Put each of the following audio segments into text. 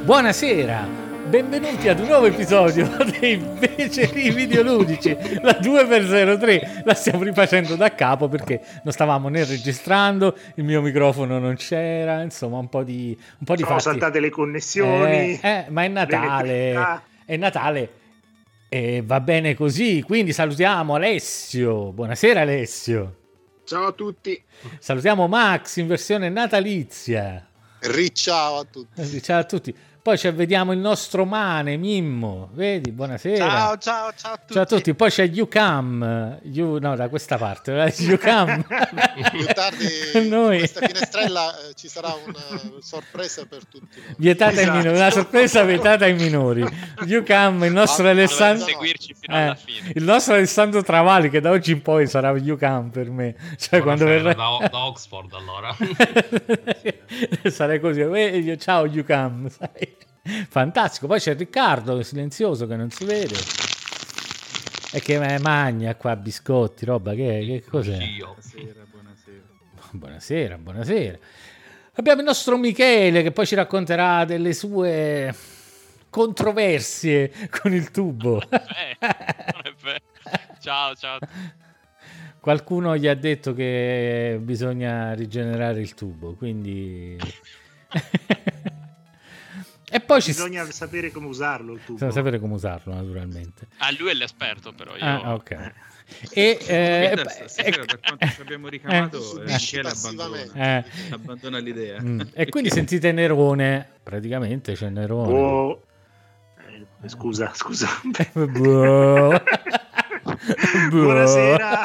Buonasera, benvenuti ad un nuovo episodio dei Beceri Videoludici, la 2x03. La stiamo rifacendo da capo perché non stavamo né registrando, il mio microfono non c'era, insomma un po' di sono fatti. saltate le connessioni, ma è Natale e va bene così, quindi salutiamo Alessio. Buonasera Alessio. Ciao a tutti. Salutiamo Max in versione natalizia. Ciao a tutti. Ciao a tutti. Poi ci vediamo il nostro Mane, Mimmo, vedi? Buonasera. Ciao a tutti. Ciao a tutti. Poi c'è Ucam, no, da questa parte, Ucam. Più tardi Noi. in questa finestrella ci sarà una sorpresa per tutti noi. Vietata ai minori, una sorpresa vietata ai minori. Ucam, il nostro Alessandro. Seguirci fino alla fine. Il nostro Alessandro Travali, che da oggi in poi sarà Ucam per me. Cioè, quando verrà da Oxford, allora. Sarei così. Ciao Ucam, sai? Fantastico. Poi c'è Riccardo silenzioso che non si vede e che magna qua biscotti, roba che cos'è? Buonasera. Abbiamo il nostro Michele che poi ci racconterà delle sue controversie con il tubo. Non è vero. Ciao. Qualcuno gli ha detto che bisogna rigenerare il tubo, quindi e poi bisogna sapere come usarlo il tubo. Bisogna sapere come usarlo, naturalmente. Lui è l'esperto, però io... ok. E per quanto ci abbiamo ricamato, Michele abbandona l'idea. E quindi sentite Nerone, praticamente c'è Nerone. Scusa. Buonasera.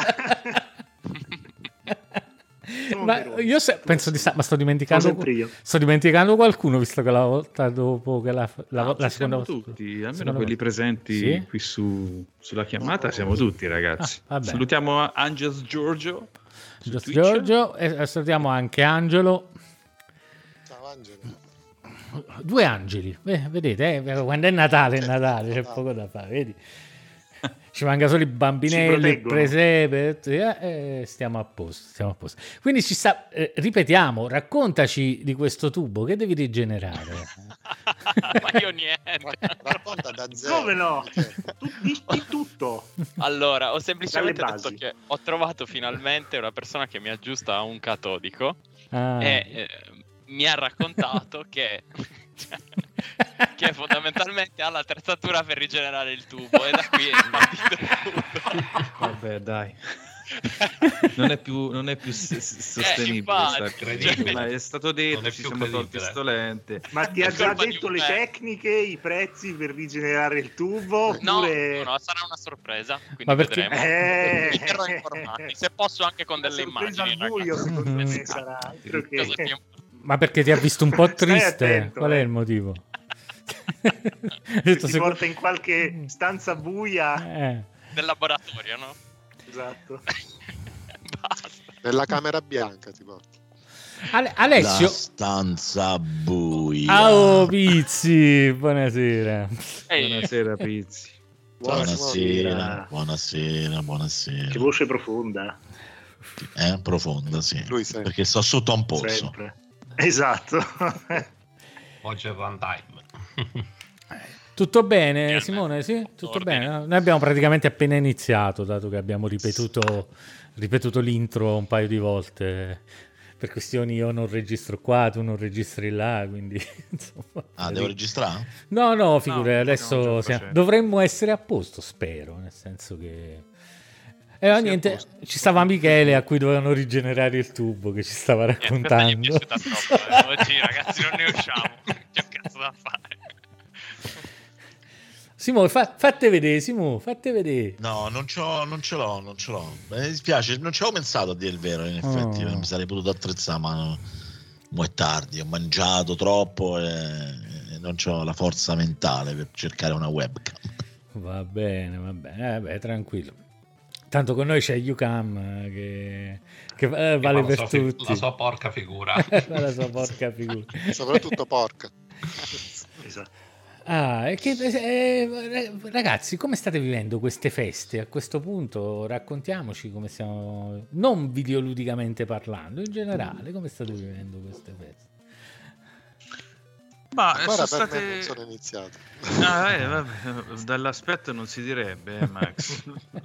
Ma io penso di ma sto dimenticando qualcuno, visto che la volta dopo che la seconda volta tutti, almeno quelli presenti qui sulla chiamata siamo tutti, ragazzi. Salutiamo Angels Giorgio e salutiamo anche Angelo. Ciao Angelo. Due angeli, vedete, quando è Natale c'è poco da fare, vedi? Ci manca solo i bambinelli, il presepe, stiamo a posto. Quindi ripetiamo, raccontaci di questo tubo che devi rigenerare. Ma io niente. Racconta da zero. Come no? Di tutto. Allora, ho semplicemente detto che ho trovato finalmente una persona che mi aggiusta a un catodico e mi ha raccontato che fondamentalmente ha l'attrezzatura per rigenerare il tubo e da qui è partito tutto. Vabbè, dai. Non è più sostenibile, ma è stato detto, ci siamo tolti sto lente. Ma ti ha già detto le tecniche, i prezzi per rigenerare il tubo? Oppure... No, sarà una sorpresa, quindi ma perché... vedremo. Mi terrò informati, se posso anche con delle immagini. Al buio, secondo me sarà. Ma perché ti ha visto un po' triste? Qual è il motivo? Ti porta in qualche stanza buia del laboratorio, no? Esatto. Basta. Nella camera bianca ti porta. La Alessio, stanza buia. Ciao Pizzi, buonasera. Buonasera Pizzi. Buonasera. Che voce profonda. Profonda, sì. Perché sto sotto a un polso. Sempre. Esatto. Oggi è runtime. Tutto bene, Simone? Sì, tutto bene. Noi abbiamo praticamente appena iniziato, dato che abbiamo ripetuto l'intro un paio di volte. Per questioni io non registro qua, tu non registri là, quindi insomma. Devo registrare? No, figure, adesso dovremmo essere a posto, spero, nel senso che niente, ci stava Michele a cui dovevano rigenerare il tubo, che ci stava raccontando. Mi è piaciuta troppo. Oggi ragazzi non ne usciamo. C'è cazzo da fare. Simo, fate vedere. No, non ce l'ho. Mi dispiace, non ci avevo pensato a dire il vero, in effetti. Non mi sarei potuto attrezzare, ma è tardi, ho mangiato troppo e non ho la forza mentale per cercare una webcam. Va bene, tranquillo. Tanto con noi c'è Ucam che vale per tutti. La sua porca figura. La sua porca figura. Soprattutto porca. Esatto. Ragazzi, come state vivendo queste feste? A questo punto raccontiamoci come stiamo, non videoludicamente parlando, in generale, come state vivendo queste feste? Ma ancora sono per me non sono iniziato. Vabbè, dall'aspetto non si direbbe, Max.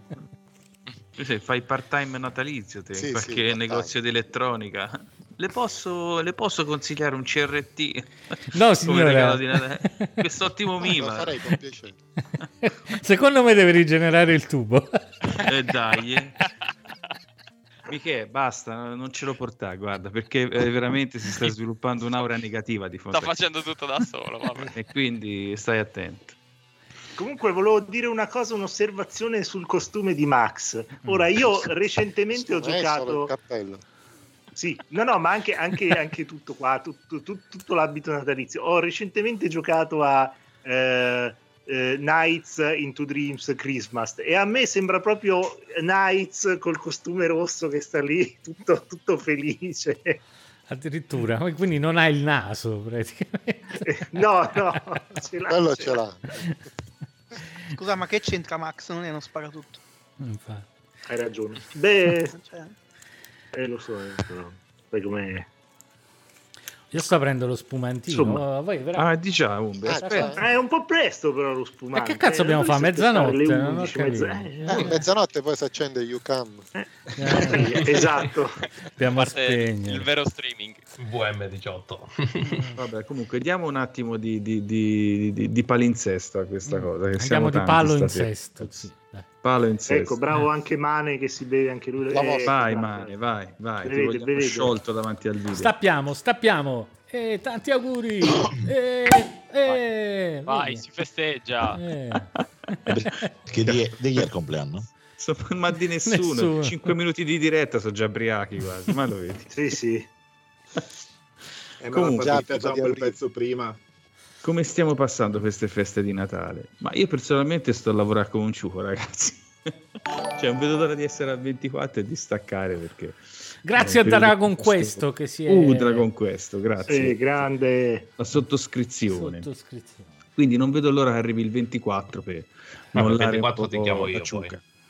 Fai part-time natalizio te, in qualche negozio di elettronica. Le posso consigliare un CRT? No, signore. Quest'ottimo Miva. Lo farei con piacere. Secondo me deve rigenerare il tubo. Dai. Michele, basta, non ce lo portare, guarda, perché veramente si sta sviluppando un'aura negativa di fronte. Sta facendo tutto da solo, vabbè. E quindi stai attento. Comunque volevo dire una cosa, un'osservazione sul costume di Max. Ora, io recentemente ho giocato... Il cappello. Sì, no, ma anche tutto qua, tutto l'abito natalizio. Ho recentemente giocato a Nights into Dreams Christmas e a me sembra proprio Nights col costume rosso che sta lì, tutto felice. Addirittura, quindi non ha il naso praticamente. No, Quello ce l'ha. Scusa, ma che c'entra Max? Non è uno sparatutto. Infatti. Hai ragione. Beh, lo so, però. Poi com'è? Io sto aprendo lo spumantino. Diciamo, è un po' presto però lo spumante. Ma che cazzo abbiamo fatto? Mezzanotte? 11, mezzanotte poi si accende YouCam. Esatto. Dobbiamo spegnere. Il vero streaming. VM18. Vabbè, comunque diamo un attimo di palinsesto a questa cosa. Che andiamo di palo in sesto. Sì. Palo in sesto. Ecco, bravo anche Mane che si beve anche lui. Vai Mane, vai. Ti vogliamo sciolto davanti al video. Stappiamo. Tanti auguri. Vai, si festeggia. Che di chi è il compleanno? Ma di nessuno. 5 minuti di diretta sono già briachi quasi, ma lo vedi. Sì. Comunque già un bel pezzo prima. Come stiamo passando queste feste di Natale? Ma io personalmente sto a lavorare come un ciuco, ragazzi. Non vedo l'ora di essere al 24 e di staccare perché... Grazie a Dragon Questo che si è... Dragon Questo, grazie. Sì, grande. La sottoscrizione. Quindi non vedo l'ora che arrivi il 24 per il 24 ti chiamo io poi.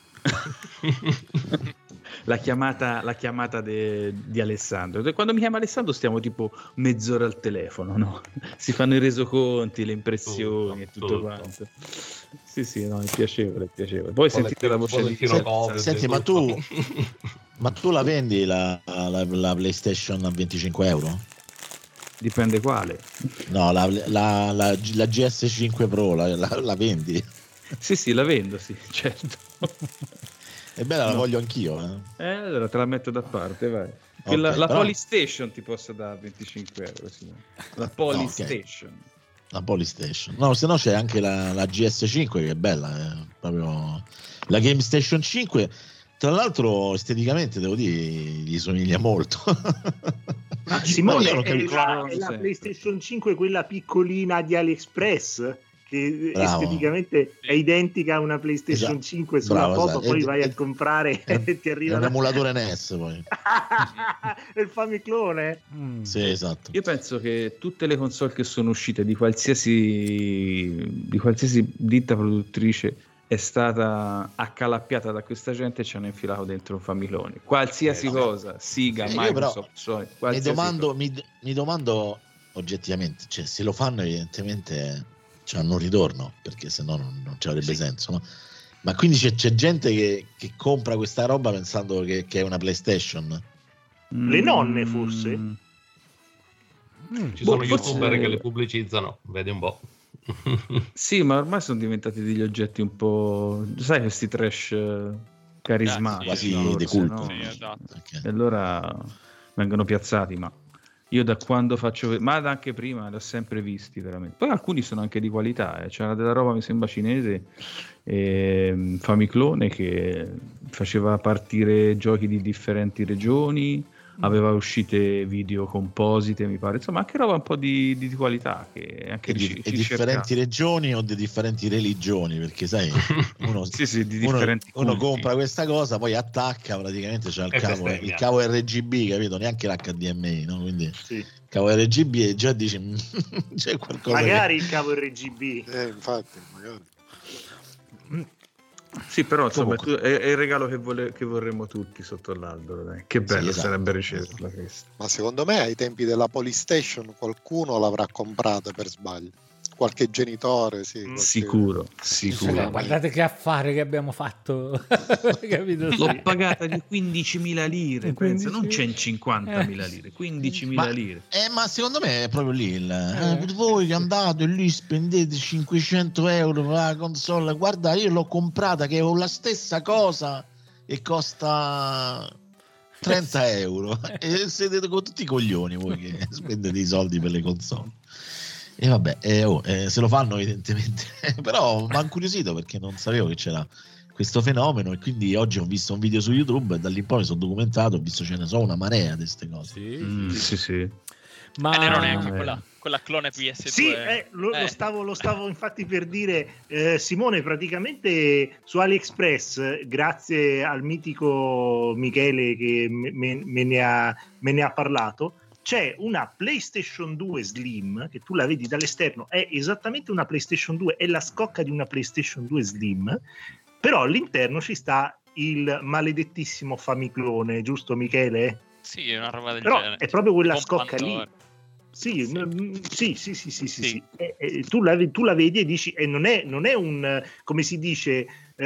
La chiamata di Alessandro. Quando mi chiama Alessandro stiamo tipo mezz'ora al telefono, no? Si fanno i resoconti, le impressioni e tutto quanto. Sì, no, è piacevole. Poi sentite la voce di Senti, ma tu la vendi la PlayStation a 25 euro? Dipende quale. No, la GS5 Pro la vendi? Sì, la vendo, sì, certo. È bella, la voglio anch'io. Allora te la metto da parte, vai. Okay, la Polystation ti posso dare 25 euro, signore. La Polystation. Okay. La Polystation. No, se no c'è anche la GS5 che è bella, proprio la Game Station 5. Tra l'altro esteticamente devo dire gli somiglia molto. Simone, è la PlayStation 5 quella piccolina di AliExpress che esteticamente è identica a una PlayStation 5 sulla foto, poi vai a comprare e ti arriva un emulatore NES poi. Il Famiclone. Sì, esatto. Io penso che tutte le console che sono uscite di qualsiasi ditta produttrice è stata accalappiata da questa gente e ci hanno infilato dentro un Famiclone. Qualsiasi cosa, Sega, Microsoft, Sony, mi domando oggettivamente, cioè se lo fanno evidentemente hanno un ritorno, perché se no non ci avrebbe senso, no? Ma quindi c'è gente che compra questa roba pensando che è una PlayStation? Le nonne forse? Ci sono youtuber che le pubblicizzano, vedi un po'. Sì, ma ormai sono diventati degli oggetti un po', sai, questi trash carismatici, quasi di culto, no? Sì, esatto. E allora vengono piazzati, ma io da quando faccio, ma anche prima li ho sempre visti veramente. Poi alcuni sono anche di qualità, c'era della roba mi sembra cinese, Famiclone, che faceva partire giochi di differenti regioni, aveva uscite video composite, mi pare, insomma anche roba un po' di qualità che anche di differenti regioni o di differenti religioni, perché sai uno, uno compra questa cosa, poi attacca, praticamente c'è il cavo RGB, capito? Neanche l'HDMI, no? Quindi cavo RGB e già dici c'è qualcosa magari il cavo RGB infatti magari. Sì, però insomma è il regalo che vorremmo tutti sotto l'albero, dai. Che bello sarebbe riceverla questa. Ma secondo me ai tempi della Polystation qualcuno l'avrà comprata per sbaglio. Qualche genitore, sì. Sicuro. Guardate che affare che abbiamo fatto. Capito? L'ho pagata di 15.000 lire, penso, non 150.000 lire, 15.000 lire. Ma secondo me è proprio lì voi che andate lì spendete 500 euro per la console, guarda io l'ho comprata che ho la stessa cosa e costa 30 euro e siete con tutti i coglioni voi che spendete i soldi per le console. E vabbè, se lo fanno evidentemente, però mi ha incuriosito perché non sapevo che c'era questo fenomeno e quindi oggi ho visto un video su YouTube e da lì in poi mi sono documentato, ho visto ce ne sono una marea di queste cose. Sì. Ma non è neanche quella clone PS2. Sì, lo stavo infatti per dire, Simone, praticamente su AliExpress, grazie al mitico Michele che me ne ha parlato, c'è una PlayStation 2 Slim che tu la vedi dall'esterno, è esattamente una PlayStation 2, è la scocca di una PlayStation 2 Slim, però all'interno ci sta il maledettissimo Famiclone, giusto Michele? Sì, è una roba del però genere. È proprio quella scocca lì. Sì. Tu la vedi e dici, e non è un, come si dice,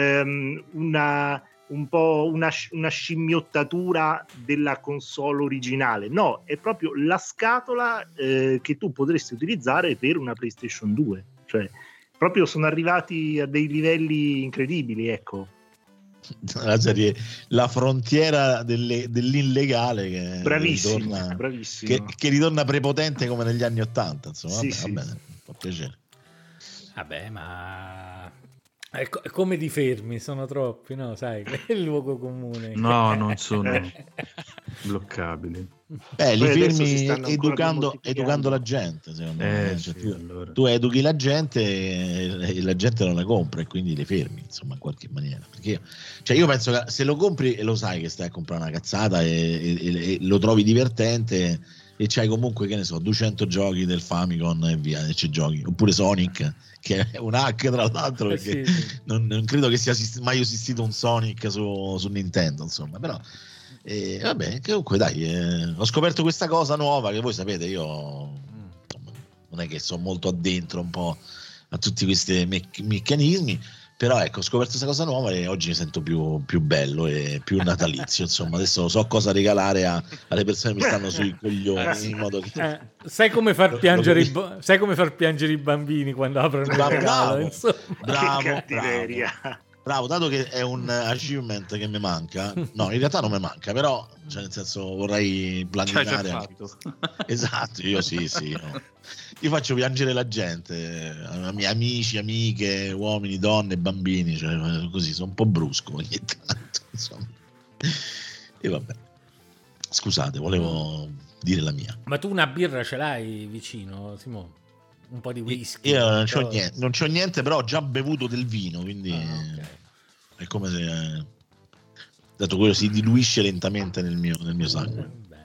un po' una scimmiottatura della console originale, no, è proprio la scatola che tu potresti utilizzare per una PlayStation 2, cioè proprio sono arrivati a dei livelli incredibili, ecco. La serie, la frontiera dell'illegale che bravissimo. Che ritorna prepotente come negli anni '80, insomma. Vabbè, fa piacere. Vabbè, ma come ti fermi? Sono troppi, no? Sai, è il luogo comune. No, non sono bloccabili. Li fermi educando la gente, secondo me. Cioè, allora. Tu educhi la gente e la gente non la compra e quindi le fermi, insomma, in qualche maniera. Perché io penso che se lo compri e lo sai che stai a comprare una cazzata e lo trovi divertente e c'hai comunque, che ne so, 200 giochi del Famicom e via, e ci giochi. Oppure Sonic, che è un hack tra l'altro, perché non credo che sia mai esistito un Sonic su Nintendo, insomma, però vabbè, comunque dai, ho scoperto questa cosa nuova che voi sapete, io insomma, non è che sono molto addentro un po' a tutti questi meccanismi, però ecco, ho scoperto questa cosa nuova e oggi mi sento più bello e più natalizio, insomma, adesso so cosa regalare alle persone che mi stanno sui coglioni, in modo che... sai come far piangere i bambini quando aprono il regalo, bravo, dato che è un achievement che mi manca, no, in realtà non mi manca, però cioè nel senso vorrei pianificare. Esatto, io sì, no. Io faccio piangere la gente, amici, amiche, uomini, donne, bambini, cioè così, sono un po' brusco ogni tanto, insomma. E vabbè, scusate, volevo dire la mia. Ma tu una birra ce l'hai vicino, Simone? Un po' di whisky? Io non c'ho niente, però ho già bevuto del vino, quindi è come se dato quello si diluisce lentamente nel mio sangue. Bene.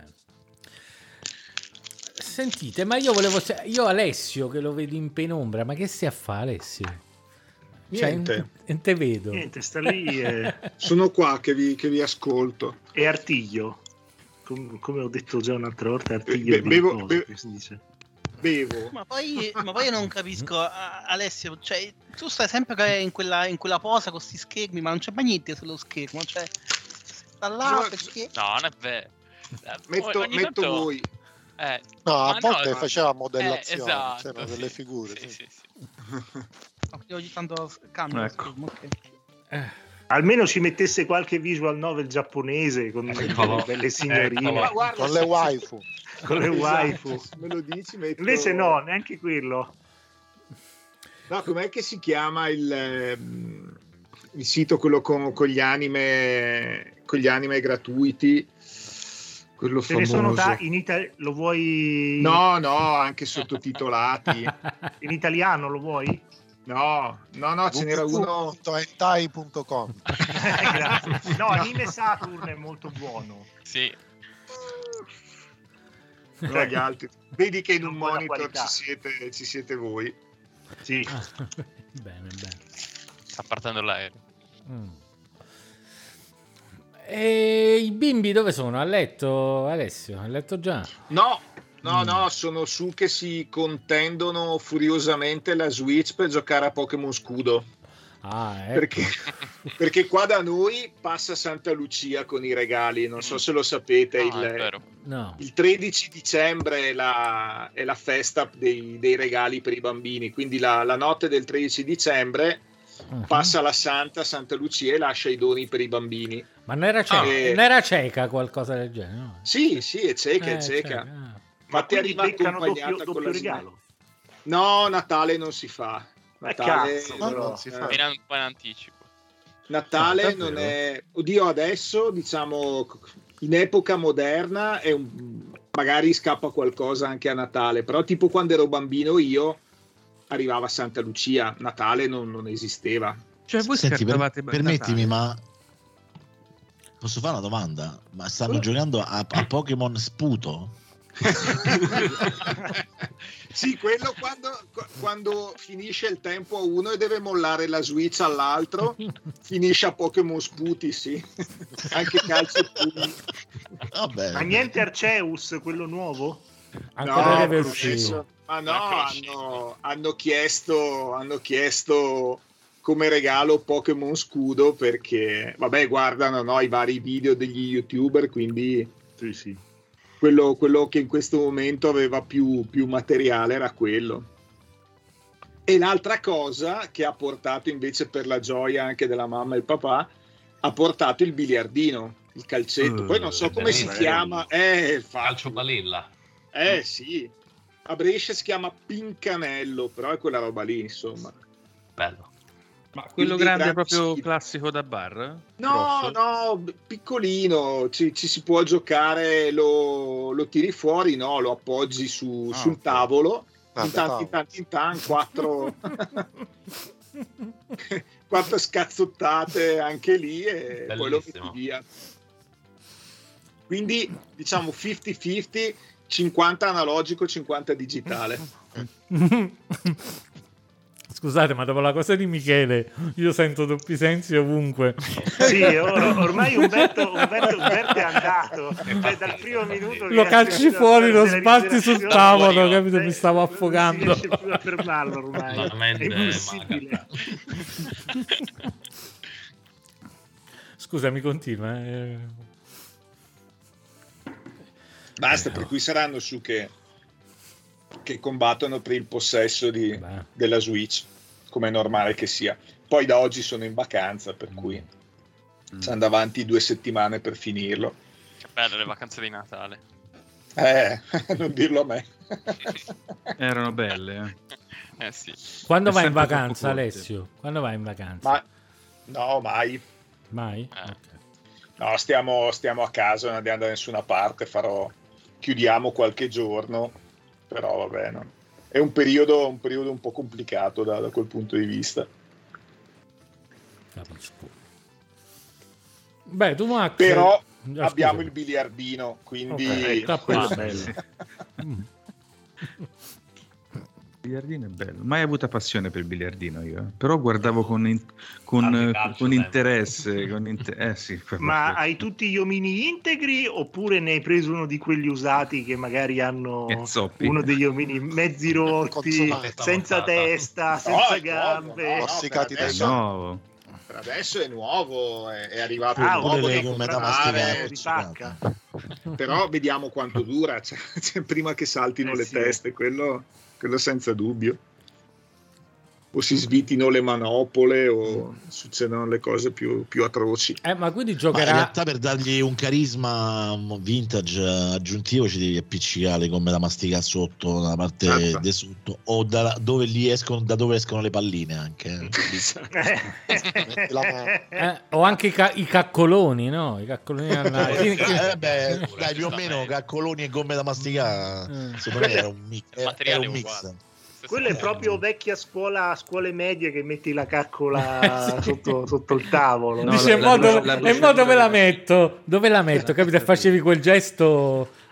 Sentite, ma io Alessio che lo vedo in penombra, ma che stai a fare, Alessio? Niente. Non te vedo. Niente, sta lì. Sono qua che vi ascolto. E Artiglio, come ho detto già un'altra volta, Artiglio si dice. Bevo. Ma poi io non capisco, Alessio, cioè tu stai sempre in quella posa con questi schermi, ma non c'è mai niente sullo schermo, cioè sta là perché... No, non è vero. Metto voi. A volte faceva modellazione, esatto, c'erano delle figure. Sì. Ogni tanto cambia, ecco. Okay. Almeno ci mettesse qualche visual novel giapponese con delle belle signorine, con le waifu. Con le waifu. Me lo dici, Invece no, neanche quello. No, com'è che si chiama il sito, quello con gli anime gratuiti? Quello ce famoso. Ne sono in Lo vuoi? No, anche sottotitolati. In italiano lo vuoi? No, ce n'era uno. hentai.com. Grazie. No, Anime Saturn è molto buono. Sì. No, gli altri. Vedi che in un monitor ci siete voi. Sì. Bene. Sta partendo l'aereo. E i bimbi dove sono? A letto, Alessio? A letto già? No, sono su che si contendono furiosamente la Switch per giocare a Pokémon Scudo. Ecco. Perché qua da noi passa Santa Lucia con i regali, non so se lo sapete, il 13 dicembre è la festa dei regali per i bambini, quindi la notte del 13 dicembre passa la Santa Lucia e lascia i doni per i bambini. Ma non era cieca qualcosa del genere? No? Sì, è cieca. Ma ti arriva accompagnata con la regalo? No, Natale non si fa. Natale non si fa. In anticipo. Natale non è... Oddio, adesso, diciamo, in epoca moderna magari scappa qualcosa anche a Natale, però tipo quando ero bambino io arrivava Santa Lucia, Natale non esisteva. Cioè voi permettimi, ma posso fare una domanda? Ma stanno giocando a Pokémon Sputo? Sì, quello quando finisce il tempo a uno e deve mollare la Switch all'altro, finisce a Pokémon Sputi, sì. Anche calcio e pugni. Ma niente Arceus, quello nuovo? Ancora deve uscire. Ma no, hanno chiesto come regalo Pokémon Scudo perché, vabbè, guardano i vari video degli YouTuber, quindi sì. Quello che in questo momento aveva più materiale era quello. E l'altra cosa che ha portato invece, per la gioia anche della mamma e il papà, ha portato il biliardino, il calcetto. Poi non so come si chiama. Calcio balilla. Sì. A Brescia si chiama Pincanello, però è quella roba lì, insomma. Bello. Ma quello grande è proprio classico da bar? No, piccolino, ci si può giocare, lo tiri fuori, lo appoggi sul tavolo, in tanto, 4 scazzottate anche lì e bellissimo. Poi lo metti via. Quindi diciamo 50-50, 50 analogico, 50 digitale. Scusate, ma dopo la cosa di Michele io sento doppi sensi ovunque. Sì, ormai Umberto è andato, cioè, dal primo minuto lo calci fuori, lo sbatti sul tavolo, capito? Mi stavo affogando. Non riesce più a fermarlo ormai, è impossibile. Scusami, continua. Basta, per cui saranno su che combattono per il possesso della Switch, come è normale che sia. Poi da oggi sono in vacanza, per cui ci andano avanti 2 settimane per finirlo. Che belle le vacanze di Natale. Non dirlo a me. Erano belle. Sì. Quando vai in vacanza, Alessio? Quando vai in vacanza? No, mai. Mai? No, stiamo a casa, non andiamo da nessuna parte, chiudiamo qualche giorno, però vabbè, no. È un periodo un po' complicato da quel punto di vista. Beh, tu Max, però abbiamo il biliardino, quindi Il biliardino è bello. Mai avuta passione per il biliardino io, però guardavo con interesse. Sì, ma hai tutti gli omini integri oppure ne hai preso uno di quelli usati che magari hanno uno degli omini mezzi rotti, senza testa, senza gambe? Nuovo. Per adesso è nuovo, è arrivato nuovo di pacca. Però vediamo quanto dura, cioè, prima che saltino le teste, quello senza dubbio. O si svitino le manopole o succedono le cose più atroci. Ma quindi giocherà. Ma in realtà, per dargli un carisma vintage aggiuntivo, ci devi appiccicare le gomme da masticare sotto, da parte di sotto, o da dove escono le palline anche. O anche i caccoloni, no? I caccoloni dai, più o meno caccoloni e gomme da masticare. Secondo me era un mix. Quello è proprio vecchia scuole medie che metti la caccola sotto il tavolo. No, dice in modo dove la metto, capito? Facevi quel gesto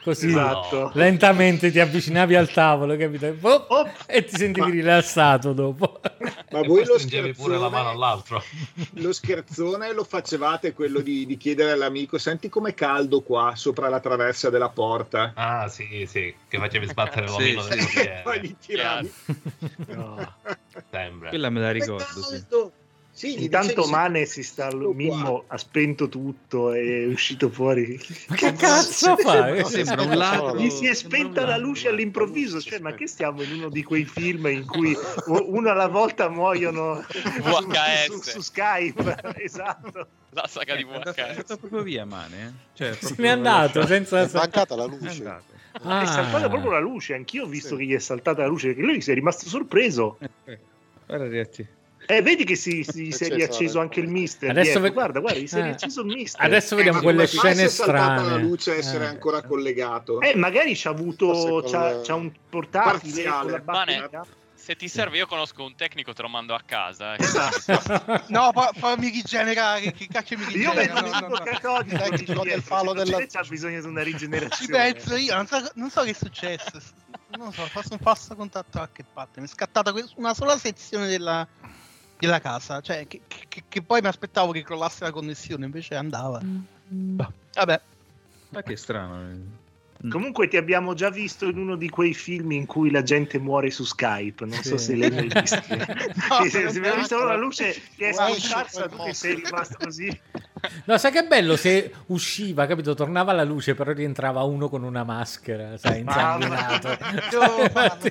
così lentamente ti avvicinavi al tavolo, capito? E ti sentivi rilassato dopo. Ma voi pure la mano all'altro. Lo scherzone lo facevate, quello di chiedere all'amico: senti com'è caldo qua sopra la traversa della porta? Ah sì, che facevi sbattere l'omino del portiere. Poi li tiravi. No. Sembra. Quella me la ricordo. Sì, intanto Mane Mimmo ha spento tutto, è uscito fuori. Ma che cazzo fa? Sembra un ladro. Gli si è spenta la luce all'improvviso, cioè, ma che stiamo in uno di quei film in cui uno alla volta muoiono su Skype? Esatto. La saga di VHS. È andato proprio via Mane, cioè, se n'è andato senza... È mancata la luce. È saltata proprio la luce, anch'io ho visto che gli è saltata la luce, perché lui si è rimasto sorpreso. Guarda ragazzi. Vedi che si è riacceso anche il mister. Adesso guarda, si è riacceso il mister. Adesso vediamo quelle scene strane. La luce essere ancora collegato. Magari c'ha un portatile con la batteria. Se ti serve, io conosco un tecnico, te lo mando a casa. No, fammi rigenerare. Che cacchio mi rigenera? Io vedo catodico il falo della... C'ha bisogno di una rigenerazione. Ci penso io, non so che è successo. Non so, faccio un passo contatto a che parte. Mi è scattata una sola sezione della casa, cioè che poi mi aspettavo che crollasse la connessione, invece andava. Vabbè. Ma che strano. Comunque ti abbiamo già visto in uno di quei film in cui la gente muore su Skype, non so se l'hai mai visto. Se abbiamo visto la luce che è scomparsa, tu che sei rimasto così. No, sai che bello se usciva, capito? Tornava la luce, però rientrava uno con una maschera, sai, insanguinato. Devo farlo.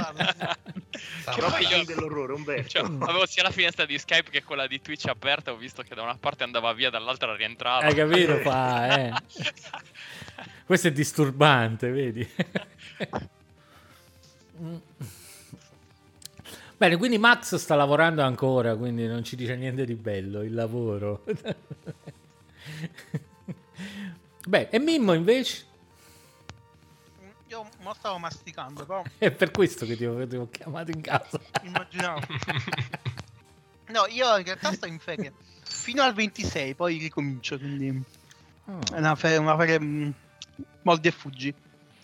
Che poi dell'orrore, Umberto. Avevo sia la finestra di Skype che quella di Twitch aperta, ho visto che da una parte andava via, dall'altra rientrava. Hai capito? Questo è disturbante, vedi? Bene, quindi Max sta lavorando ancora, quindi non ci dice niente di bello il lavoro. Beh, e Mimmo invece? Io mo stavo masticando, però... È per questo che ti ho chiamato in casa. Immaginavo. No, io in realtà sto in ferie fino al 26, poi ricomincio, quindi... È una ferie moldi e fuggi.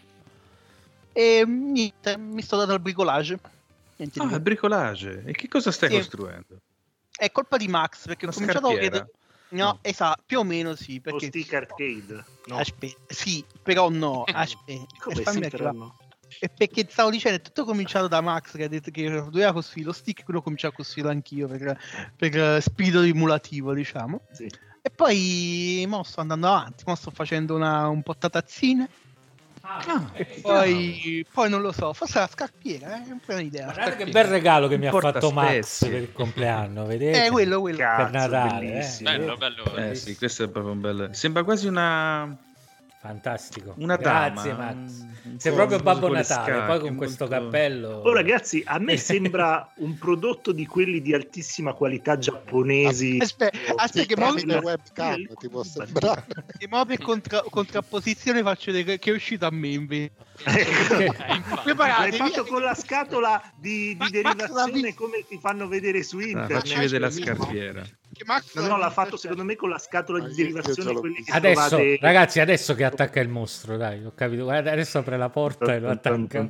E niente, mi sto dando al bricolage. Il bricolage. E che cosa stai costruendo? È colpa di Max, perché ho cominciato a vedere... No, esatto, più o meno sì, perché... O Stick Arcade. No. Aspetta, sì, però no, aspetta. Come e perché stavo dicendo, è tutto cominciato da Max che ha detto che doveva costruire lo stick, quello ho cominciato a costruire anch'io per spirito emulativo, diciamo. Sì. E poi mo sto andando avanti, mo sto facendo un po' tazzine. E poi non lo so, forse la scarpiera, è un po' un'idea. Guardate che bel regalo che mi ha fatto Max per il compleanno, vedete? Quello. Cazzo, per Natale, bello. Sì, questo è proprio un bel... Sembra quasi una... Fantastico. Una dama. Grazie Max. Sei proprio Babbo Natale, poi con questo cappello. Oh ragazzi, a me sembra un prodotto di quelli di altissima qualità giapponesi. Aspetta che mo webcam ti può sembrare. Che mo per contrapposizione faccio che è uscito a me invece. L'hai fatto con la scatola di derivazione come ti fanno vedere su internet. Facci vedere la scarpiera. No, l'ha fatto secondo me con la scatola di derivazione quelli che adesso trovate... ragazzi, adesso che attacca il mostro, dai, ho capito. Guarda, adesso apre la porta e lo attacca.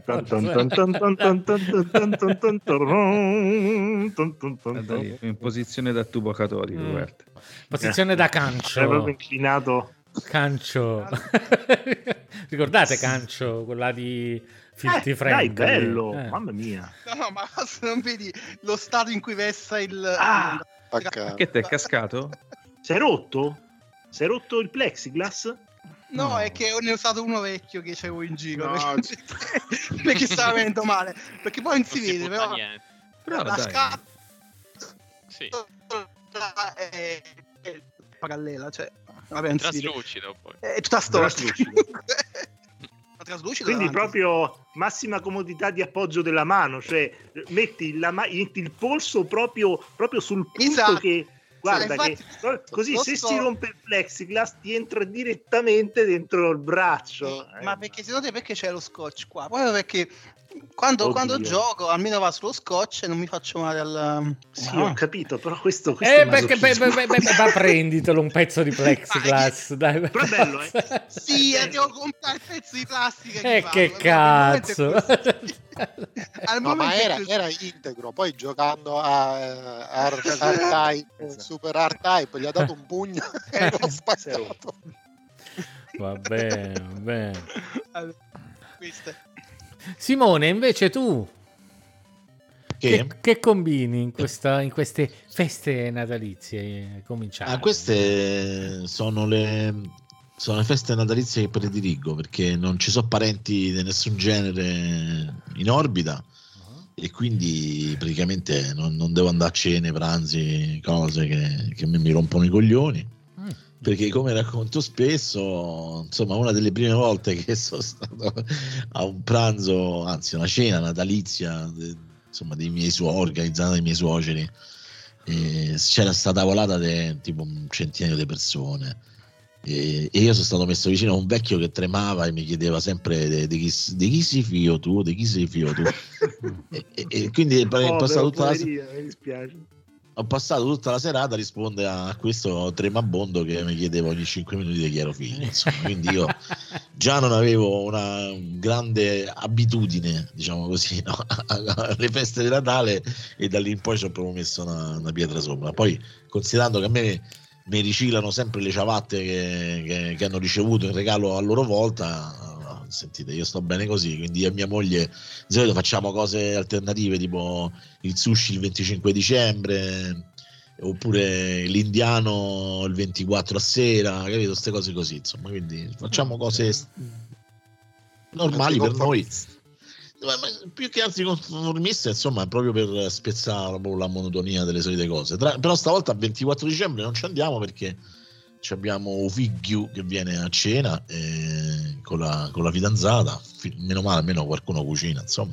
In posizione da tubo catodico, guarda. Posizione da cancio. È proprio inclinato. Cancio. Ricordate Cancio, quella di Filthy Frank? Dai, bello, mamma mia. No, ma se non vedi lo stato in cui versa il... Che te è cascato? Si è rotto? Si è rotto il plexiglass? No, è che ne ho usato uno vecchio che c'avevo in giro, perché stava venendo male, perché poi non si vede, però la scatola è parallela, cioè vabbè, traslucido poi. È tutta storta. Quindi proprio massima comodità di appoggio della mano, cioè metti il polso proprio sul punto che guarda, che così se si rompe il plexiglass ti entra direttamente dentro il braccio. Ma perché secondo te perché c'è lo scotch qua? Proprio perché Quando gioco almeno va sullo scotch e non mi faccio male al... Sì, ho capito, però questo perché prenditelo un pezzo di plexiglass, dai. Però è bello, Sì, devo comprare il pezzo di plastica. Che cazzo. Ma era integro, poi giocando a R-Type, Super R-Type, gli ha dato un pugno e l'ho spaccato. Va bene. Simone, invece tu che combini in queste feste natalizie cominciate? Queste sono le feste natalizie che prediligo, perché non ci sono parenti di nessun genere in orbita e quindi praticamente non devo andare a cene, pranzi, cose che mi rompono i coglioni. Perché, come racconto spesso, insomma, una delle prime volte che sono stato a un pranzo, anzi una cena natalizia, insomma, organizzata dai miei suoceri, c'era stata volata tipo un centinaio di persone e io sono stato messo vicino a un vecchio che tremava e mi chiedeva sempre di chi sei figlio tu, e quindi è passato tutta mi dispiace. Ho passato tutta la serata a rispondere a questo tremabondo che mi chiedeva ogni 5 minuti di chi ero figlio, insomma. Quindi io già non avevo una grande abitudine, diciamo così, no? alle feste di Natale, e da lì in poi ci ho proprio messo una pietra sopra. Poi, considerando che a me mi riciclano sempre le ciabatte che hanno ricevuto in regalo a loro volta, sentite, io sto bene così, quindi io e mia moglie di solito facciamo cose alternative, tipo il sushi il 25 dicembre oppure l'indiano il 24 a sera, capito? Queste cose così, insomma, quindi facciamo cose normali per noi, ma più che altri conformiste, insomma, proprio per spezzare la monotonia delle solite cose. Però stavolta il 24 dicembre non ci andiamo perché abbiamo Figgio che viene a cena con la fidanzata, meno male, almeno qualcuno cucina, insomma.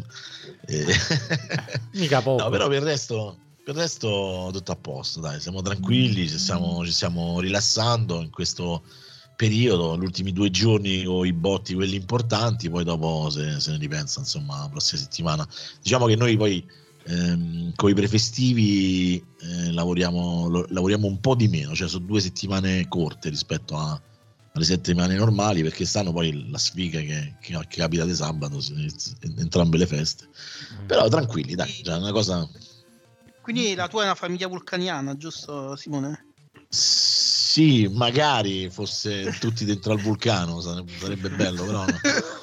Mica poco. No, però per il resto tutto a posto, dai, siamo tranquilli, ci stiamo rilassando in questo periodo, gli ultimi 2 giorni con i botti quelli importanti, poi dopo se ne ripensa, insomma, la prossima settimana. Diciamo che noi poi con i prefestivi lavoriamo un po' di meno, cioè sono 2 settimane corte rispetto alle settimane normali, perché stanno poi la sfiga che capita di sabato, entrambe le feste. Però tranquilli, dai, già una cosa. Quindi la tua è una famiglia vulcaniana, giusto, Simone? Sì, magari fosse tutti dentro al vulcano, sarebbe bello, però no.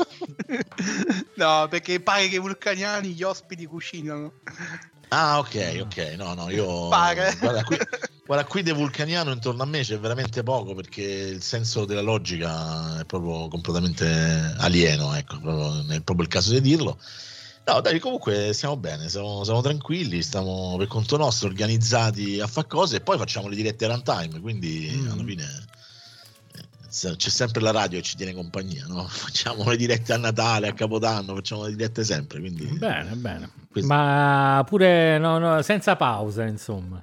No, perché pare che i vulcaniani gli ospiti cucinano. Ah, ok, no, io guarda qui del vulcaniano intorno a me c'è veramente poco, perché il senso della logica è proprio completamente alieno, ecco, è proprio il caso di dirlo. No, dai, comunque stiamo bene, siamo tranquilli, stiamo per conto nostro organizzati a fare cose, e poi facciamo le dirette runtime, quindi alla fine c'è sempre la radio che ci tiene compagnia, no? Facciamo le dirette a Natale, a Capodanno, facciamo le dirette sempre, quindi bene. Ma pure no, senza pausa, insomma.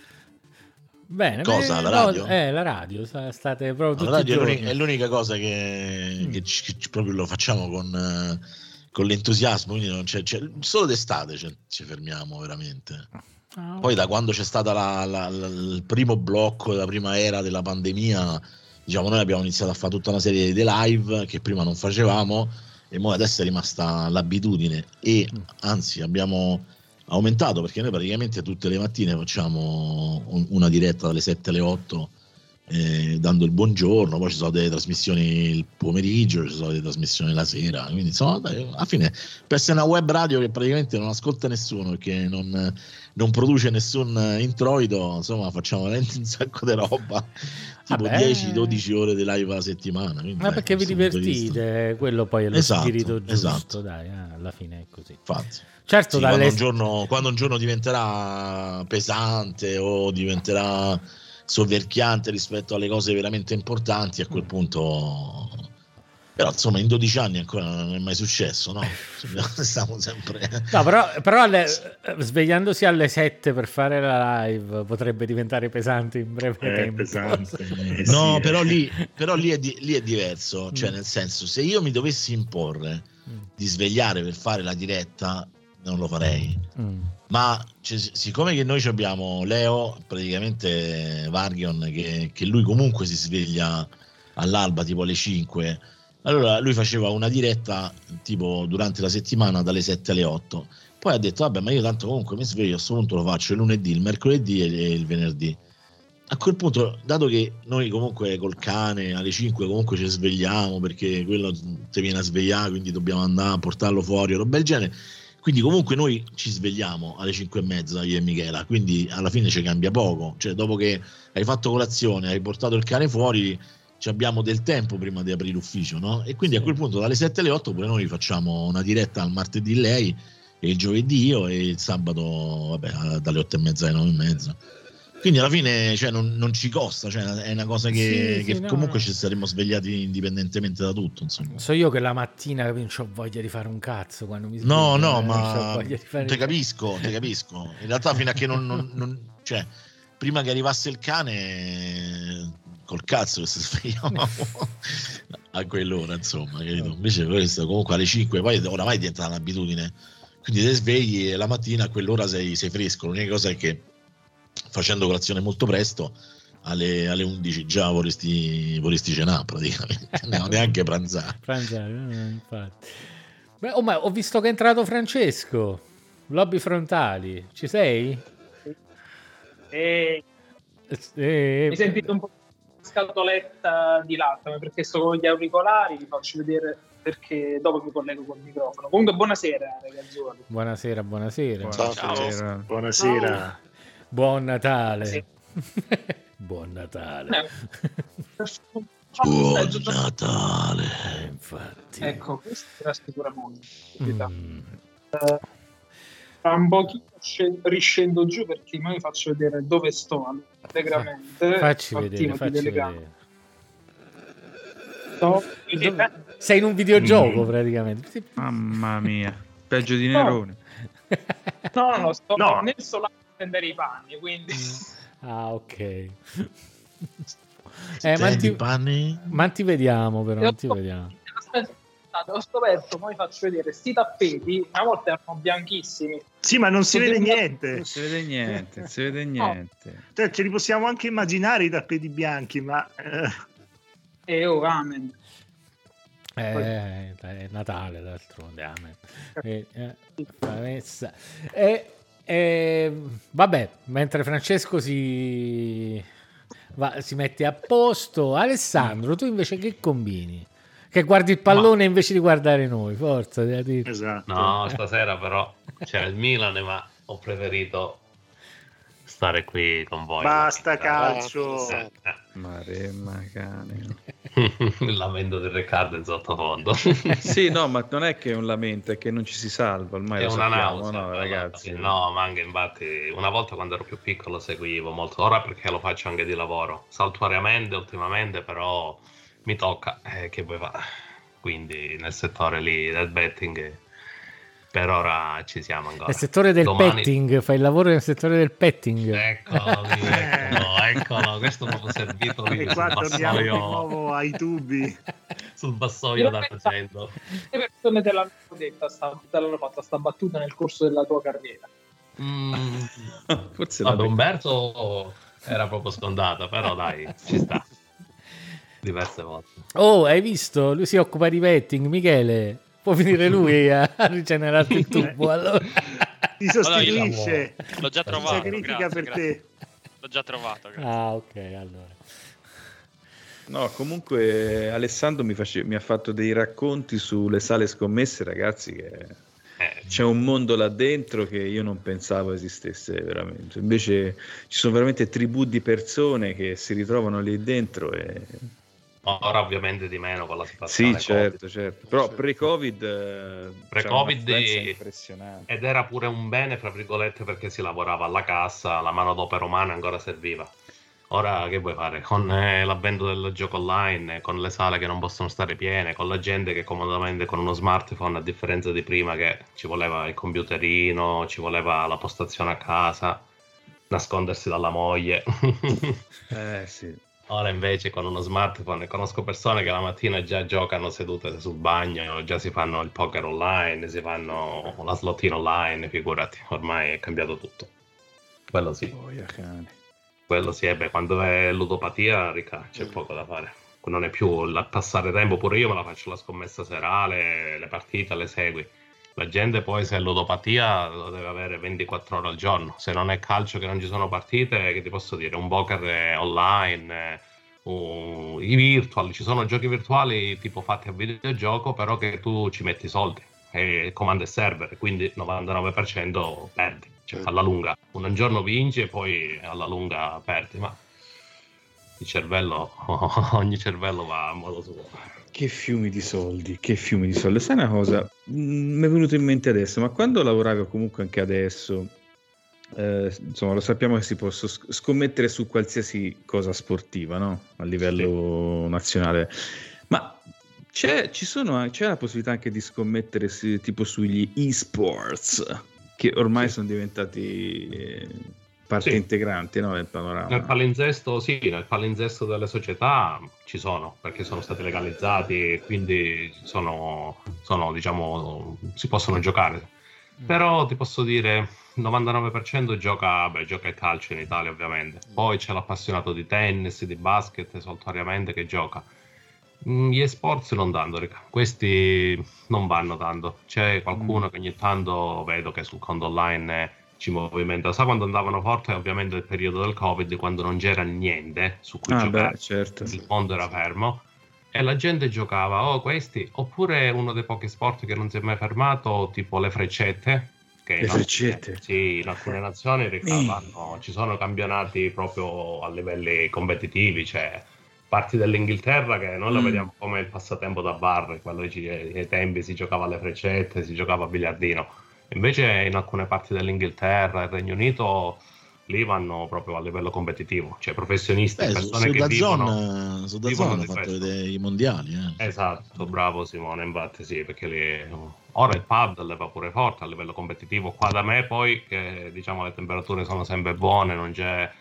Bene. Cosa? La radio? La radio, state proprio tutti la radio i giorni. è l'unica cosa che proprio lo facciamo con l'entusiasmo, quindi non c'è solo d'estate ci fermiamo veramente. Poi da quando c'è stata il primo blocco, la prima era della pandemia, diciamo, noi abbiamo iniziato a fare tutta una serie di live che prima non facevamo, e mo adesso è rimasta l'abitudine, e anzi abbiamo aumentato, perché noi praticamente tutte le mattine facciamo una diretta dalle 7 alle 8 dando il buongiorno, poi ci sono delle trasmissioni il pomeriggio, ci sono delle trasmissioni la sera, quindi insomma, alla fine per essere una web radio che praticamente non ascolta nessuno e che non produce nessun introito, insomma, facciamo veramente un sacco di roba, tipo 10-12 ore di live alla settimana. Quindi, ma perché vi divertite, quello poi è lo spirito giusto, esatto. Dai, alla fine è così. Infatti. Certo, sì, quando un giorno diventerà pesante o diventerà soverchiante rispetto alle cose veramente importanti, a quel punto, però insomma in 12 anni ancora non è mai successo, no? Stiamo sempre no, però svegliandosi alle 7 per fare la live potrebbe diventare pesante in breve tempo. Pesante, no, sì. però lì è diverso, cioè nel senso, se io mi dovessi imporre di svegliare per fare la diretta non lo farei. Ma siccome che noi abbiamo Leo, praticamente Vargion, che lui comunque si sveglia all'alba tipo alle 5, allora lui faceva una diretta tipo durante la settimana dalle 7 alle 8, poi ha detto vabbè, ma io tanto comunque mi sveglio, a questo punto lo faccio il lunedì, il mercoledì e il venerdì. A quel punto, dato che noi comunque col cane alle 5 comunque ci svegliamo perché quello ti viene a svegliare, quindi dobbiamo andare a portarlo fuori o roba del genere, quindi comunque noi ci svegliamo alle 5:30 io e Michela, quindi alla fine ci cambia poco, cioè dopo che hai fatto colazione, hai portato il cane fuori, abbiamo del tempo prima di aprire l'ufficio, no? E quindi a quel punto dalle 7 alle 8 pure noi facciamo una diretta al martedì lei e il giovedì io, e il sabato vabbè dalle 8:30 alle 9:30. Quindi alla fine non ci costa, è una cosa che comunque ci saremmo svegliati indipendentemente da tutto, insomma. So io che la mattina non ho voglia di fare un cazzo quando mi sveglio. No, ma te capisco. In realtà fino a che cioè, prima che arrivasse il cane, col cazzo che si svegliava a quell'ora, insomma, capito? Invece questo comunque alle 5, poi oramai diventa un'abitudine, quindi ti svegli e la mattina a quell'ora sei fresco. L'unica cosa è che facendo colazione molto presto alle 11 già vorresti cenare praticamente, neanche pranzare. Infatti. Beh, ma ho visto che è entrato Francesco, lobby frontali, ci sei? Mi sentite un po' scatoletta di latte, perché sto con gli auricolari, vi faccio vedere perché dopo mi collego col microfono. Comunque buonasera ragazzuoli. Buonasera. Ciao. Buonasera. Buon Natale. Sì. Buon Natale. Buon Natale. Infatti. Ecco, questo era sicuramente. Tra un pochino riscendo giù perché io vi faccio vedere dove sto allegramente. Facci vedere. Sei in un videogioco praticamente. Mamma mia, peggio di Nerone. No, sto nel solare a prendere i panni, quindi. Ah, ok. Ma ti vediamo però, non ti vediamo. Aspetta, ho scoperto, poi faccio vedere, sti tappeti una volta erano bianchissimi. Sì, ma non si vede niente. Non si vede niente. Cioè, ce li possiamo anche immaginare i tappeti bianchi, ma amen. È Natale d'altronde, amen. Vabbè, mentre Francesco si mette a posto, Alessandro, tu invece che combini? Che guardi il pallone invece di guardare noi, forza. Esatto. No, stasera però c'era il Milan, ma ho preferito stare qui con voi. Basta calcio. Maremma cane. Il lamento del Riccardo in sottofondo. Sì, no, ma non è che è un lamento, è che non ci si salva, ormai è lo una sappiamo, nausea, no, ragazzi. No, ma anche infatti una volta quando ero più piccolo seguivo molto, ora perché lo faccio anche di lavoro, saltuariamente ultimamente, però mi tocca, che vuoi fare? Quindi nel settore lì del betting per ora ci siamo ancora. Nel settore del petting, fai il lavoro nel settore del petting. Eccolo, questo mi ha servito lì e qua torniamo di nuovo ai tubi. Sul vassoio d'argento. Le persone te l'hanno fatta sta battuta nel corso della tua carriera. Forse ad Umberto era proprio scontata, però dai, ci sta. Diverse volte. Oh, hai visto? Lui si occupa di betting, Michele. Può venire lui a rigenerarti il tubo, allora. Ti sostituisce. L'ho già trovato. Critica per te. L'ho già trovato. Grazie. Ah, ok, allora. No, comunque Alessandro mi ha fatto dei racconti sulle sale scommesse, ragazzi, che c'è un mondo là dentro che io non pensavo esistesse veramente. Invece ci sono veramente tribù di persone che si ritrovano lì dentro e... Ora ovviamente di meno con la situazione. Sì, certo. Però pre-Covid impressionante. Ed era pure un bene, fra virgolette, perché si lavorava alla cassa, la manodopera umana ancora serviva. Ora che vuoi fare? Con l'avvento del gioco online, con le sale che non possono stare piene, con la gente che comodamente con uno smartphone, a differenza di prima che ci voleva il computerino, ci voleva la postazione a casa, nascondersi dalla moglie. Sì. Ora invece con uno smartphone conosco persone che la mattina già giocano sedute sul bagno, già si fanno il poker online, si fanno la slottina online, figurati, ormai è cambiato tutto. Quello sì. Quello sì, quando è ludopatia, c'è poco da fare. Non è più passare tempo, pure io me la faccio la scommessa serale, le partite le segui. La gente poi se è ludopatia lo deve avere 24 ore al giorno. Se non è calcio che non ci sono partite, che ti posso dire, un poker online, i virtual, ci sono giochi virtuali tipo fatti a videogioco, però che tu ci metti soldi, e comando e server, quindi 99% perdi, cioè alla lunga. Un giorno vinci e poi alla lunga perdi, ma il cervello, ogni cervello va a modo suo. Che fiumi di soldi. Sai una cosa? Mi è venuto in mente adesso, ma quando lavoravi o comunque anche adesso, insomma, lo sappiamo che si può scommettere su qualsiasi cosa sportiva, no? A livello nazionale. Ma c'è la possibilità anche di scommettere tipo sugli e-sports, che ormai sono diventati parte integrante, no, del panorama. Nel palinsesto delle società ci sono, perché sono stati legalizzati, quindi sono diciamo, si possono giocare. Però ti posso dire, il 99% gioca il calcio in Italia, ovviamente. Poi c'è l'appassionato di tennis, di basket, solitariamente che gioca. Gli esports non tanto, raga. Questi non vanno tanto. C'è qualcuno che ogni tanto vedo che sul conto online ci movimenta. Sa quando andavano forte? Ovviamente il periodo del Covid, quando non c'era niente su cui giocare. Certo. Il mondo era fermo e la gente giocava questi, oppure uno dei pochi sport che non si è mai fermato, tipo le freccette. Freccette? Sì, in alcune nazioni ci sono campionati proprio a livelli competitivi, cioè parti dell'Inghilterra che noi lo vediamo come il passatempo da bar, quando ai tempi si giocava alle freccette, si giocava a biliardino. Invece in alcune parti dell'Inghilterra e del Regno Unito lì vanno proprio a livello competitivo, cioè professionisti, persone che vivono su DAZN hanno fatto vedere i mondiali. Esatto, bravo Simone, infatti sì, perché lì ora il paddle va pure forte a livello competitivo. Qua da me poi, che diciamo le temperature sono sempre buone, non c'è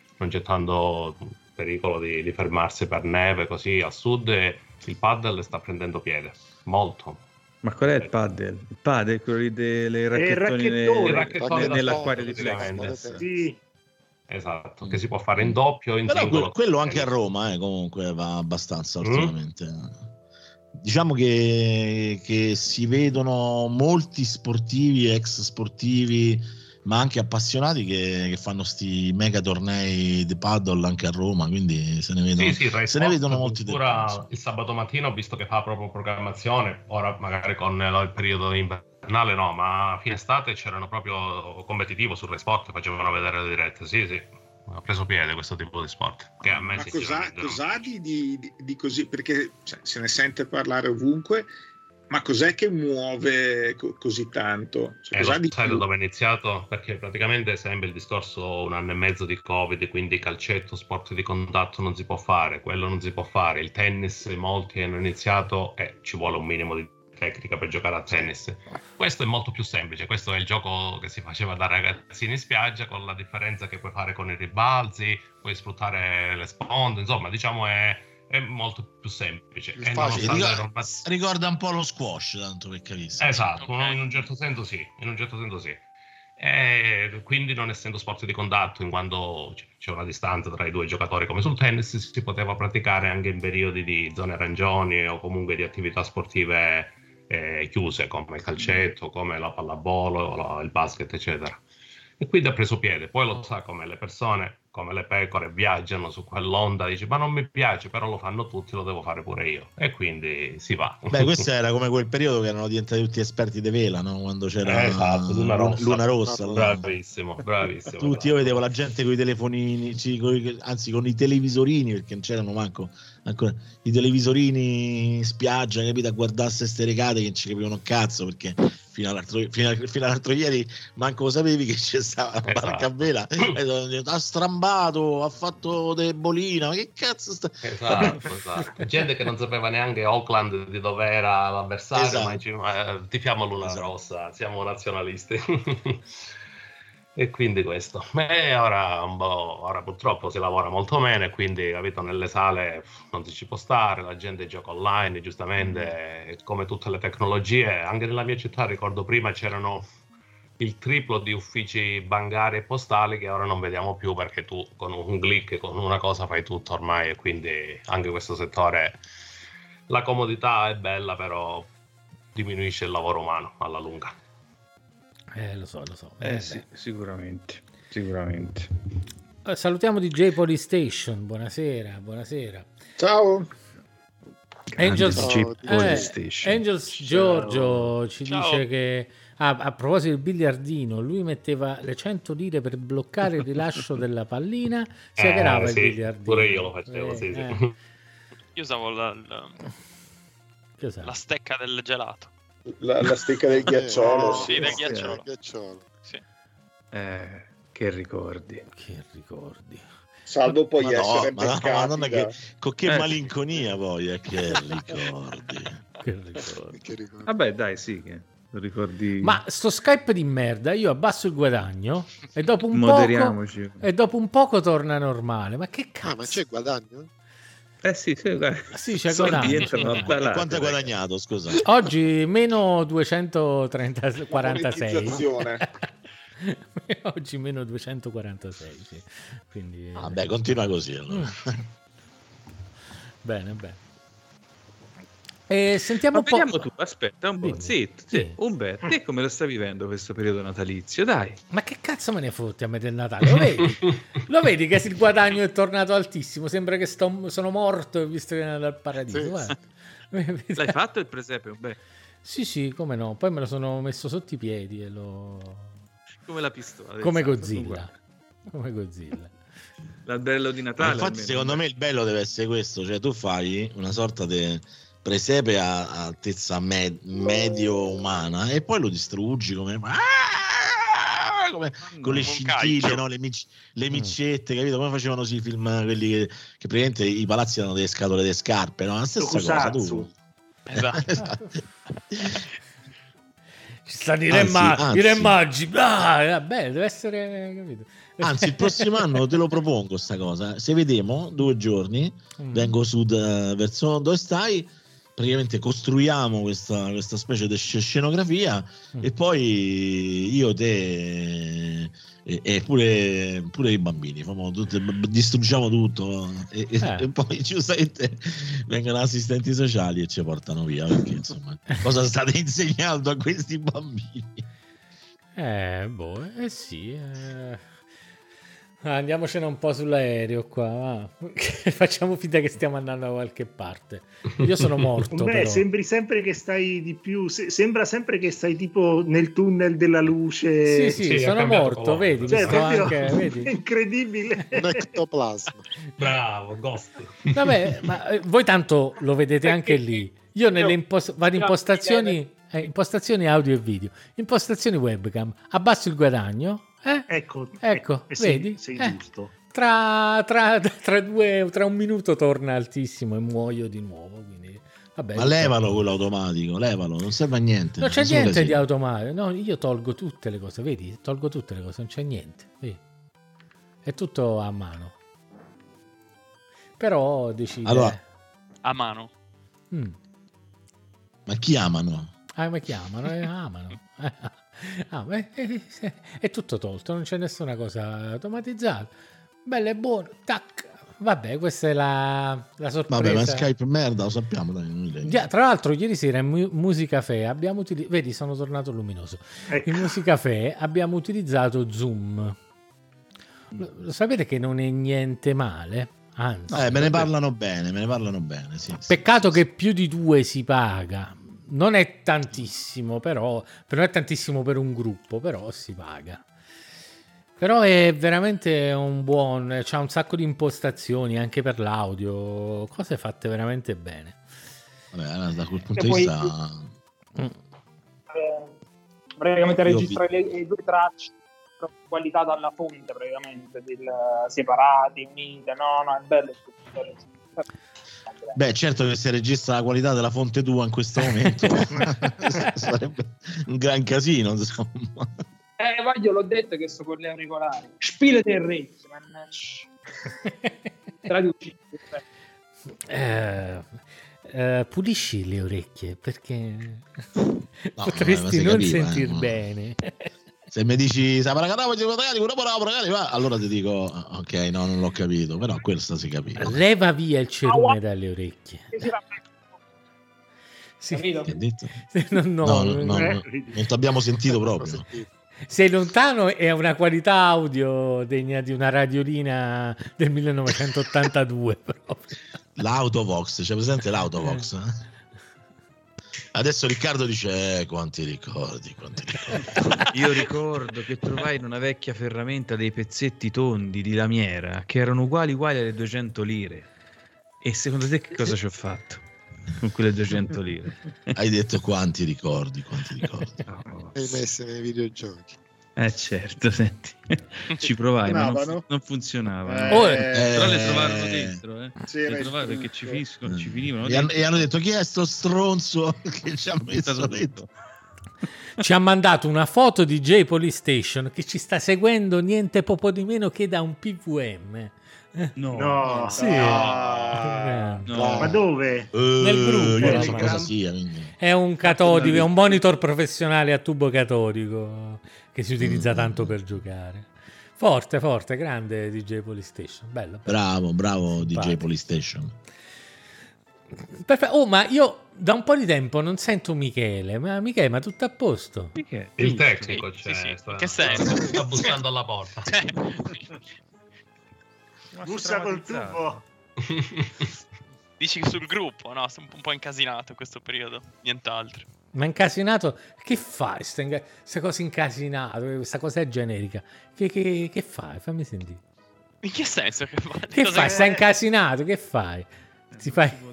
tanto pericolo di fermarsi per neve, così al sud il paddle sta prendendo piede, molto. Ma qual è il paddle? Il paddle, quello lì delle racchettoni nell'acquario di Flex. Sì. Esatto, che si può fare in doppio, in però singolo. Quello anche a Roma comunque va abbastanza ultimamente. Diciamo che si vedono molti sportivi, ex sportivi, ma anche appassionati che fanno sti mega tornei di paddle anche a Roma, quindi se ne vedono molti. Il sabato mattina ho visto che fa proprio programmazione, ora magari con il periodo invernale no, ma a fine estate c'erano proprio competitivo su Rai Sport, facevano vedere le dirette, sì, ha preso piede questo tipo di sport. Che a me cos'ha di così, perché se ne sente parlare ovunque, ma cos'è che muove così tanto? Sai da dove è iniziato? Perché praticamente è sempre il discorso 1 anno e mezzo di Covid, quindi calcetto, sport di contatto non si può fare, quello non si può fare, il tennis molti hanno iniziato e ci vuole un minimo di tecnica per giocare a tennis. Questo è molto più semplice, questo è il gioco che si faceva da ragazzini in spiaggia, con la differenza che puoi fare con i ribalzi, puoi sfruttare le sponde, insomma diciamo è molto più semplice. Ricorda un po' lo squash, tanto per capire. Esatto, in un certo senso sì. E quindi non essendo sport di contatto, in quanto c'è una distanza tra i due giocatori come sul tennis, si poteva praticare anche in periodi di zone arancioni o comunque di attività sportive chiuse, come il calcetto, come la pallavolo, il basket, eccetera. E quindi ha preso piede. Poi lo sa come le persone, come le pecore, viaggiano su quell'onda, dici ma non mi piace, però lo fanno tutti, lo devo fare pure io, e quindi si va. Questo era come quel periodo che erano diventati tutti esperti di vela, no? Quando c'era Luna Rossa. Bravissimo. Tutti, io vedevo la gente con i telefonini, anzi con i televisorini, perché non c'erano manco ancora i televisorini in spiaggia, capito, a guardarsi queste regate che non ci capivano un cazzo, perché fino all'altro ieri manco lo sapevi che c'è stata la barca a vela, ha strambato, ha fatto debolina, ma che cazzo sta... Esatto. Gente che non sapeva neanche Auckland di dove era l'avversario, ma tifiamo Luna Rossa, siamo nazionalisti. E quindi questo. Ora purtroppo si lavora molto meno e quindi, capito, nelle sale non ci può stare, la gente gioca online, giustamente, come tutte le tecnologie. Anche nella mia città, ricordo prima c'erano il triplo di uffici bancari e postali che ora non vediamo più, perché tu con un click, con una cosa fai tutto ormai, e quindi anche questo settore, la comodità è bella, però diminuisce il lavoro umano alla lunga. Lo so. Sì, sicuramente. Salutiamo DJ Polystation, buonasera. Ciao. Angels Giorgio ci dice che a proposito del biliardino, lui metteva le 100 lire per bloccare il rilascio della pallina, si aggravava il biliardino. Pure io lo facevo, sì. Io usavo la stecca del gelato. La stecca del ghiacciolo. Sì, del ghiacciolo. Sì. Che ricordi. Salvo poi essere beccati con che malinconia poi, che ricordi. Vabbè, dai, sì, che ricordi. Ma sto Skype di merda, io abbasso il guadagno e dopo un poco torna normale. Ma che cazzo? Ma c'è guadagno? Sì, c'è guadagno. Quanto hai guadagnato, scusa? Oggi meno 246. Oggi meno 246, sì. Quindi vabbè, continua così allora. Bene. E sentiamo un po'. Vediamo tu, aspetta un po'. Sì. Umberto, te come lo stai vivendo questo periodo natalizio? Dai. Ma che cazzo me ne fotti a me del Natale? Lo vedi che il guadagno è tornato altissimo? Sembra che sono morto e visto che è dal paradiso. Sì. L'hai fatto il presepe, Umberto? Sì, come no. Poi me lo sono messo sotto i piedi e come la pistola. Come Godzilla. L'alberello di Natale. Infatti, secondo me il bello deve essere questo: cioè, tu fai una sorta di presepe a altezza medio umana e poi lo distruggi come con le scintille, no? le micette, capito? Come facevano i film quelli che praticamente i palazzi erano delle scatole delle scarpe, no? La stessa cosa tu. Esatto. Ci stanno i re maggi. Vabbè, deve essere, capito? Anzi, il prossimo anno te lo propongo sta cosa. Se vediamo 2 giorni, vengo su verso dove stai, praticamente costruiamo questa specie di scenografia e poi io, te e pure i bambini distruggiamo tutto e poi giustamente vengono assistenti sociali e ci portano via, perché insomma cosa state insegnando a questi bambini? Sì. Andiamocene un po' sull'aereo qua, facciamo finta che stiamo andando da qualche parte. Io sono morto. Però. Sembri sempre che stai di più. Sembra sempre che stai tipo nel tunnel della luce. Sì, sono morto. Vedi, vedi? È incredibile. Un ectoplasma. Bravo, Ghost. Vabbè, ma voi tanto lo vedete anche lì. Io nelle varie impostazioni audio e video, impostazioni webcam, abbasso il guadagno. Ecco, vedi? Sei giusto. Tra un minuto torna altissimo e muoio di nuovo. Quindi, vabbè, ma levalo quello automatico, non serve a niente. Non c'è niente di automatico. No, io tolgo tutte le cose, vedi? Non c'è niente. Vedi? È tutto a mano. Però decide. Allora, a mano. Ma chi amano? Ma chiamano e amano. È tutto tolto, non c'è nessuna cosa automatizzata. Bello e buono, tac. Vabbè, questa è la sorpresa. Vabbè, ma Skype merda, lo sappiamo. Dai. Tra l'altro, ieri sera in Musicafè abbiamo vedi, sono tornato luminoso. Ecco. In Musicafè abbiamo utilizzato Zoom. Lo sapete che non è niente male? Anzi, me ne parlano bene. Sì, peccato che più di 2 si paga. Non è tantissimo, però non è tantissimo per un gruppo, però si paga. Però è veramente c'ha un sacco di impostazioni anche per l'audio, cose fatte veramente bene. Vabbè, da quel punto di vista praticamente registra le 2 tracce qualità dalla fonte, praticamente separati, unite. No, è bello. Beh, certo che se registra la qualità della fonte tua in questo momento sarebbe un gran casino, insomma. Travaglio l'ho detto che sto con gli auricolari. Spilete il orecchie, mannaggia. Traduci. Pulisci le orecchie perché potresti non sentir bene. Se mi dici allora ti dico ok, no, non l'ho capito, però questo si capiva. Leva via il cerume dalle orecchie. Sì. Che hai detto? Non ti abbiamo sentito proprio. Sei lontano e ha una qualità audio degna di una radiolina del 1982 proprio. L'autovox, c'è presente l'autovox? Adesso Riccardo dice quanti ricordi. Io ricordo che trovai in una vecchia ferramenta dei pezzetti tondi di lamiera che erano uguali alle 200 lire. E secondo te che cosa ci ho fatto con quelle 200 lire? Hai detto quanti ricordi. No. Hai messo nei videogiochi. Certo, senti, ci provai, ma non funzionava. Però le trovarono dentro, le trovarono perché ci finivano. E hanno detto chi è sto stronzo che ci ha messo dentro? Ci ha mandato una foto di J Polystation che ci sta seguendo niente poco di meno che da un PVM. No. Sì. No. Ma dove? Nel gruppo. Io non so cosa sia. È un catodico, è un monitor professionale a tubo catodico che si utilizza tanto per giocare. Forte, grande DJ Polystation. Bello. Bravo DJ Polystation. Perfetto. Oh, ma io da un po' di tempo non sento Michele. Ma Michele, ma tutto a posto? Il tecnico c'è. Sì. Che senso? Sta bussando alla porta. Bussa col tubo. Dici sul gruppo, no? Sono un po' incasinato in questo periodo, nient'altro. Ma incasinato? Che fai? Questa cosa incasinato, questa cosa è generica. Che fai? Fammi sentire. In che senso? Che fai? Stai incasinato? Che fai? Ti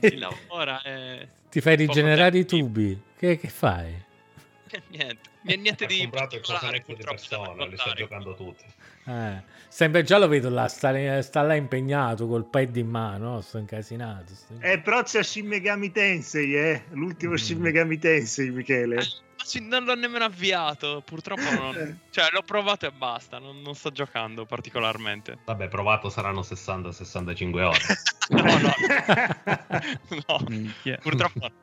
fai rigenerare i tubi? Che fai? Niente di comprato il cofanetto di persona, li sta giocando tutti. Sempre già lo vedo là, sta là impegnato col pad in mano, sto incasinato. Però c'è Shin Megami Tensei, l'ultimo Shin Megami Tensei, Michele. Non l'ho nemmeno avviato, purtroppo non. Cioè l'ho provato e basta, non sto giocando particolarmente. Vabbè, provato saranno 60-65 ore. No, purtroppo no.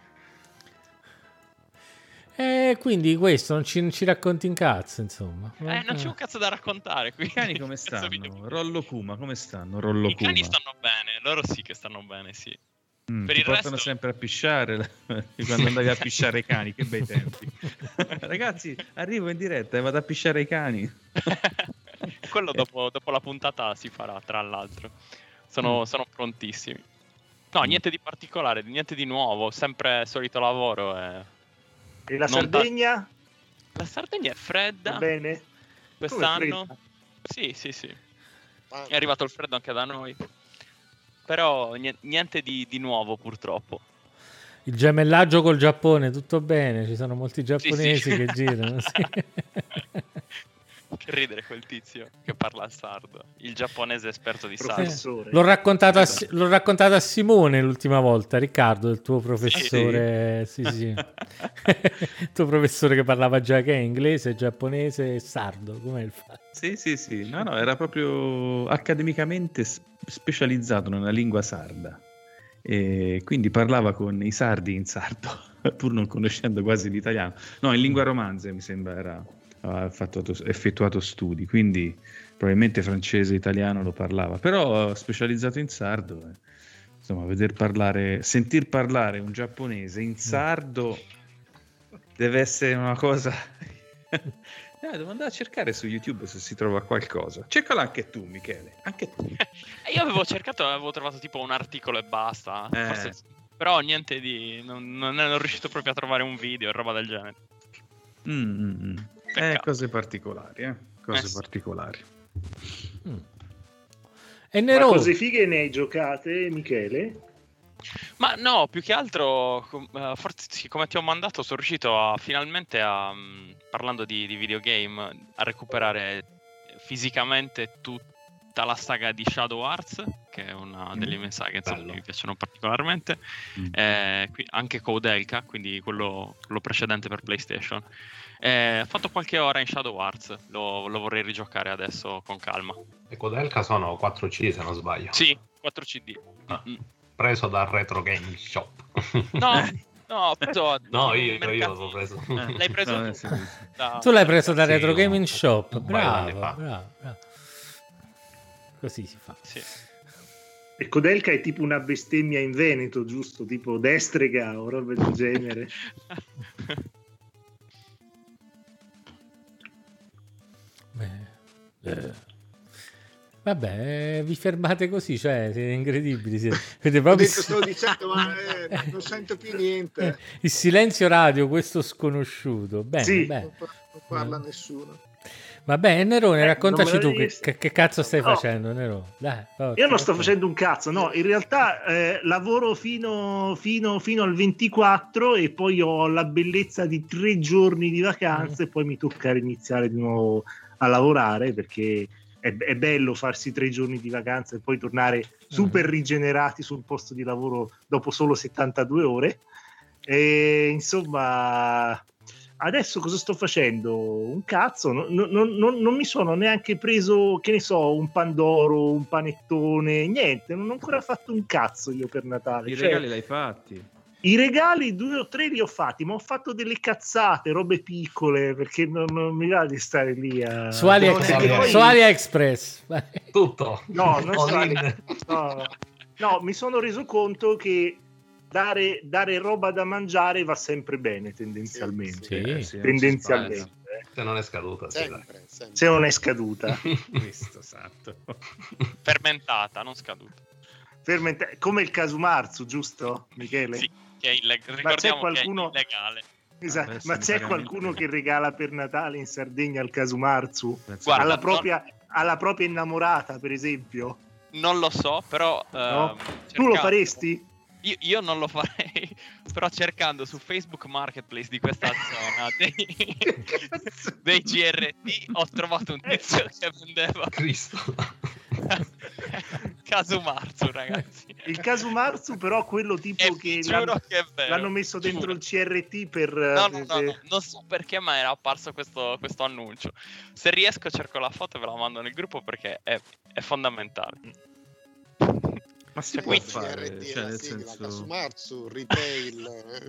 Quindi questo non ci racconti un cazzo, insomma. Non c'è un cazzo da raccontare. I cani come stanno? Rollo Kuma, come stanno? I cani stanno bene, loro sì che stanno bene, sì. Per il portano sempre a pisciare quando andavi a pisciare i cani, che bei tempi. Ragazzi, arrivo in diretta e vado a pisciare i cani. Quello dopo la puntata si farà, tra l'altro. Sono prontissimi. No, niente di particolare, niente di nuovo, sempre solito lavoro. E la Sardegna? La Sardegna è fredda. Va bene. Quest'anno? Sì. È arrivato il freddo anche da noi. Però niente di nuovo, purtroppo. Il gemellaggio col Giappone, tutto bene? Ci sono molti giapponesi che girano. Sì. Che ridere quel tizio che parla sardo. Il giapponese esperto di sardo. L'ho raccontato a Simone l'ultima volta, Riccardo, il tuo professore. Sì. Il tuo professore che parlava già che è inglese, giapponese e sardo. Com'è il fatto? Sì. No, era proprio accademicamente specializzato nella lingua sarda. E quindi parlava con i sardi in sardo, pur non conoscendo quasi l'italiano. No, in lingua romanze mi sembra ha effettuato studi, quindi probabilmente francese e italiano lo parlava, però specializzato in sardo, insomma, sentir parlare un giapponese in sardo deve essere una cosa. Devo andare a cercare su YouTube se si trova qualcosa. Cercala anche tu, Michele, anche tu. Io avevo trovato tipo un articolo e basta, forse, però niente di non riuscito proprio a trovare un video e roba del genere. Cose particolari, particolari. E ma cose fighe ne hai giocate, Michele? Ma no, più che altro, forse come ti ho mandato, sono riuscito finalmente parlando di videogame, a recuperare fisicamente dalla saga di Shadow Hearts, che è una delle mie saghe che mi piacciono particolarmente, anche Koudelka, quindi quello precedente per PlayStation. Ho fatto qualche ora in Shadow Hearts, lo vorrei rigiocare adesso con calma. E Koudelka sono 4 CD se non sbaglio. Sì, 4 CD. Preso dal Retro Game Shop. No, preso io l'ho preso. L'hai preso tu l'hai preso da Retro Gaming Shop. Bravo. Così si fa. Sì. E Koudelka è tipo una bestemmia in Veneto, giusto? Tipo destrega o roba del genere. Vabbè, vi fermate così, cioè siete incredibili. Siete proprio... Stavo dicendo, ma non sento più niente. Il silenzio radio, questo sconosciuto. Bene, sì, non parla nessuno. Vabbè, Nerone, raccontaci tu che cazzo stai facendo, Nerone. Dai, io non sto facendo un cazzo, no, in realtà lavoro fino al 24 e poi ho la bellezza di 3 giorni di vacanze e poi mi tocca iniziare di nuovo a lavorare, perché è bello farsi 3 giorni di vacanza e poi tornare super rigenerati sul posto di lavoro dopo solo 72 ore. E insomma, adesso cosa sto facendo? Un cazzo, non mi sono neanche preso, che ne so, un pandoro, un panettone, niente, non ho ancora fatto un cazzo io per Natale. I regali l'hai fatti? I regali 2 o 3 li ho fatti, ma ho fatto delle cazzate, robe piccole, perché non mi va di stare lì a... Su AliExpress. Tutto. No, mi sono reso conto che dare roba da mangiare va sempre bene, tendenzialmente. Sì, tendenzialmente. Se non è scaduta. Sempre. Se non è scaduta. Questo, esatto. Fermentata, non scaduta. Come il Casumarzu, giusto, Michele? Sì, che è ricordiamo qualcuno... che è illegale. Esatto. Ma c'è qualcuno che regala per Natale in Sardegna il Casumarzu? Guarda, alla propria innamorata, per esempio? Non lo so, però... No? Tu lo faresti? Io non lo farei, però cercando su Facebook Marketplace di questa zona dei GRT ho trovato un tizio che vendeva Cristo. Casumarzu, ragazzi. Il Casumarzu, però quello tipo che l'hanno messo dentro il CRT per... No, non so perché, ma era apparso questo annuncio. Se riesco cerco la foto e ve la mando nel gruppo perché è fondamentale. Ma si può fare, cioè, nel senso... Casumarzu, retail.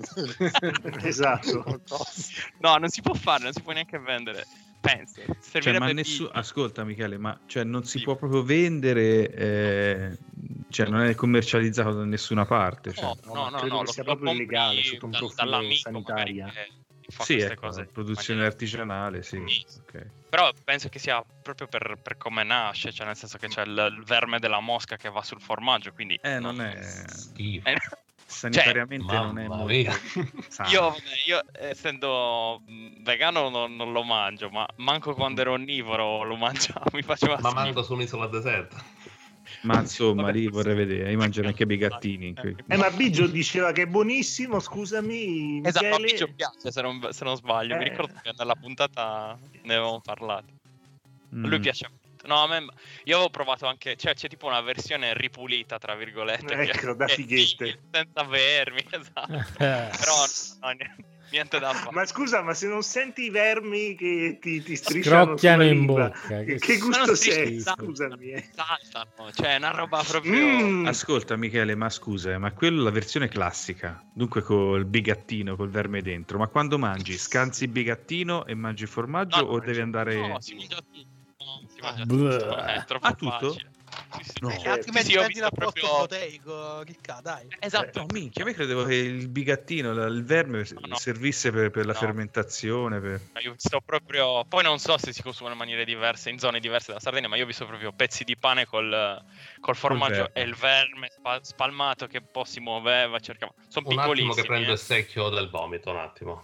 Esatto. No, non si può fare, non si può neanche vendere. Penso. Cioè, ma ascolta Michele, ma cioè, non si può proprio vendere, cioè non è commercializzato da nessuna parte. Cioè. No, credo che sia proprio illegale sotto un profilo sanitario. Sì, ecco, cose produzione artigianale, sì. Okay. Però penso che sia proprio per come nasce, cioè nel senso che c'è il verme della mosca che va sul formaggio, quindi non è schifo. Sanitariamente non è molto io essendo vegano non lo mangio, ma manco quando ero onnivoro lo mangiavo, mi faceva ma manco su un'isola deserta. Ma insomma, lì vorrei vedere, io mangio anche bigattini. Ma Biggio diceva che è buonissimo, scusami. Esatto, a Biggio piace se non sbaglio, mi ricordo che nella puntata ne avevamo parlato. A lui piace molto. No, a me, io avevo provato anche, cioè c'è tipo una versione ripulita, tra virgolette. Ecco, da fighette. Senza vermi, esatto. Però niente da fare. Ma scusa, ma se non senti i vermi che ti strisciano in bocca, che gusto sei? Scusami. Saltano, cioè è una roba proprio... Ascolta Michele, ma scusa, ma quello è la versione classica, dunque col bigattino, col verme dentro, ma quando mangi, scansi il bigattino e mangi il formaggio o devi andare... No, si mangia tutto. È troppo facile. No. Altrimenti prendi l'apporto proteico, Ricca, dai. Esatto. No, minchia, io credevo che il bigattino, il verme servisse per la fermentazione. Io sto proprio... Poi non so se si consumano in maniere diverse, in zone diverse della Sardegna, ma io ho visto proprio pezzi di pane col formaggio e il verme spalmato che un po' si muoveva, cercava. Sono piccolissimi. Un attimo che prendo il secchio del vomito, un attimo.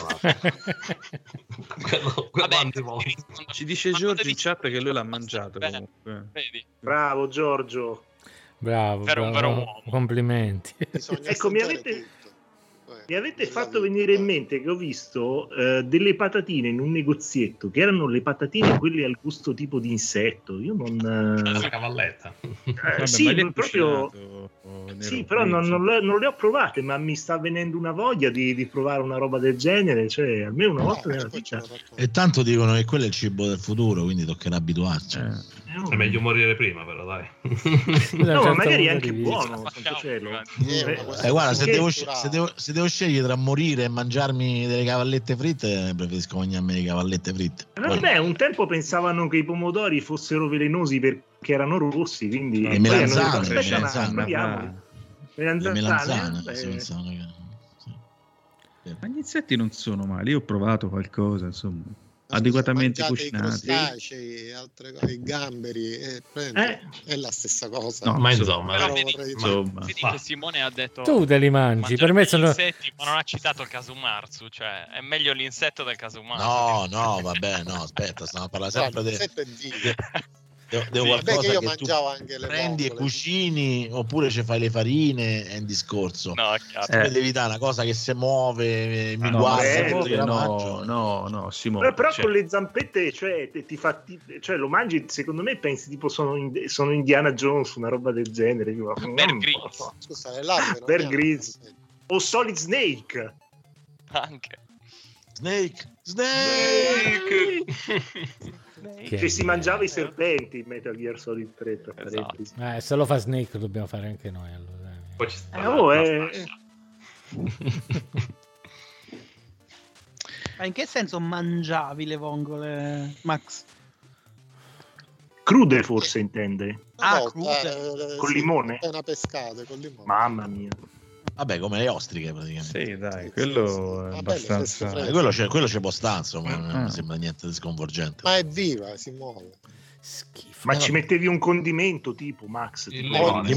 Vabbè, ci dice Giorgio in chat che lui l'ha mangiato comunque. Vedi? Bravo Giorgio. Bravo, un vero uomo. Complimenti. Ecco, mi avete Mi avete fatto venire in mente che ho visto delle patatine in un negozietto che erano le patatine quelle al gusto tipo di insetto. Io non la cavalletta. Sì, proprio sì, però non le ho provate, ma mi sta venendo una voglia di provare una roba del genere, cioè almeno una volta nella vita. E tanto dicono che quello è il cibo del futuro, quindi toccherà abituarci. È meglio morire prima, però dai. No, ma magari è anche buono. Guarda, se devo scegliere tra morire e mangiarmi delle cavallette fritte, preferisco mangiarmi le cavallette fritte. Vabbè, un tempo pensavano che i pomodori fossero velenosi perché erano rossi, quindi le melanzane, ma gli insetti non sono male, io ho provato qualcosa, insomma, adeguatamente cucinati, altre cose, i gamberi, è la stessa cosa. No, ma insomma, vedi che Simone ha detto tu te li mangi, per me sono insetti, ma non ha citato il Kasumarzu, cioè è meglio l'insetto del Kasumarzu. No, vabbè, no, aspetta, stiamo a parlare sempre devo qualcosa che io che mangiavo anche le prendi e cucini, oppure ci fai le farine, è un discorso. Devi dare una cosa che si muove, mi guarda, no, Simone, però con le zampette, cioè cioè lo mangi, secondo me pensi tipo sono Indiana Jones, una roba del genere. Bear Grylls o Solid Snake anche. Snake. Che si mangiava i serpenti in Metal Gear Solid 3. Esatto. Se lo fa Snake dobbiamo fare anche noi, allora. Poi ci sta Ma in che senso mangiavi le vongole, Max? Crude forse intende? Crude. Con limone? Appena pescate con limone. Mamma mia. Vabbè, come le ostriche praticamente. Sì, dai, quello è abbastanza. Quello c'è può stare, insomma, non mi sembra niente di sconvolgente. Ma è viva, si muove. Schifo. Ma ci mettevi un condimento tipo, Max? Il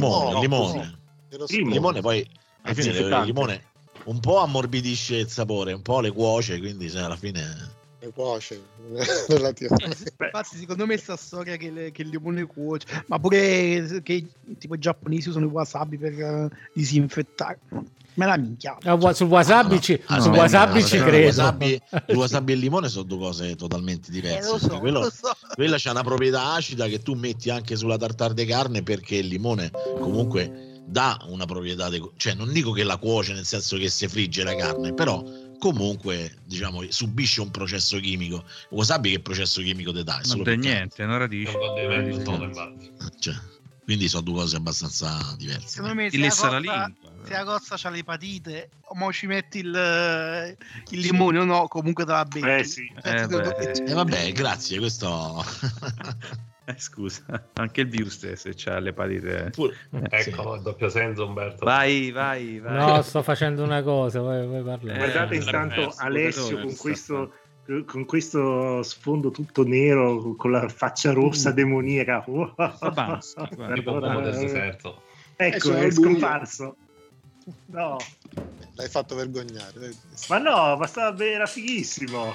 limone, poi alla fine il limone un po' ammorbidisce il sapore, un po' le cuoce, quindi alla fine le cuoce relativamente. Infatti secondo me sta storia che il limone cuoce, ma pure che tipo i giapponesi usano i wasabi per disinfettare, me la minchia. Sul wasabi ci credo. Il wasabi e il limone sono due cose totalmente diverse. Quella c'ha una proprietà acida che tu metti anche sulla tartare di carne, perché il limone comunque dà una proprietà cioè non dico che la cuoce nel senso che si frigge la carne, però comunque diciamo subisce un processo chimico. Il wasabi che processo chimico te dà? Non c'è niente, non radice. Cioè, quindi sono due cose abbastanza diverse. Secondo me se la cozza c'ha l'epatite, mo ci metti il limone o no, comunque te va bene. Sì. Vabbè, grazie, questo scusa, anche il virus stesso c'ha l'epatite. Eccolo, il doppio senso, Umberto. Vai. No, sto facendo una cosa, vuoi parlare? Guardate intanto Alessio con questo sfondo tutto nero, con la faccia rossa demoniaca. Tipo uomo del deserto. Ecco, è scomparso. No. L'hai fatto vergognare. Ma no, era fighissimo.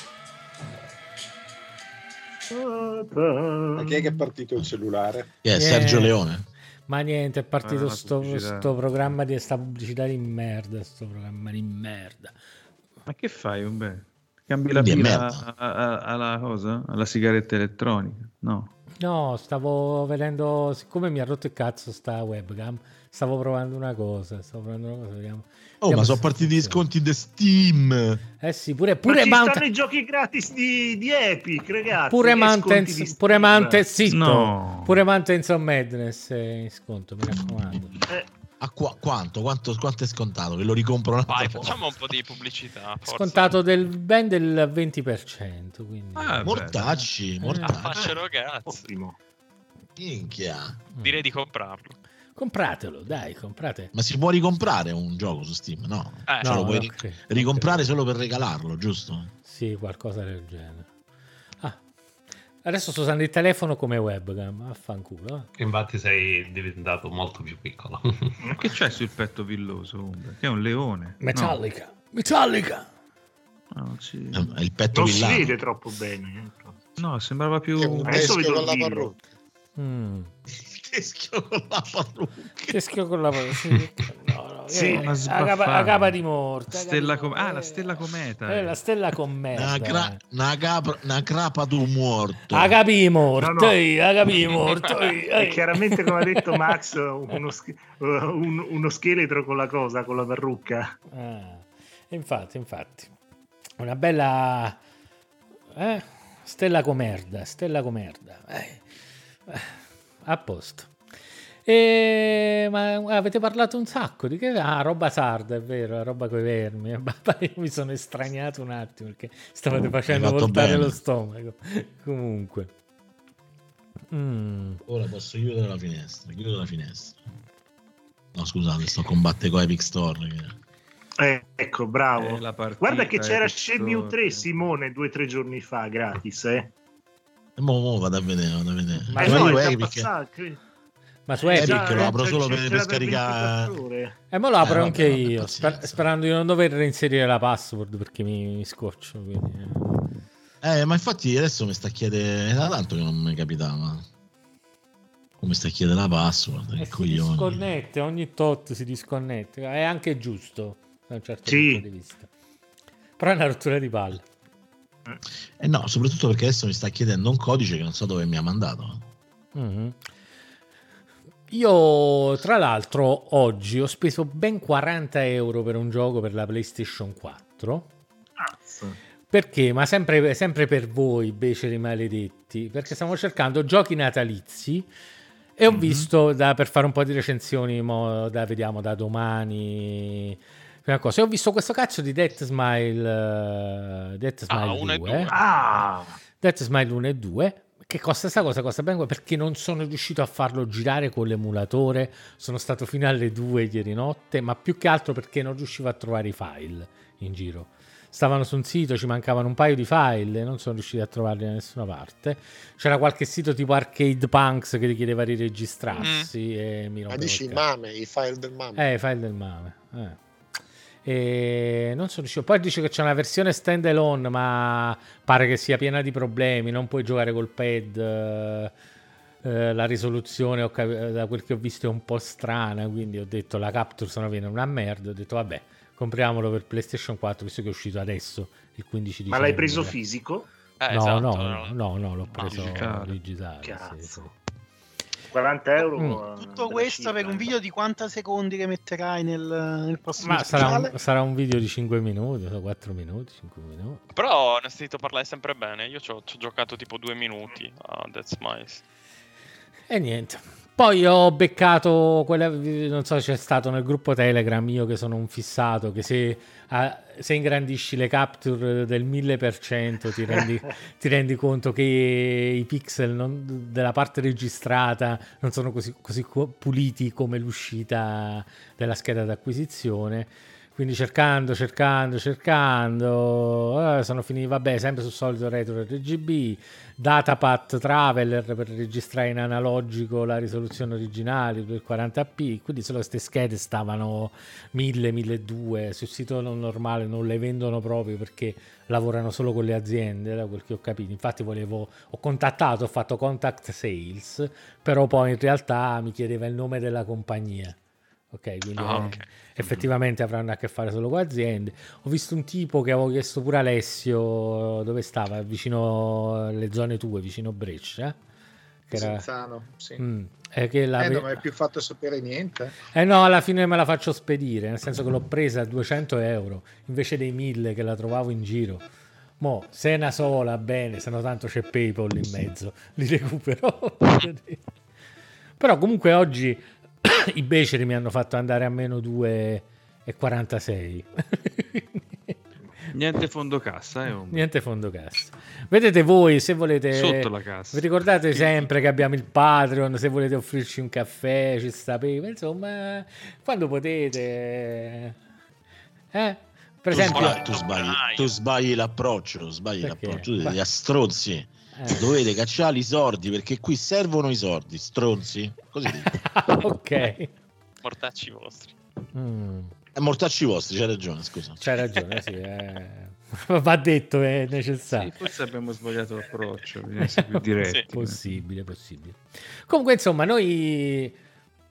Ma chi è che è partito il cellulare? Sergio Leone. Ma niente, è partito sto programma di sta pubblicità di merda. Ma che fai, Umberto? Cambi la pila alla cosa? Alla sigaretta elettronica? No, stavo vedendo, siccome mi ha rotto il cazzo sta webcam, stavo provando una cosa, vediamo. Ma sono partiti gli sconti di Steam. Sì, pure ci stanno i giochi gratis di Epic, ragazzi. Pure Mountains of Madness in sconto, mi raccomando. A quanto è scontato? Che lo ricompro una volta. Facciamo un po' di pubblicità. Forza. Scontato del 20%. Quindi. Mortacci. Faccelo cazzo. Ottimo. Minchia. Direi di comprarlo. Compratelo, dai, comprate. Ma si può ricomprare un gioco su Steam? No. Lo puoi ricomprare solo per regalarlo, giusto? Sì, qualcosa del genere. Adesso sto usando il telefono come webcam, affanculo. Infatti sei diventato molto più piccolo. Ma che c'è sul petto villoso? Che è un leone. Metallica. Il petto non villano. Si vede troppo bene. No, sembrava più un teschio con la parrucca. Teschio con la parrucca. Teschio con la parrucca. No. sì, la capa di morte. La stella cometa. La stella cometa. Una crapa tu morto. La capi morto. E chiaramente, come ha detto Max, uno scheletro con la parrucca. Infatti. Una bella stella comerda. A posto. Ma avete parlato un sacco di che? Roba sarda, è vero, roba coi vermi. Io mi sono estraniato un attimo perché stavate facendo voltare lo stomaco. Comunque. Ora posso chiudere la finestra. No, scusate, sto combattendo con Epic Store. Ecco, bravo. Guarda che c'era Shenmue 3, Simone, 2 o 3 giorni fa, gratis, Mo vado a vedere. Ma su Epic lo apro solo per scaricare. Ma lo apro anche io, sperando di non dover reinserire la password perché mi scoccio. Quindi. Ma infatti adesso mi sta chiedendo da tanto che non mi capitava. Come sta chiedendo la password? Si disconnette, ogni tot si disconnette. È anche giusto da un certo punto di vista. Però è una rottura di palle. No, soprattutto perché adesso mi sta chiedendo un codice che non so dove mi ha mandato. Mm-hmm. Io tra l'altro oggi ho speso ben 40 euro per un gioco per la PlayStation 4. Perché? Ma sempre per voi, beceri maledetti, perché stiamo cercando giochi natalizi e ho visto, per fare un po' di recensioni, vediamo da domani, prima cosa, e ho visto questo cazzo di Death Smile 2. Death Smile 1 e 2. Che costa sta cosa? Costa ben, perché non sono riuscito a farlo girare con l'emulatore. Sono stato fino alle 2 ieri notte, ma più che altro perché non riuscivo a trovare i file in giro. Stavano su un sito, ci mancavano un paio di file e non sono riusciti a trovarli da nessuna parte. C'era qualche sito tipo Arcade Punks che richiedeva di registrarsi e mi rompevo. Ma dici i file del MAME? I file del MAME. E non sono riuscito. Poi dice che c'è una versione stand alone, ma pare che sia piena di problemi, non puoi giocare col pad, la risoluzione da quel che ho visto è un po' strana, quindi ho detto la capture sono viene una merda, ho detto vabbè, compriamolo per PlayStation 4 visto che è uscito adesso il 15 dicembre. Ma l'hai preso fisico? No, l'ho preso digitale. Cazzo. 40 euro. Tutto questo per un video di quanti secondi che metterai nel prossimo sarà un video di 5 minuti, 4 minuti, 5 minuti. Però ne ho sentito parlare sempre bene. Io ci ho giocato tipo 2 minuti a Dead Smiles. E niente. Poi ho beccato non so se c'è stato nel gruppo Telegram, io che sono un fissato, che se ingrandisci le capture del 1000% ti rendi conto che i pixel della parte registrata non sono così puliti come l'uscita della scheda d'acquisizione. Quindi cercando sono finiti, vabbè, sempre sul solito retro RGB, Datapath Traveler per registrare in analogico la risoluzione originale per 40p, quindi solo queste schede stavano 1000-1200, sul sito normale non le vendono proprio perché lavorano solo con le aziende, da quel che ho capito. Infatti ho contattato, ho fatto contact sales, però poi in realtà mi chiedeva il nome della compagnia. Ok, quindi effettivamente avranno a che fare solo con aziende. Ho visto un tipo che avevo chiesto pure Alessio dove stava, vicino alle zone tue, vicino Brescia. Che era... Senzano, sì. Non mi hai più fatto sapere niente. No, alla fine me la faccio spedire, nel senso che l'ho presa a 200 euro invece dei 1000 che la trovavo in giro. Mo, se è una sola, bene, se no tanto c'è PayPal in mezzo, li recupero. Però comunque oggi i beceri mi hanno fatto andare a meno 2,46. Niente fondo cassa, Niente fondo cassa. Vedete voi, se volete, sotto la cassa. Vi ricordate sempre che abbiamo il Patreon, se volete offrirci un caffè, ci sta PayPal, insomma, quando potete. Per esempio, tu sbagli l'approccio, tu degli strozzi. Dovete cacciare i soldi perché qui servono i soldi, stronzi. Così dico. Ok. Mortacci vostri. Mortacci vostri, c'hai ragione, scusa. C'hai ragione, sì. Va detto, è necessario. Sì, forse abbiamo sbagliato l'approccio, bisogna essere più diretti. Possibile. Comunque, insomma, noi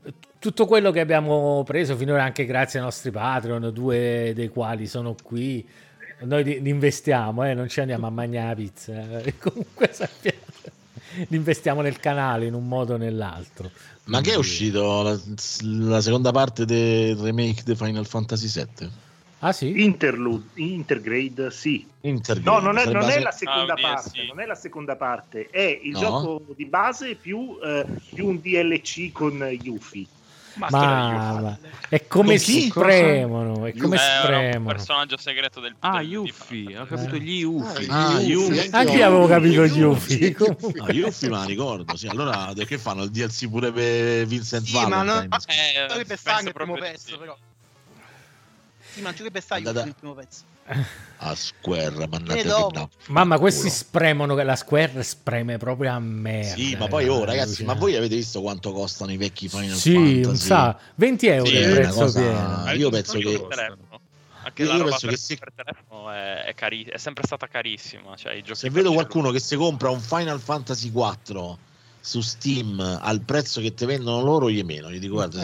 tutto quello che abbiamo preso finora, anche grazie ai nostri Patreon, 2 dei quali sono qui, noi li investiamo, non ci andiamo a mangiare la pizza, comunque sappiate, li investiamo nel canale in un modo o nell'altro. Ma che è uscito la seconda parte del remake di Final Fantasy VII? Ah sì? Intergrade, sì. No, non è la seconda parte, sì. Non è la seconda parte, è il gioco di base più un DLC con Yuffie. Ma è come si spremono, è come spremono. Un personaggio segreto del Yuffie, ho capito gli Yuffie. Anche io avevo capito gli Yuffie. Yuffie ma ricordo, sì. Allora che fanno il DLC pure per Vincent Valentine? Ma dovrebbe stare nel primo pezzo, però. Sì, ma dovrebbe stare nel primo pezzo. A Square, mamma, questi spremono, che la Square spreme proprio a merda. Sì, ma poi ragazzi, ma voi avete visto quanto costano i vecchi Final Fantasy? Sì, sa, 20 euro il prezzo pieno. Io penso che anche la roba per telefono è sempre stata carissima, cioè, i giochi se vedo qualcuno che si compra un Final Fantasy 4 su Steam al prezzo che te vendono loro, gli dico guarda,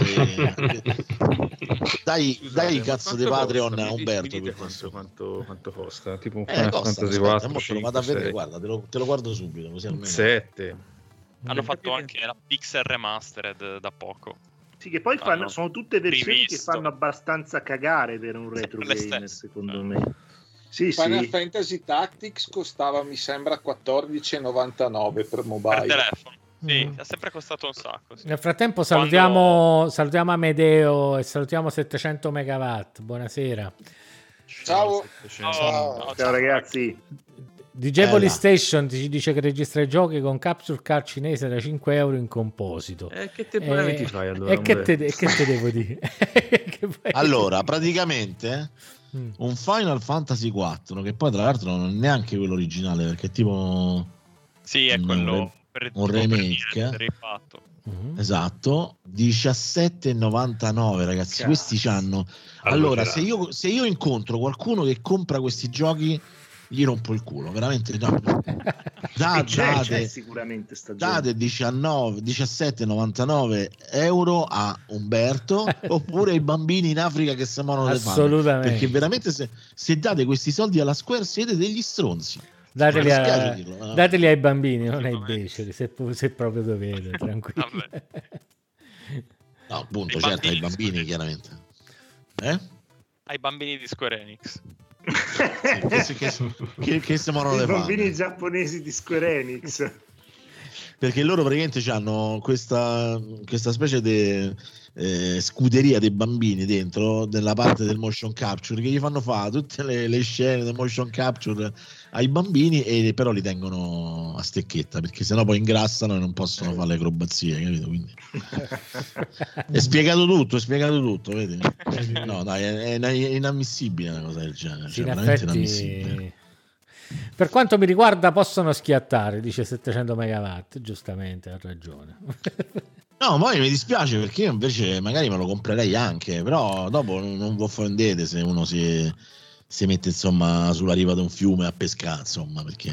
dai cazzo di Patreon a Umberto, quanto costa, tipo un Fantasy 4 lo vado a vedere, guarda, te lo guardo subito, così almeno 7. Hanno fatto anche la Pixel Remastered da poco. Sì, che poi sono tutte versioni che fanno abbastanza cagare per un retro gamer, secondo me. Sì, Final Fantasy Tactics costava, mi sembra, 14,99 per mobile. Per telefono. Sì, è sempre costato un sacco. Sì. Nel frattempo salutiamo Amedeo e salutiamo 700 megawatt. Buonasera. Ciao ragazzi. DJ Polystation ci dice che registra i giochi con capture card cinese da 5 euro in composito. Che temporale ti fai allora? E che te devo dire? Allora, praticamente un Final Fantasy 4, che poi tra l'altro non è neanche quello originale, perché è tipo... Sì, è quello... un remake esatto, 17,99 ragazzi. Questi c'hanno allora se io incontro qualcuno che compra questi giochi gli rompo il culo veramente. Date sicuramente date 17,99 euro a Umberto oppure ai bambini in Africa che si amano le fame, perché veramente se date questi soldi alla Square siete degli stronzi. Dateli ai bambini, non ai beceri, se proprio dovete, tranquillo. No, appunto, certo, ai bambini chiaramente. Ai bambini di Square Enix. Che si amano le fame. I bambini giapponesi di Square Enix. Perché loro praticamente hanno questa specie di scuderia dei bambini dentro nella parte del motion capture, che gli fanno fare tutte le scene del motion capture ai bambini, e però li tengono a stecchetta perché sennò poi ingrassano e non possono fare le acrobazie, capito? Quindi è spiegato tutto, vedi? No dai, è inammissibile una cosa del genere, sì, veramente inammissibile. Per quanto mi riguarda possono schiattare, dice 700 megawatt, giustamente, ha ragione. No, poi mi dispiace perché io invece magari me lo comprerei anche, però dopo non vi offendete se uno si mette insomma sulla riva di un fiume a pescare, insomma, perché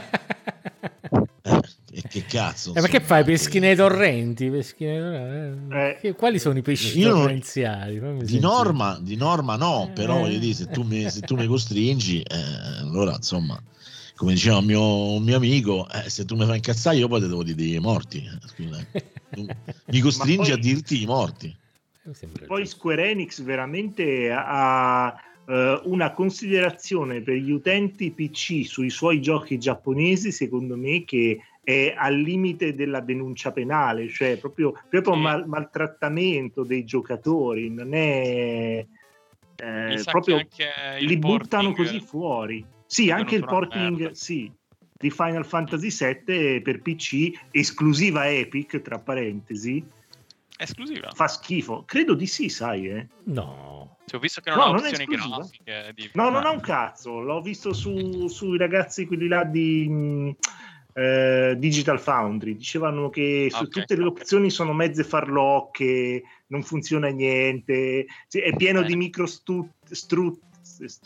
che cazzo, insomma, perché fai peschi nei torrenti? Quali sono i pesci torrenziali? Di norma no, però voglio dire, se tu mi costringi, allora insomma, come diceva un mio amico, se tu mi fai incazzare io poi te devo dire i morti, scusa. Mi costringi a dirti i morti. Poi Square Enix veramente ha una considerazione per gli utenti PC sui suoi giochi giapponesi, secondo me, che è al limite della denuncia penale, cioè proprio maltrattamento dei giocatori, non è proprio li buttano così fuori. Sì, anche il porting di Final Fantasy VII per PC, esclusiva Epic, tra parentesi. Esclusiva? Fa schifo. Credo di sì, sai, No. Ho visto che non ha opzioni grafiche. Non ha un cazzo. L'ho visto sui ragazzi quelli là di Digital Foundry. Dicevano che su tutte le opzioni sono mezze farlocche, non funziona niente, è pieno di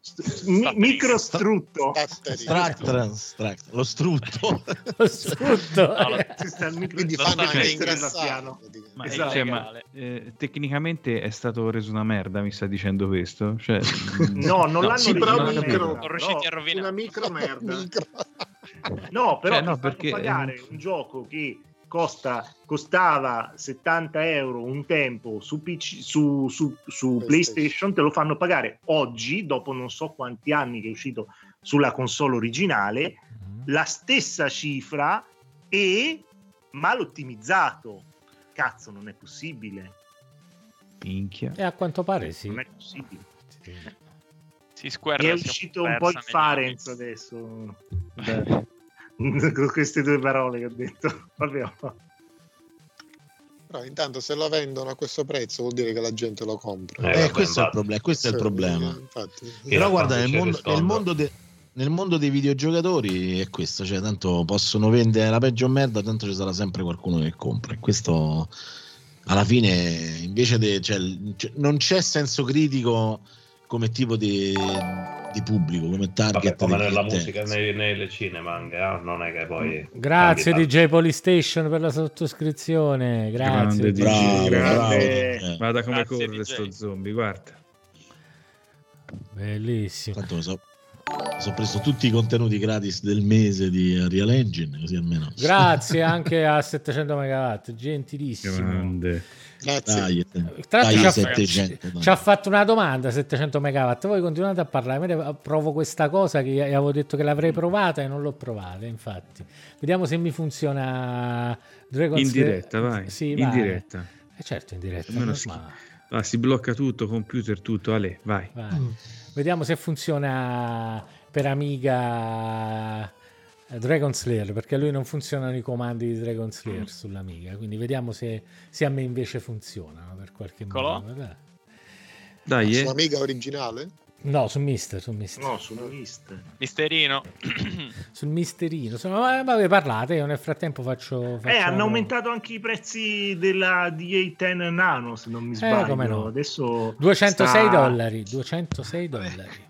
Microstrutto. Lo strutto. Lo strutto. Ci sta il quindi fanno anche piano. Ma, tecnicamente è stato reso una merda, mi sta dicendo questo? Cioè, no, non l'hanno sono riusciti a rovinare una micro merda. No, però perché pagare un gioco che costava 70 euro un tempo su PC, su PlayStation, te lo fanno pagare oggi, dopo non so quanti anni che è uscito sulla console originale, la stessa cifra e mal ottimizzato. Cazzo, non è possibile. Minchia. E a quanto pare sì. Non è possibile. Sì, Square è uscito un po' il Farenz adesso. Con queste due parole che ho detto. Vabbè. Però intanto se lo vendono a questo prezzo vuol dire che la gente lo compra. Questo è il problema. Questo è il problema. Infatti. Però guarda, nel mondo dei videogiocatori è questo, cioè tanto possono vendere la peggio merda, tanto ci sarà sempre qualcuno che compra. E questo alla fine invece non c'è senso critico come tipo di pubblico, come target. Come nella musica, nelle cinema anche, non è che poi... Grazie DJ Polystation per la sottoscrizione, grazie. Bravo. Guarda come corre sto zombie, guarda. Bellissimo. Tanto lo so. Ho preso tutti i contenuti gratis del mese di Unreal Engine, così almeno. Grazie anche a 700 megawatt, gentilissimo. Grande. Grazie. Ci ha fatto una domanda 700 megawatt. Voi continuate a parlare, provo questa cosa che avevo detto che l'avrei provata e non l'ho provata, infatti. Vediamo se mi funziona in diretta, vai. Sì, in diretta. Certo, in diretta. Si blocca tutto, computer, tutto. Ale, vai. Vediamo se funziona per Amiga Dragon Slayer, perché a lui non funzionano i comandi di Dragon Slayer sull'Amiga, quindi vediamo se a me invece funzionano per qualche modo. Dai, su Amiga originale? No, su Mister. No, su Mister. Misterino. Sul Misterino. Ma parlate, io nel frattempo faccio hanno aumentato anche i prezzi della DA10 Nano, se non mi sbaglio. Come no? Adesso $206. $206.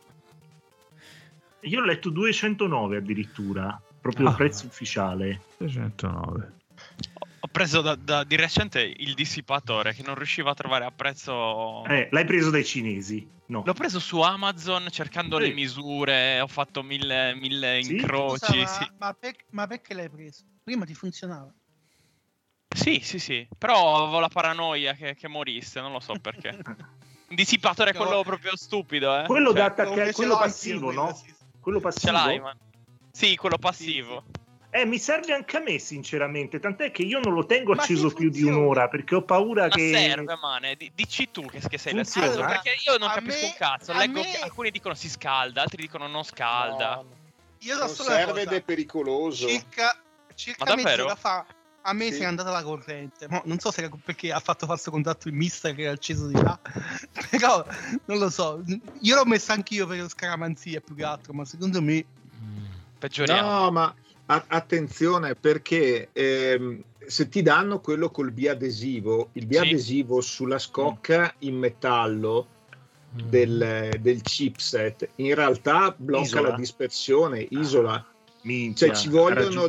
Io ho letto 209 addirittura, proprio il prezzo ufficiale. 209. Ho preso di recente il dissipatore che non riuscivo a trovare a prezzo. L'hai preso dai cinesi? No. L'ho preso su Amazon cercando le misure, ho fatto mille incroci. Scusa, ma perché l'hai preso? Prima ti funzionava? Sì, però avevo la paranoia che morisse, non lo so perché. Un dissipatore è quello proprio stupido, Quello da attaccare, quello passivo, no? Quello passivo. Ce l'hai, man. Sì, quello passivo. Sì. Mi serve anche a me, sinceramente. Tant'è che io non lo tengo acceso più di un'ora perché ho paura che. Serve, Mane. Dici tu che sei l'esperto. Perché io non capisco un cazzo. Leggo che alcuni dicono si scalda, altri dicono non scalda. No. Io non serve ed è pericoloso. Circa mezz'ora fa a me si è andata la corrente. Non so se era perché ha fatto falso contatto il mister che era acceso di là. Però non lo so. Io l'ho messa anch'io per scaramanzia più che altro, ma secondo me peggioriamo. No, ma attenzione, perché se ti danno quello col biadesivo, il biadesivo sulla scocca in metallo del chipset in realtà blocca la dispersione, isola. Cioè ci vogliono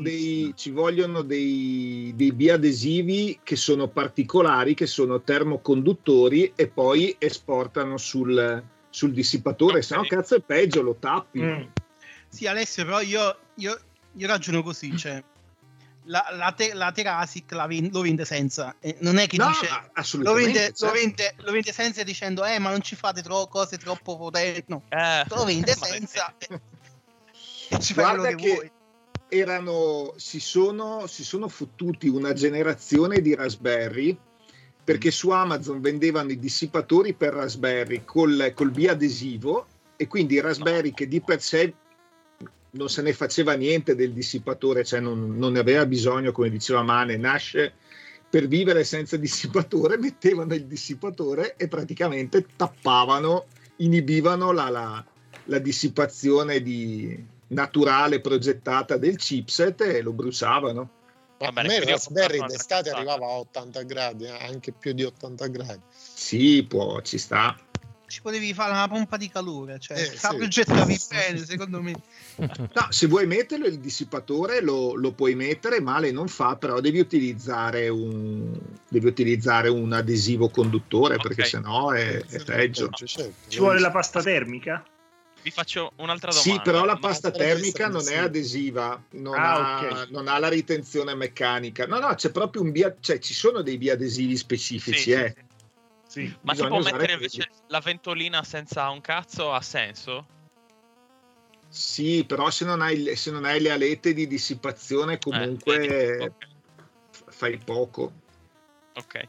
dei biadesivi che sono particolari, che sono termoconduttori e poi esportano sul dissipatore, se no cazzo è peggio, lo tappi. Sì, Alessio, però io ragiono così, cioè la Terasic lo vende senza, non è che dice assolutamente lo vende senza dicendo ma non ci fate cose troppo potenti, no, lo vende senza e ci fai quello che vuoi. Si sono fottuti una generazione di Raspberry, perché su Amazon vendevano i dissipatori per Raspberry col biadesivo, e quindi i Raspberry che di per sé non se ne faceva niente del dissipatore, cioè non ne aveva bisogno, come diceva Mane, nasce per vivere senza dissipatore, mettevano il dissipatore e praticamente inibivano la dissipazione naturale progettata del chipset e lo bruciavano. A me il Raspberry d'estate arrivava a 80 gradi, anche più di 80 gradi. Sì, ci sta. ci potevi fare una pompa di calore, cioè il cambio gettavi bene, secondo me. No, se vuoi metterlo il dissipatore lo puoi mettere, male non fa, però devi utilizzare un adesivo conduttore, perché sennò è peggio. Ci vuole la pasta termica? Vi faccio un'altra domanda. Sì, però la pasta termica non è adesiva, non ha la ritenzione meccanica. No, c'è proprio ci sono dei biadesivi specifici, Sì. Ma si può mettere invece la ventolina senza un cazzo, ha senso? Sì, però se non hai le alette di dissipazione comunque fai poco. Ok.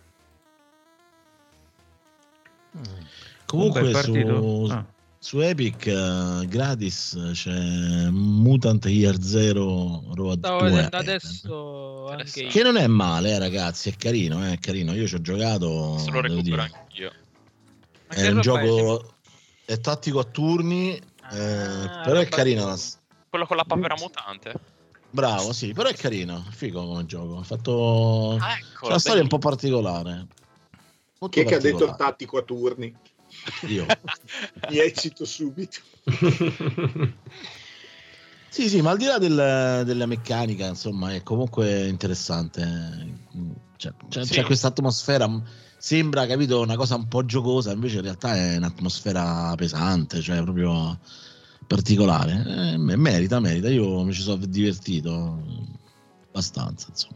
Comunque su Epic gratis c'è Mutant Year Zero Road Stavo vedendo adesso anche che non è male, ragazzi, è carino, io ci ho giocato, se lo recupero anch'io. È un gioco è tattico a turni, però è carino. Quello con la papera mutante. Bravo, sì, però è carino, figo come gioco, ha fatto c'è una storia un po' particolare. Chi è che ha detto il tattico a turni? Io mi eccito subito. sì, ma al di là della meccanica, insomma, è comunque interessante. C'è questa atmosfera, sembra, capito, una cosa un po' giocosa, invece in realtà è un'atmosfera pesante, cioè proprio particolare. Merita, io mi ci sono divertito abbastanza, insomma.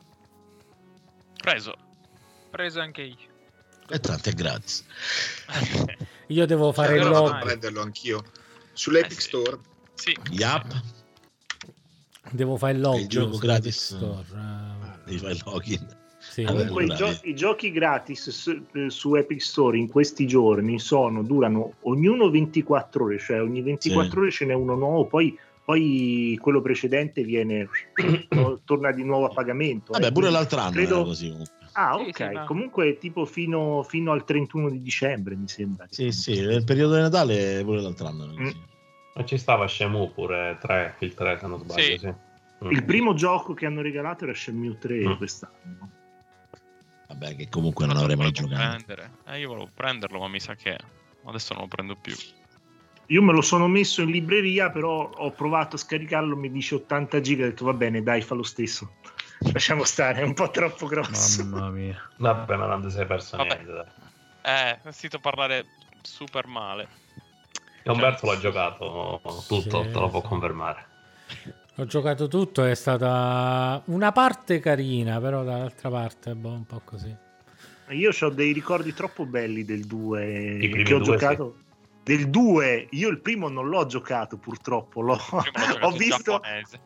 Preso anche io. E tanto è gratis. Io devo fare il log. Devo prenderlo anch'io sull'Epic Store. Sì. Yep. Devo fare il log. Il gioco gratis. Devi fare il login. Sì, comunque i giochi gratis su Epic Store in questi giorni durano ognuno 24 ore, cioè ogni 24 ore ce n'è uno nuovo, poi quello precedente torna di nuovo a pagamento. Vabbè, pure l'altro anno era così. Ah, ok. Comunque tipo fino al 31 di dicembre, mi sembra. Sì, nel periodo di Natale pure l'altro anno. Ma ci stava Shenmue pure 3, il 3 se non sbaglio, sì. Il primo gioco che hanno regalato era Shenmue 3 quest'anno. Vabbè, che comunque non avrei mai giocato. Io volevo prenderlo, ma mi sa che adesso non lo prendo più. Io me lo sono messo in libreria, però ho provato a scaricarlo, mi dice 80 giga, ho detto va bene, dai, fa lo stesso. Lasciamo stare, è un po' troppo grosso. Mamma mia. Vabbè, ma non ti sei perso niente, dai. Ho sentito parlare super male. E Umberto l'ha giocato tutto, te lo può confermare. Ho giocato tutto, è stata una parte carina, però dall'altra parte un po' così. Io ho dei ricordi troppo belli del 2 che ho giocato. Sì. Del 2, io il primo non l'ho giocato purtroppo, ho visto.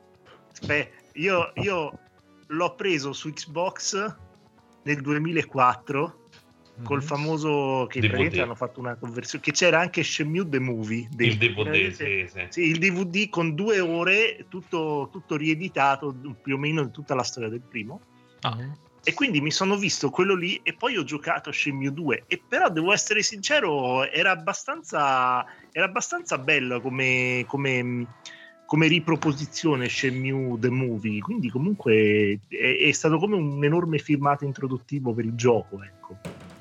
Io l'ho preso su Xbox nel 2004 col famoso che praticamente hanno fatto una conversione, che c'era anche Shenmue The Movie, il DVD, sì, il DVD con 2 ore tutto rieditato più o meno in tutta la storia del primo. E quindi mi sono visto quello lì e poi ho giocato a Shenmue 2 e però devo essere sincero, era abbastanza bello come riproposizione Shenmue The Movie, quindi comunque è stato come un enorme filmato introduttivo per il gioco, ecco.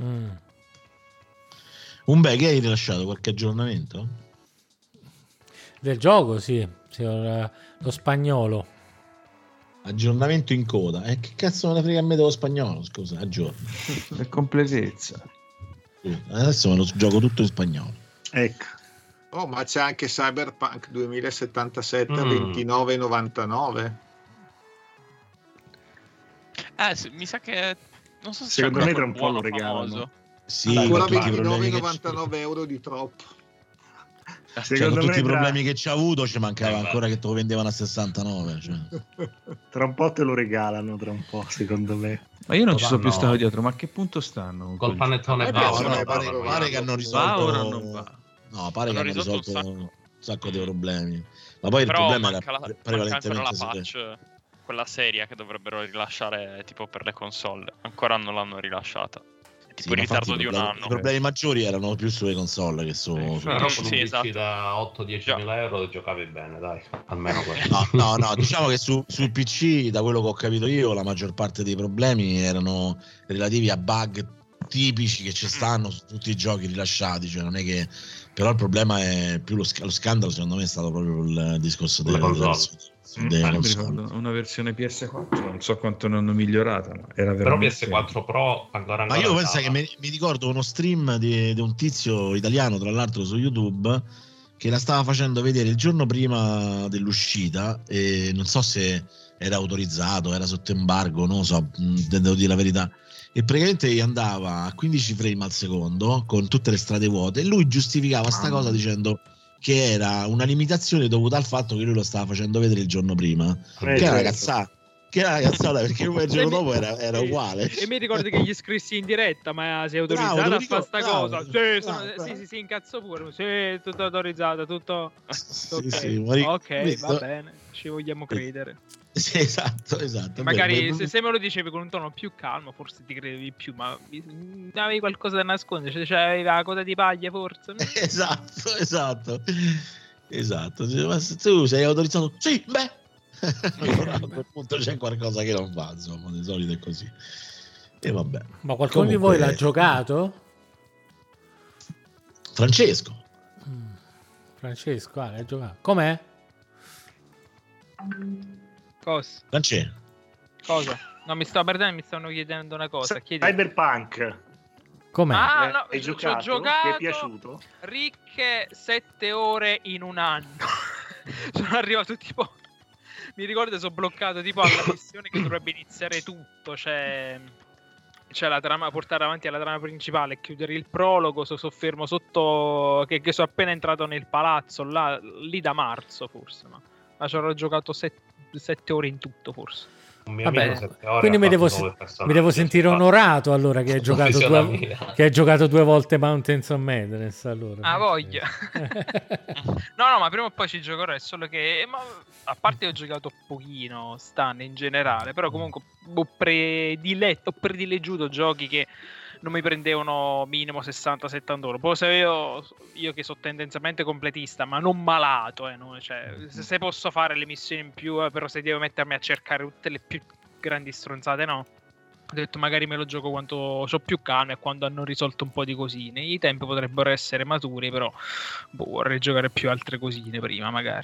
Che hai rilasciato qualche aggiornamento? Del gioco, sì lo spagnolo. Aggiornamento in coda. Che cazzo me ne frega a me dello spagnolo, scusa, aggiorno. Per completezza. Adesso me lo gioco tutto in spagnolo. Ecco. Oh, ma c'è anche Cyberpunk 2077 a 29,99. Mi sa che non so se secondo me tra un po' lo regalano. Sì, ancora 29,99 euro di troppo. Con tutti i problemi che ci ha avuto ci mancava ancora che te lo vendevano a 69, cioè. Tra un po' te lo regalano, tra un po', secondo me. Ma io non ci sono più stato dietro, ma a che punto stanno? Col panettone pare che hanno risolto pare che hanno risolto un sacco di problemi, ma poi però il problema era prevalentemente la patch, quella seria che dovrebbero rilasciare tipo per le console, ancora non l'hanno rilasciata, tipo in ritardo di un anno. I problemi maggiori erano più sulle console che su però con un PC da 8-10 mila euro giocavi bene, dai, almeno quello. No, diciamo che sul PC, da quello che ho capito io, la maggior parte dei problemi erano relativi a bug tipici che ci stanno su tutti i giochi rilasciati, cioè non è che, però il problema è più lo scandalo, secondo me è stato proprio il discorso delle console. Una versione PS4 non so quanto non hanno migliorata, ma era però veramente... PS4 Pro ancora ma io penso che mi ricordo uno stream di un tizio italiano, tra l'altro su YouTube, che la stava facendo vedere il giorno prima dell'uscita, e non so se era autorizzato, era sotto embargo, non lo so, devo dire la verità, e praticamente andava a 15 frame al secondo con tutte le strade vuote, e lui giustificava sta cosa dicendo che era una limitazione dovuta al fatto che lui lo stava facendo vedere il giorno prima, che era una cazzata. Che era una cazzata, perché il giorno dopo era uguale. E mi ricordo che gli iscrissi in diretta, ma sei autorizzato a fare sta cosa? Sì, incazzo pure. Sì, tutto autorizzato, tutto. Ok, va bene, ci vogliamo credere. Sì, esatto. Magari se me lo dicevi con un tono più calmo, forse ti credevi più, ma avevi qualcosa da nascondere, cioè avevi la coda di paglia, forse. Esatto. Ma se tu sei autorizzato, sì, beh. A quel punto c'è qualcosa che non va, insomma, di solito è così. E vabbè. Ma qualcuno di voi l'ha giocato? Francesco, l'ha giocato. Com'è? Cosa? Cosa? No, mi stavo perdendo, mi stavano chiedendo una cosa. Cyberpunk. Com'è? No, hai giocato? Ci ho giocato. Ti è piaciuto? Ricche 7 ore in un anno. Sono arrivato tipo... Mi ricordo sono bloccato tipo alla missione che dovrebbe iniziare tutto, c'è la trama, portare avanti alla trama principale, chiudere il prologo, soffermo sotto che sono appena entrato nel palazzo lì da marzo forse, ma ci avrò giocato 7 ore in tutto forse. Vabbè, quindi mi devo sentire onorato allora che hai giocato 2 volte Mountains of Madness allora. Voglia. No, ma prima o poi ci giocherò, è solo che a parte ho giocato pochino Stan in generale, però comunque ho predileggiuto giochi che non mi prendevano minimo 60-70 ore. Poi se io che sono tendenzialmente completista, ma non malato, no? Cioè, se posso fare le missioni in più, però se devo mettermi a cercare tutte le più grandi stronzate, no. Ho detto magari me lo gioco quando ho più calma e quando hanno risolto un po' di cosine. I tempi potrebbero essere maturi, però vorrei giocare più altre cosine prima magari.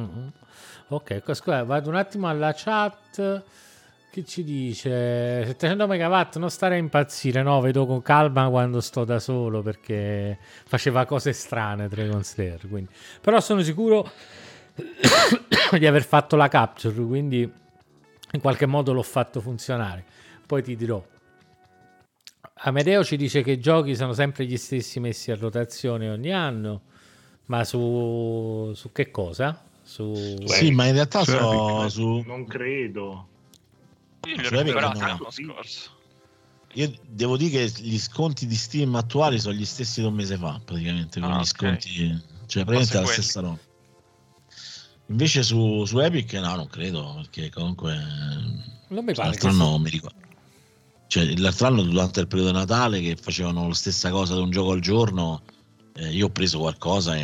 Ok, scusa, vado un attimo alla chat. Che ci dice? 700 megawatt, non stare a impazzire, no, vedo con calma quando sto da solo, perché faceva cose strane Dragon Slayer, quindi. Però sono sicuro di aver fatto la capture, quindi in qualche modo l'ho fatto funzionare. Poi ti dirò. Amedeo ci dice che i giochi sono sempre gli stessi messi a rotazione ogni anno, ma su che cosa? Sì, ma in realtà non credo. L'anno scorso. Io devo dire che gli sconti di Steam attuali sono gli stessi di un mese fa, praticamente, con gli sconti, cioè praticamente la stessa roba. Invece su Epic no, non credo, perché comunque non mi pare l'altro anno mi ricordo. Cioè, l'altro anno durante il periodo Natale che facevano la stessa cosa di un gioco al giorno, io ho preso qualcosa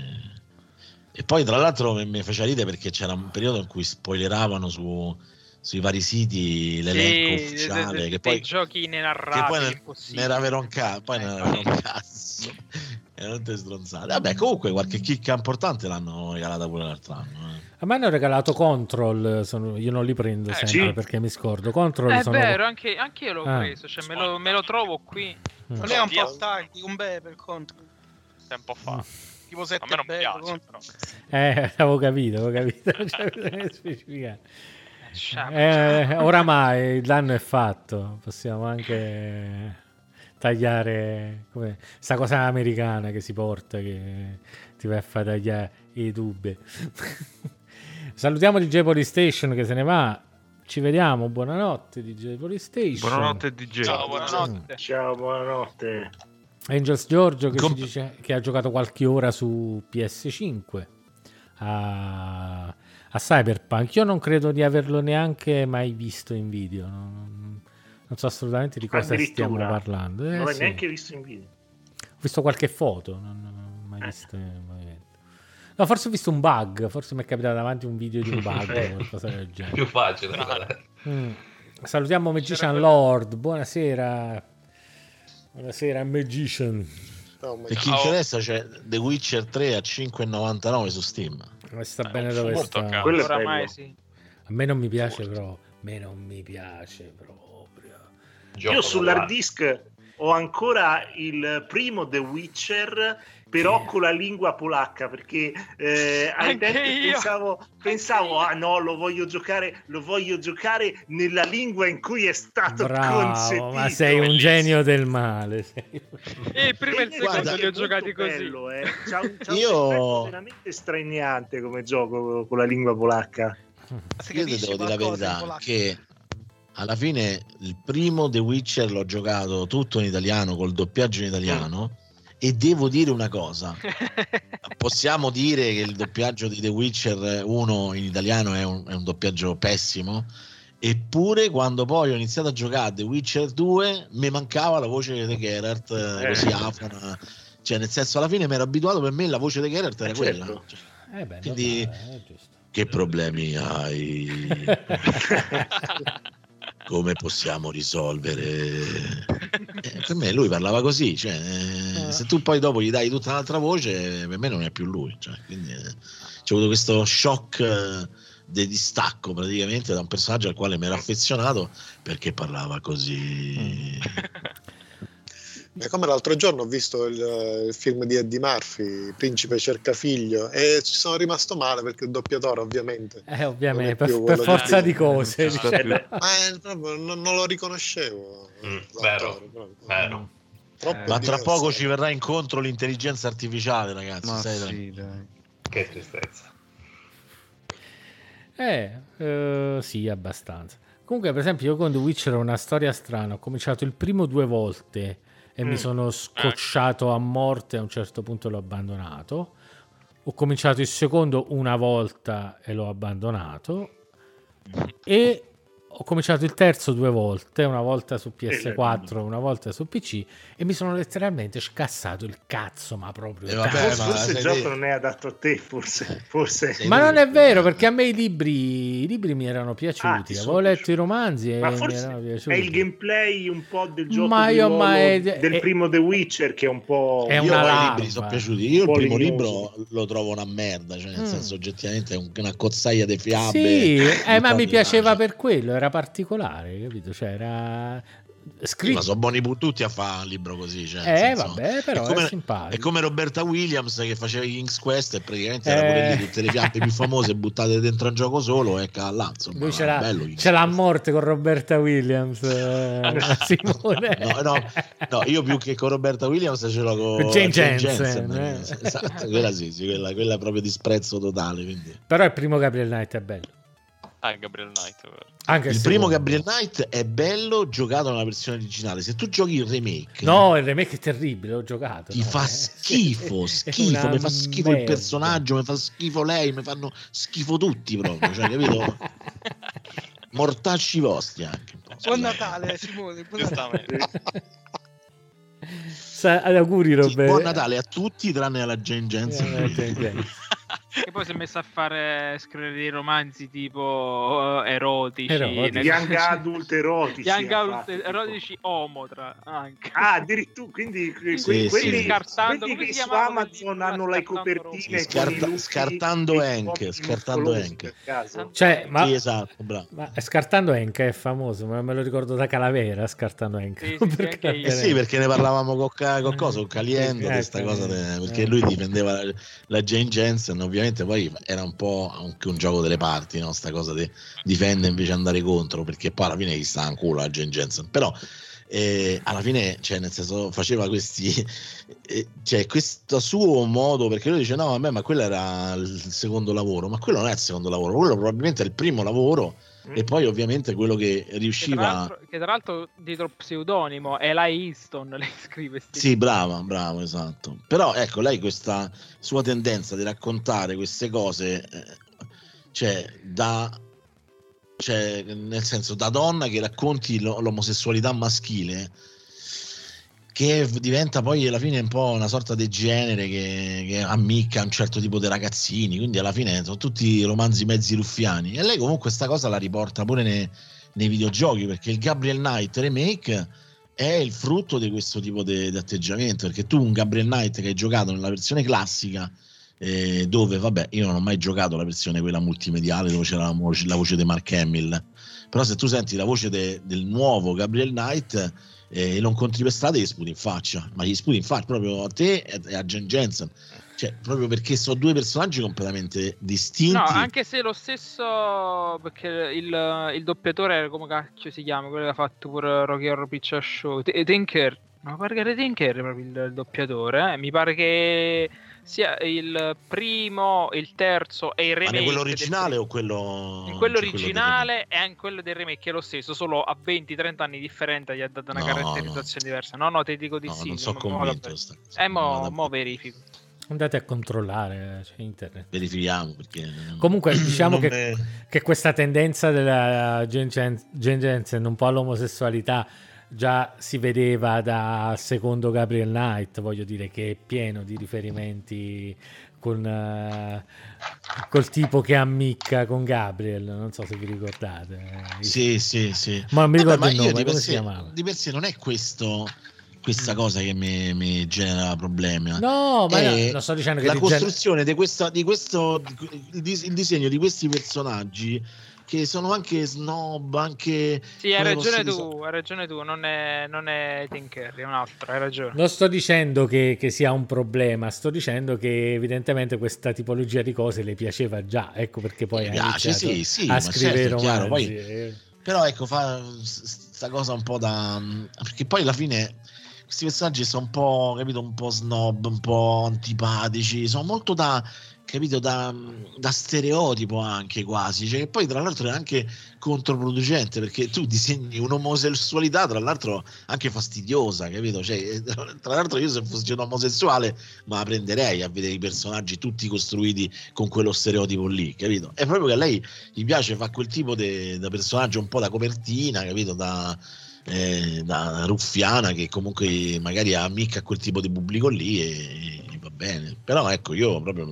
e poi tra l'altro mi faceva ridere perché c'era un periodo in cui spoileravano sui vari siti l'elenco ufficiale che poi giochi inenarrabili, che poi ne era vero un cazzo, erano tutte stronzate. Vabbè, comunque qualche chicca importante l'hanno regalata pure l'altro anno. A me hanno regalato Control, io non li prendo sempre perché mi scordo. Control è vero, anche io l'ho preso, cioè me lo trovo qui. Non è un po' tardi, un bel per Control. Tempo fa. Tipo 7 a me non piace, però. Avevo capito. Specificare. Oramai il danno è fatto, possiamo anche tagliare sta cosa americana che si porta, che ti vai a far tagliare i tubi. Salutiamo DJ Polystation che se ne va. Ci vediamo, buonanotte DJ Polystation. Buonanotte DJ. Ciao, buonanotte. Ciao, buonanotte. Angels Giorgio che ci dice che ha giocato qualche ora su PS5 a Cyberpunk. Io non credo di averlo neanche mai visto in video, non so assolutamente di cosa stiamo parlando. Non l'hai neanche visto in video? Ho visto qualche foto, non ho mai visto in movimento. No, forse ho visto un bug, forse mi è capitato davanti un video di un bug o qualcosa del genere. Più facile. Salutiamo Magician Lord, buonasera. Buonasera, Magician. Per chi interessa c'è The Witcher 3 a 5,99 su Steam. Ma sta bene dove sta. Quello oramai sì. A me non mi piace proprio. Io sull'hard disk ho ancora il primo The Witcher, però con la lingua polacca, perché ai tempi pensavo lo voglio giocare nella lingua in cui è stato concepito. Ma sei un genio del male. E prima e il secondo li ho giocati così. Bello, io veramente straniante come gioco con la lingua polacca. Io ti devo dire la verità che alla fine il primo The Witcher l'ho giocato tutto in italiano, col doppiaggio in italiano, e devo dire una cosa: possiamo dire che il doppiaggio di The Witcher 1 in italiano è un doppiaggio pessimo, eppure quando poi ho iniziato a giocare The Witcher 2 mi mancava la voce di Geralt così afona, cioè nel senso alla fine mi ero abituato, per me la voce di Geralt era quella, cioè, quindi che problemi hai? Come possiamo risolvere? Per me lui parlava così, cioè, se tu poi dopo gli dai tutta un'altra voce, per me non è più lui, cioè, quindi c'è avuto questo shock di distacco praticamente da un personaggio al quale mi ero affezionato perché parlava così. È come l'altro giorno ho visto il film di Eddie Murphy, Principe cerca figlio, e ci sono rimasto male perché il doppiatore ovviamente per forza di cose non lo riconoscevo. Vero. Ma tra poco ci verrà incontro l'intelligenza artificiale, ragazzi. Dai. Che tristezza. Sì, abbastanza. Comunque, per esempio, io con The Witcher ho una storia strana. Ho cominciato il primo 2 volte e mi sono scocciato a morte, a un certo punto l'ho abbandonato. Ho cominciato il secondo una volta e l'ho abbandonato, e ho cominciato il terzo 2 volte, una volta su PS4, una volta su PC, e mi sono letteralmente scassato il cazzo, ma proprio forse il gioco non è adatto a te, forse. Ma non è vero, perché a me i libri mi erano piaciuti, avevo letto i romanzi ma e forse mi erano piaciuti. È il gameplay un po' del gioco del primo The Witcher che è un po'... Io i libri sono piaciuti, io il primo libro lo trovo una merda, cioè nel senso oggettivamente è una cozzaia di fiabe. Sì, ma mi piaceva per quello, era particolare, capito? Cioè era scritto. Ma sono buoni tutti a fare un libro così, cioè, vabbè, però è simpatico. È come Roberta Williams che faceva King's Quest e praticamente era pure lì tutte le fiabe più famose buttate dentro un gioco solo, e là, insomma, lui ce l'ha a morte con Roberta Williams. Simone. No, io più che con Roberta Williams ce l'ho con Jane Jensen. Esatto, quella sì, quella è proprio disprezzo totale, quindi. Però il primo Gabriel Knight è bello. Gabriel Knight, anche il primo Gabriel Knight è bello giocato nella versione originale. Se tu giochi il remake, il remake è terribile, l'ho giocato, ti fa schifo, mi fa schifo il personaggio, mi fa schifo lei, mi fanno schifo tutti proprio, cioè, capito? Mortacci vostri anche un po'. Buon Natale, Simone, buon Natale. Auguri Roberto. Buon Natale a tutti tranne alla Jane Jensen. E poi si è messo a scrivere dei romanzi tipo erotici. Young adult erotici. Erotici omo anche. Addirittura, quindi quelli che su Amazon hanno le copertine scartando Hank. Cioè, sì, esatto, bravo. Ma Scartando Hank è famoso, ma me lo ricordo da Calavera, Scartando Hank. Sì, perché ne parlavamo con Caliendo di questa cosa, perché lui difendeva la Jane Jensen, ovviamente poi era un po' anche un gioco delle parti, no? Sta cosa di difende invece andare contro, perché poi alla fine gli sta in culo la Jane Jensen, però alla fine, cioè, nel senso, faceva questi questo suo modo, perché lui dice no vabbè, ma quello era il secondo lavoro, ma quello non è il secondo lavoro, quello probabilmente è il primo lavoro. E poi ovviamente quello che riusciva, che tra l'altro dietro pseudonimo è la Easton, lei scrive sì, bravo, esatto. Però ecco, lei questa sua tendenza di raccontare queste cose, nel senso, da donna che racconti l'omosessualità maschile, che diventa poi alla fine un po' una sorta di genere che ammicca un certo tipo di ragazzini, quindi alla fine sono tutti romanzi mezzi ruffiani, e lei comunque sta cosa la riporta pure nei videogiochi, perché il Gabriel Knight remake è il frutto di questo tipo di atteggiamento, perché tu un Gabriel Knight che hai giocato nella versione classica, dove vabbè, io non ho mai giocato la versione quella multimediale dove c'era la voce di Mark Hamill, però se tu senti la voce del nuovo Gabriel Knight e lo incontri per strada, gli sputi in faccia, ma gli sputi in faccia proprio a te e a Jen Jensen, cioè proprio perché sono due personaggi completamente distinti. No, anche se lo stesso, perché il doppiatore, come cacchio si chiama, quello che ha fatto pure Rocky Horror Picture Show, Tinker, ma pare che era Tinker proprio il doppiatore, mi pare che sia il primo, il terzo e il remake. Ma è quello originale o quello? Quello originale e anche quello del remake è lo stesso, solo a 20-30 anni di differenza gli ha dato una caratterizzazione diversa. No, ti dico di sì. Non sono convinto. Mo verifico. Andate a controllare, c'è internet. Verifichiamo, perché comunque diciamo che questa tendenza della Jen Jensen un po' all'omosessualità già si vedeva da secondo Gabriel Knight, voglio dire, che è pieno di riferimenti col tipo che ammicca con Gabriel, non so se vi ricordate. Sì. Ma non mi ricordo il nome, come si chiamava? Di per sé non è questa cosa che mi genera problemi. No, ma non sto dicendo che la costruzione di questo il disegno di questi personaggi che sono anche snob, anche sì, hai ragione tu, non è Tinker, è un altro, hai ragione. Non sto dicendo che sia un problema, sto dicendo che evidentemente questa tipologia di cose le piaceva già, ecco perché poi ha iniziato a scrivere romanzi. Poi, però ecco, fa sta cosa un po' perché poi alla fine questi personaggi sono un po', capito, un po' snob, un po' antipatici, sono molto da stereotipo anche quasi, cioè, poi tra l'altro è anche controproducente perché tu disegni un'omosessualità tra l'altro anche fastidiosa, capito? Cioè, tra l'altro io se fossi un omosessuale ma la prenderei a vedere i personaggi tutti costruiti con quello stereotipo lì, capito? È proprio che a lei gli piace fare quel tipo di personaggio un po' da copertina, capito? Da ruffiana che comunque magari ammicca a quel tipo di pubblico lì e va bene, però ecco, io proprio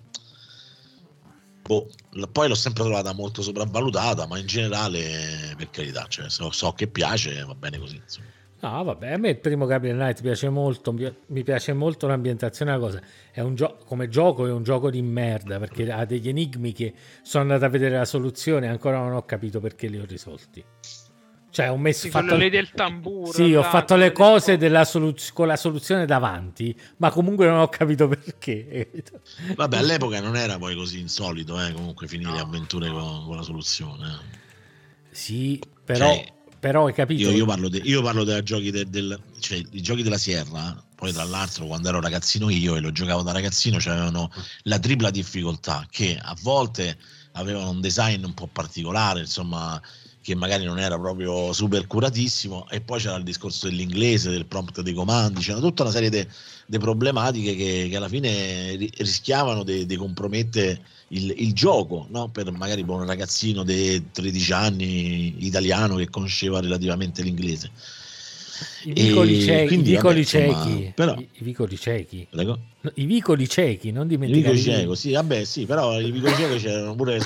poi l'ho sempre trovata molto sopravvalutata, ma in generale per carità, cioè, so che piace, va bene così, insomma. No, vabbè, a me il primo Gabriel Knight piace molto, mi piace molto l'ambientazione, la cosa è come gioco è un gioco di merda perché ha degli enigmi che sono andato a vedere la soluzione e ancora non ho capito perché li ho risolti. Cioè, ho messo del tamburo. Sì, ho fatto le cose con la soluzione davanti, ma comunque non ho capito perché. Vabbè, all'epoca non era poi così insolito, comunque finire le avventure con la soluzione. Sì, però hai capito. Io parlo dei giochi cioè i giochi della Sierra. Poi tra l'altro quando ero ragazzino io e lo giocavo da ragazzino, c'avevano la tripla difficoltà, che a volte avevano un design un po' particolare, insomma, che magari non era proprio super curatissimo, e poi c'era il discorso dell'inglese, del prompt dei comandi, c'era tutta una serie di problematiche che alla fine rischiavano di compromettere il gioco, no? Per magari un ragazzino di 13 anni italiano che conosceva relativamente l'inglese. I vicoli ciechi. Prego? I vicoli ciechi, non dimenticare. I vicoli ciechi, sì, vabbè, sì, però i vicoli ciechi c'erano pure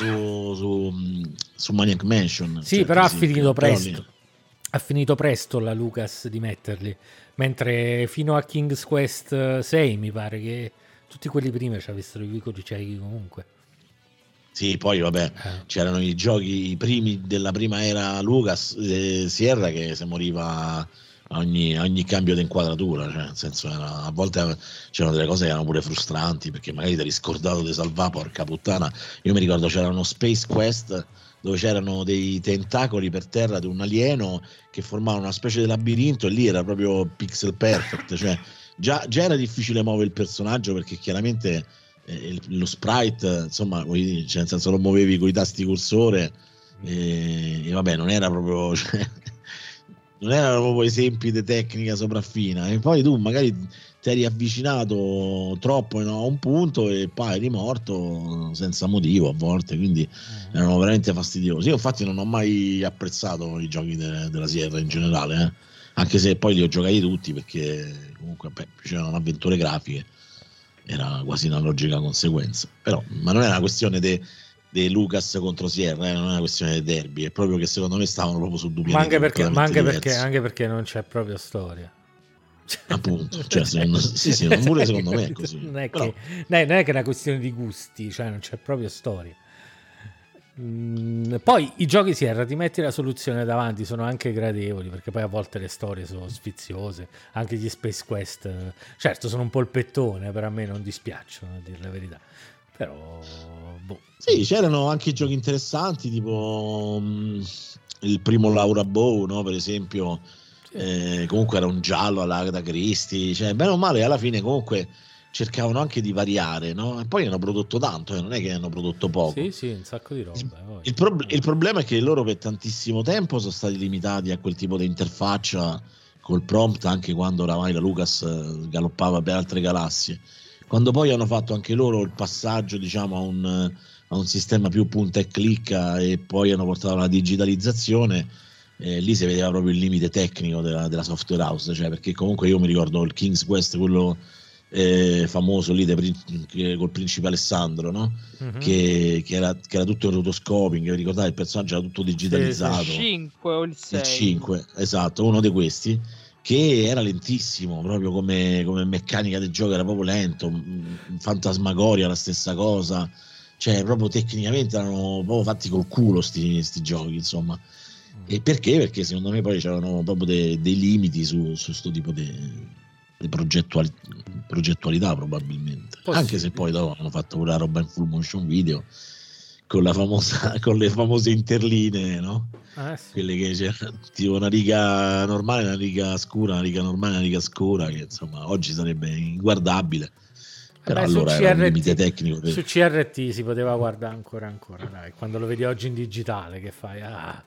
su Maniac Mansion. Sì, cioè, però ha finito presto la Lucas di metterli, mentre fino a King's Quest 6 mi pare che tutti quelli prima ci avessero i vicoli ciechi comunque. Sì, poi vabbè, c'erano i giochi primi della prima era Lucas Sierra che se moriva ogni cambio di inquadratura, cioè nel senso a volte c'erano delle cose che erano pure frustranti perché magari ti eri scordato di salvare, porca puttana. Io mi ricordo c'era uno Space Quest dove c'erano dei tentacoli per terra di un alieno che formavano una specie di labirinto e lì era proprio pixel perfect, cioè già era difficile muovere il personaggio perché chiaramente lo sprite, insomma, cioè nel senso lo muovevi con i tasti cursore e vabbè, non era proprio non erano proprio esempi di tecnica sopraffina, e poi tu magari ti eri avvicinato troppo a un punto e poi eri morto senza motivo a volte, quindi erano veramente fastidiosi. Io infatti non ho mai apprezzato i giochi della Sierra in generale, anche se poi li ho giocati tutti perché comunque c'erano avventure grafiche, era quasi una logica conseguenza, ma non è una questione di dei Lucas contro Sierra, non è una questione di derby, è proprio che secondo me stavano proprio su due pianeti. Anche perché non c'è proprio storia. Appunto, cioè, pure secondo me è così. Non è che è una questione di gusti, cioè non c'è proprio storia. Poi i giochi Sierra, ti metti la soluzione davanti, sono anche gradevoli, perché poi a volte le storie sono sfiziose, anche gli Space Quest certo sono un polpettone, però a me non dispiacciono, a dire la verità, però sì, c'erano anche giochi interessanti, tipo il primo Laura Bow, no, per esempio, comunque era un giallo all'Agatha Christie, cioè bene o male alla fine comunque cercavano anche di variare, no? E poi hanno prodotto tanto, non è che hanno prodotto poco. Sì, un sacco di roba. Il problema è che loro per tantissimo tempo sono stati limitati a quel tipo di interfaccia col prompt, anche quando oramai la Lucas galoppava per altre galassie. Quando poi hanno fatto anche loro il passaggio, diciamo, a un sistema più punta e clicca, e poi hanno portato alla digitalizzazione, lì si vedeva proprio il limite tecnico della software house, cioè, perché comunque io mi ricordo il King's Quest, quello famoso lì col principe Alessandro, no? Che era tutto in rotoscoping, vi ricordate, il personaggio era tutto digitalizzato, il 5 o il 6, il 5, esatto, uno di questi, che era lentissimo proprio come meccanica del gioco, era proprio lento. Fantasmagoria la stessa cosa, cioè proprio tecnicamente erano proprio fatti col culo sti giochi, insomma. E perché secondo me poi c'erano proprio dei limiti su sto tipo di progettualità, probabilmente. Anche se poi dopo hanno fatto pure la roba in full motion video con le famose interline, no? Sì. Quelle che c'era tipo una riga normale, una riga scura, una riga normale, una riga scura, che insomma oggi sarebbe inguardabile. Però allora era un limite tecnico. Su CRT si poteva guardare ancora, dai, quando lo vedi oggi in digitale che fai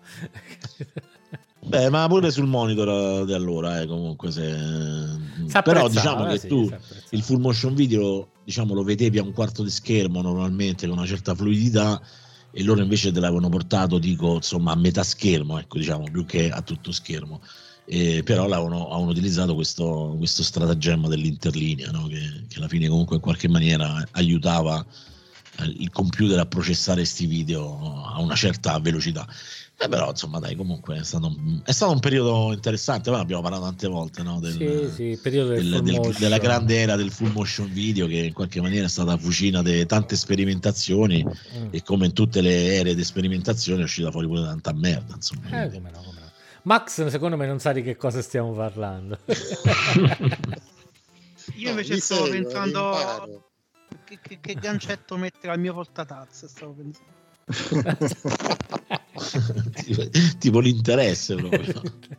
Beh, ma pure sul monitor di allora, comunque però diciamo che tu il full motion video, diciamo, lo vedevi a un quarto di schermo normalmente con una certa fluidità, e loro invece te l'avevano portato, dico, insomma, a metà schermo, ecco, diciamo, più che a tutto schermo. Però avevano utilizzato questo stratagemma dell'interlinea, no? Che alla fine comunque in qualche maniera aiutava il computer a processare sti video a una certa velocità. Però insomma dai, comunque è stato un periodo interessante. Poi abbiamo parlato tante volte, no? Periodo della grande era del full motion video, che in qualche maniera è stata fucina di tante sperimentazioni, e come in tutte le ere di sperimentazione è uscita fuori pure tanta merda, insomma. Come no. Max secondo me non sa di che cosa stiamo parlando. Io invece stavo pensando che gancetto mettere al mio portatazze, stavo pensando. tipo l'interesse proprio.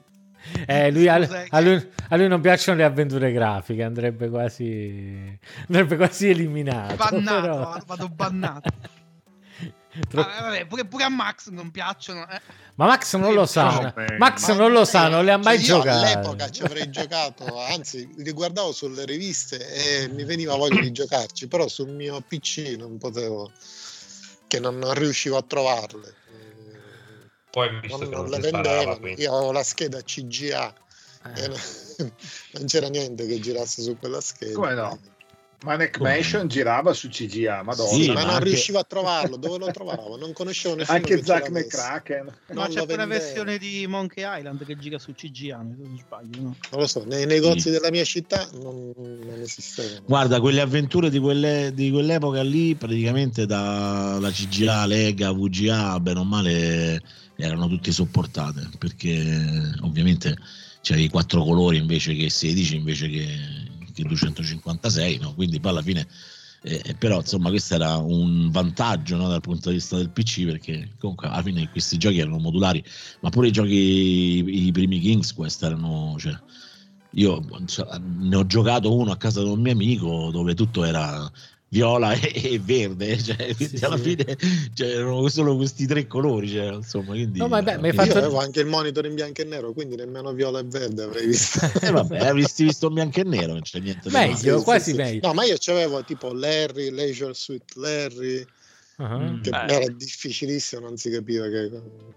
A lui non piacciono le avventure grafiche, andrebbe quasi eliminato. Bannato, vado bannato. Vabbè, pure a Max non piacciono. Ma Max non lo sa. Non le ha mai giocate. All'epoca ci avrei giocato, anzi li guardavo sulle riviste e mi veniva voglia di giocarci, però sul mio PC non potevo, che non riuscivo a trovarle. Poi non le vendevano. Io avevo la scheda CGA e non c'era niente che girasse su quella scheda. Come no? Manic Mansion girava su CGA, madonna. Sì, ma non riuscivo a trovarlo. Dove lo trovavo? Non conoscevo nessuno. Anche Zack McCracken. No, c'è una versione di Monkey Island che gira su CGA, non sbaglio, no? Non lo so, nei negozi della mia città non esistevano. Guarda, quelle avventure di quell'epoca lì, praticamente dalla CGA, Lega, VGA, bene o male erano tutte sopportate, perché ovviamente c'avevi 4 colori invece che 16, invece che 256, no? Quindi poi alla fine però insomma questo era un vantaggio, no? Dal punto di vista del PC, perché comunque alla fine questi giochi erano modulari, ma pure i primi King's Quest erano, cioè, io ne ho giocato uno a casa di un mio amico dove tutto era viola e verde, cioè, quindi alla fine erano solo questi 3 colori, cioè, insomma, quindi, io avevo anche il monitor in bianco e nero, quindi nemmeno viola e verde avrei visto. Vabbè, avresti visto in bianco e nero, non c'è niente da meglio, quasi meglio. No, ma io c'avevo tipo Larry, Leisure Suit Larry, che era difficilissimo, non si capiva che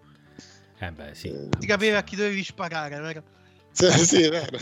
si capiva a chi dovevi sparare, vero? Sì, è vero.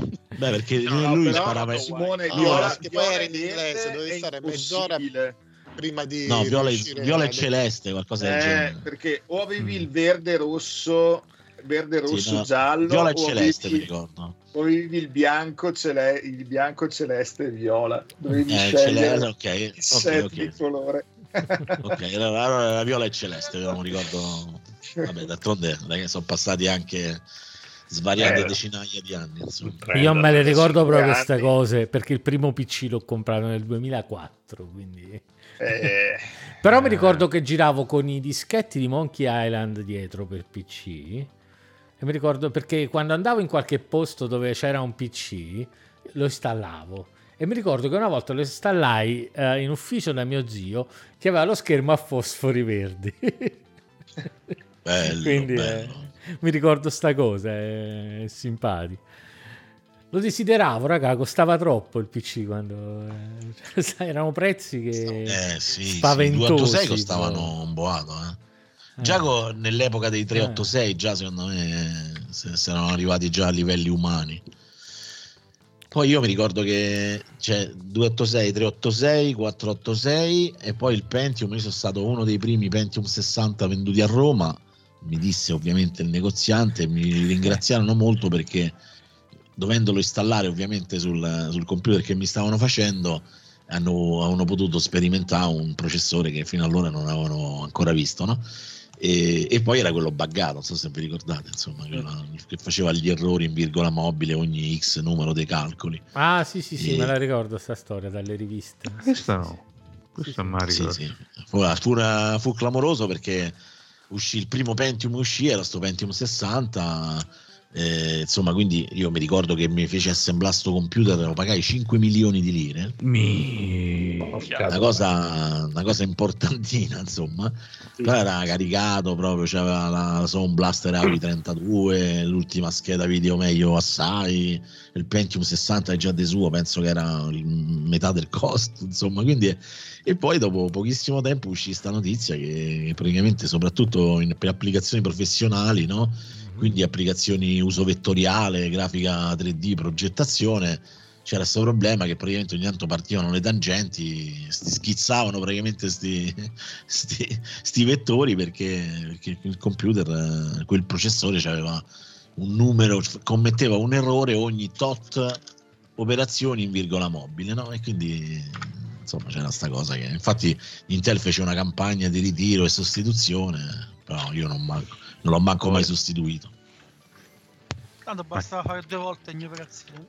Beh, perché lui sparava Simone, viola, che poi era in inglese, dovevi stare mezz'ora prima di viola e celeste, qualcosa del genere. Perché o avevi il verde rosso giallo, viola e celeste, mi ricordo. O avevi il bianco celeste e viola. Dovevi scegliere il set di colore. Ok, allora era viola e celeste, non ricordo. Vabbè, d'altronde sono passati anche svariate decinaia di anni, insomma. Io me le ricordo proprio queste cose, perché il primo PC l'ho comprato nel 2004, quindi però mi ricordo che giravo con i dischetti di Monkey Island dietro per PC, e mi ricordo perché quando andavo in qualche posto dove c'era un PC lo installavo, e mi ricordo che una volta lo installai in ufficio da mio zio, che aveva lo schermo a fosfori verdi. Quindi mi ricordo sta cosa, è simpatico. Lo desideravo, raga, costava troppo il PC quando erano prezzi che spaventosi. 286 costavano un boato, già nell'epoca dei 386 già secondo me si erano arrivati già a livelli umani. Poi io mi ricordo che c'è 286, 386, 486 e poi il Pentium. Io sono stato uno dei primi Pentium 60 venduti a Roma. Mi disse ovviamente il negoziante, mi ringraziarono molto perché dovendolo installare ovviamente sul computer che mi stavano facendo, hanno potuto sperimentare un processore che fino allora non avevano ancora visto, no? E poi era quello buggato, non so se vi ricordate, insomma, che faceva gli errori in virgola mobile ogni X numero dei calcoli. Sì, me la ricordo sta storia dalle riviste. Questa no, questa me la ricordo. Sì. Fu clamoroso perché uscì il primo Pentium, era sto Pentium 60, insomma, quindi io mi ricordo che mi fece assemblare sto computer, lo pagai 5 milioni di lire, una cosa importantina, insomma. Però era caricato proprio, c'aveva la Sound Blaster AVI 32, l'ultima scheda video meglio assai, il Pentium 60 è già di suo, penso che era metà del costo, insomma, quindi. E poi dopo pochissimo tempo uscì sta notizia che praticamente soprattutto per applicazioni professionali, no? Quindi applicazioni uso vettoriale, grafica 3D, progettazione, c'era questo problema che praticamente ogni tanto partivano le tangenti, schizzavano praticamente sti vettori perché il computer, quel processore aveva un numero, commetteva un errore ogni tot operazioni in virgola mobile, no? E quindi insomma c'era sta cosa che infatti Intel fece una campagna di ritiro e sostituzione, però io non l'ho manco mai sostituito. Tanto bastava fare 2 volte ogni operazione.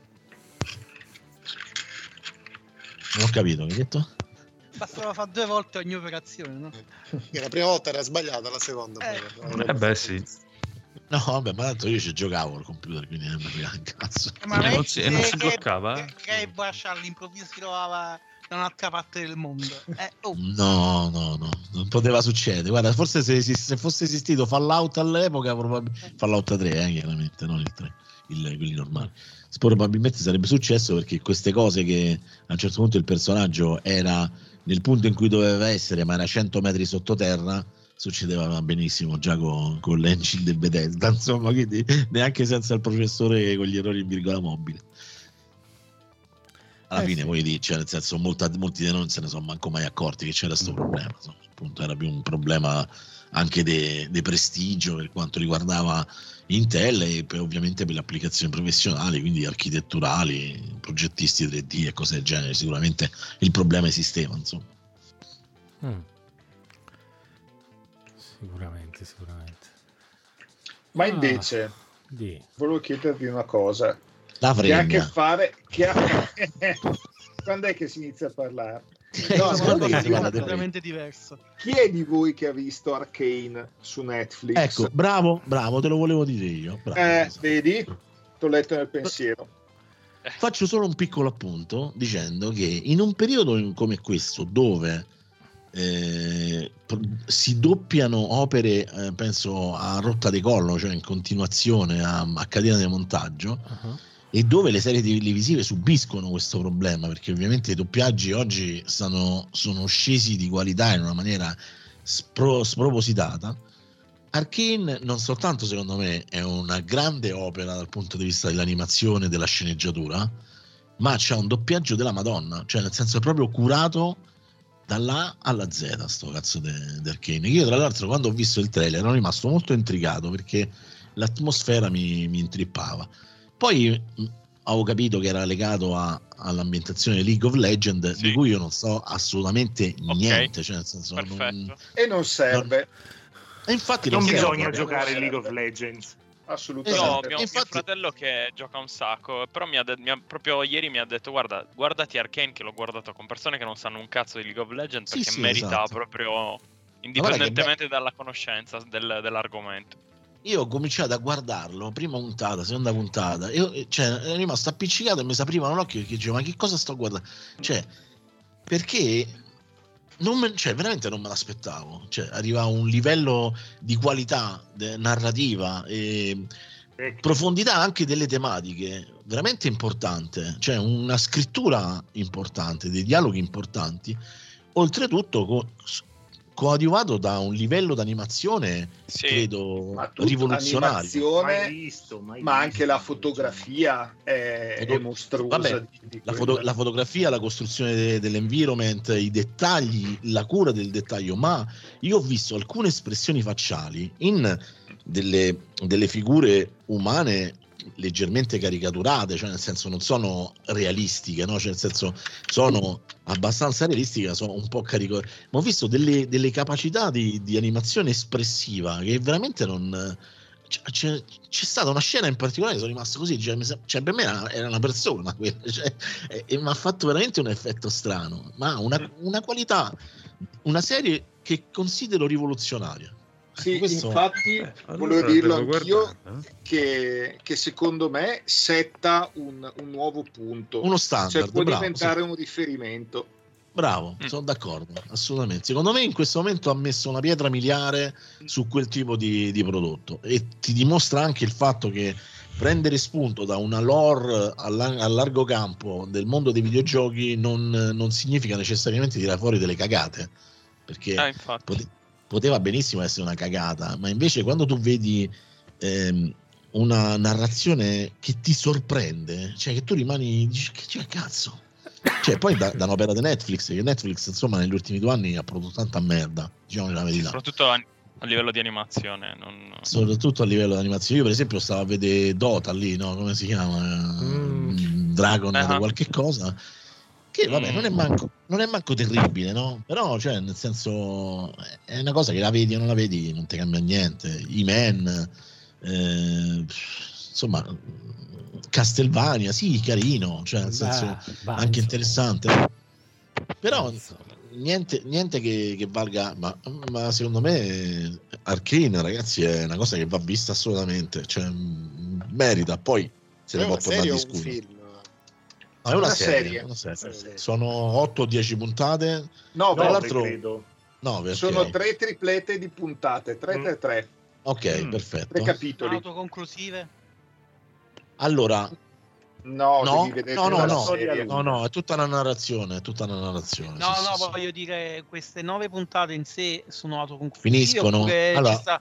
Non ho capito, che hai detto? Bastava fare 2 volte ogni operazione, no? La prima volta era sbagliata, la seconda sì. No, vabbè, ma tanto io ci giocavo al computer, quindi non mi frega un cazzo. Ma non si bloccava? Che Bash all'improvviso si trovava da un'altra parte del mondo. No, non poteva succedere. Guarda, forse se fosse esistito Fallout all'epoca, Fallout 3, chiaramente, non il 3, quelli normali. Probabilmente sarebbe successo, perché queste cose che a un certo punto il personaggio era nel punto in cui doveva essere, ma era 100 metri sottoterra, succedeva benissimo già con l'engine del Bethesda, insomma, quindi neanche senza il processore con gli errori in virgola mobile. Alla fine, voglio dire, cioè, nel senso, molti di noi non se ne sono manco mai accorti che c'era questo problema. Insomma, appunto, era più un problema anche di prestigio per quanto riguardava Intel e ovviamente per le applicazioni professionali, quindi architetturali, progettisti 3D e cose del genere. Sicuramente il problema esisteva, insomma. Sicuramente. Ma invece volevo chiederti una cosa che ha a che fare quando è che si inizia a parlare? No, è completamente diverso. Chi è di voi che ha visto Arcane su Netflix? Ecco, bravo, te lo volevo dire io. Bravo, vedi? T'ho letto nel pensiero. Faccio solo un piccolo appunto dicendo che in un periodo come questo, dove si doppiano opere, penso a rotta di collo, cioè in continuazione a catena di montaggio, e dove le serie televisive subiscono questo problema, perché ovviamente i doppiaggi oggi sono scesi di qualità in una maniera spropositata. Arcane non soltanto secondo me è una grande opera dal punto di vista dell'animazione e della sceneggiatura, ma c'è un doppiaggio della Madonna, cioè nel senso è proprio curato dalla A alla Z sto cazzo di Arcane. Io tra l'altro quando ho visto il trailer ero rimasto molto intrigato perché l'atmosfera mi intrippava. Poi avevo capito che era legato all'ambientazione di League of Legends, di cui io non so assolutamente niente, cioè nel senso e non serve. E infatti non bisogna giocare League of Legends. Assolutamente. Io ho mio fratello che gioca un sacco, però proprio ieri mi ha detto guardati Arcane, che l'ho guardato con persone che non sanno un cazzo di League of Legends, perché merita proprio, indipendentemente dalla conoscenza dell'argomento. Io ho cominciato a guardarlo, prima puntata, seconda puntata, ero rimasto appiccicato e mi si aprivano l'occhio perché dicevo, ma che cosa sto guardando? Cioè, perché veramente non me l'aspettavo. Cioè, arriva a un livello di qualità narrativa e profondità anche delle tematiche veramente importante, cioè una scrittura importante, dei dialoghi importanti, oltretutto coadiuvato da un livello d'animazione credo rivoluzionario. Mai visto. Ma anche la fotografia è mostruosa. Vabbè, la fotografia, la costruzione dell'environment, i dettagli, la cura del dettaglio, ma io ho visto alcune espressioni facciali in delle figure umane leggermente caricaturate, cioè nel senso non sono realistiche, no? Cioè nel senso sono abbastanza realistiche, sono un po' caricaturate, ma ho visto delle capacità di animazione espressiva che veramente non c'è stata una scena in particolare, sono rimasto così, cioè per me era una persona quella, e mi ha fatto veramente un effetto strano, ma una qualità, una serie che considero rivoluzionaria. Sì, infatti volevo dirlo anch'io che secondo me setta un nuovo punto, uno standard, cioè può diventare un riferimento. Bravo, sono d'accordo, assolutamente. Secondo me in questo momento ha messo una pietra miliare su quel tipo di prodotto, e ti dimostra anche il fatto che prendere spunto da una lore a largo campo del mondo dei videogiochi non significa necessariamente tirare fuori delle cagate, perché poteva benissimo essere una cagata, ma invece quando tu vedi una narrazione che ti sorprende, cioè che tu rimani, dici, che cazzo, cioè poi da un'opera di Netflix, che Netflix insomma negli ultimi 2 anni ha prodotto tanta merda, diciamo la verità, soprattutto a livello di animazione, soprattutto a livello di animazione. Io per esempio stavo a vedere Dota lì, no? Come si chiama? Dragon qualche cosa, che vabbè non è manco terribile, no? Però cioè nel senso è una cosa che la vedi o non la vedi non ti cambia niente. I-Man, insomma, Castlevania, sì, carino, cioè nel senso anche interessante, però niente che valga, ma secondo me Arcane, ragazzi, è una cosa che va vista assolutamente, cioè merita, poi se ne può tornare a discutere. No, è una serie. Sono 8 o 10 puntate. 9 credo. 9, sono 3 triplete di puntate, 3. Ok, perfetto. 3 capitoli. Autoconclusive? Allora, no, è tutta una narrazione. No, voglio dire, queste 9 puntate in sé sono autoconclusive. Finiscono. Allora,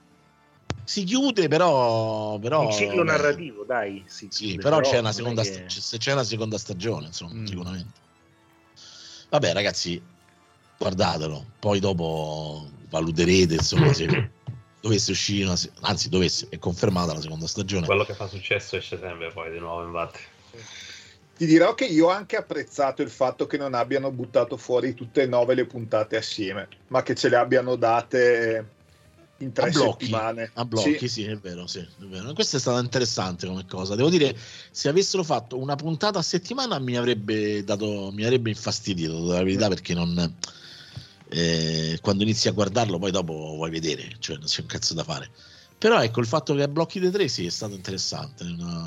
si chiude però un ciclo narrativo, dai. Sì, però c'è una seconda c'è una seconda stagione, insomma, sicuramente. Vabbè, ragazzi, guardatelo, poi dopo valuterete, insomma, se dovesse uscire è confermata la seconda stagione. Quello che fa successo esce sempre poi di nuovo, infatti. Ti dirò che io ho anche apprezzato il fatto che non abbiano buttato fuori tutte e 9 le puntate assieme, ma che ce le abbiano date in 3 settimane. A blocchi, sì, è vero. Questo è stato interessante come cosa. Devo dire, se avessero fatto una puntata a settimana mi avrebbe infastidito, la verità, perché non quando inizi a guardarlo poi dopo vuoi vedere, cioè non c'è un cazzo da fare. Però ecco, il fatto che a blocchi dei 3 sì, è stato interessante,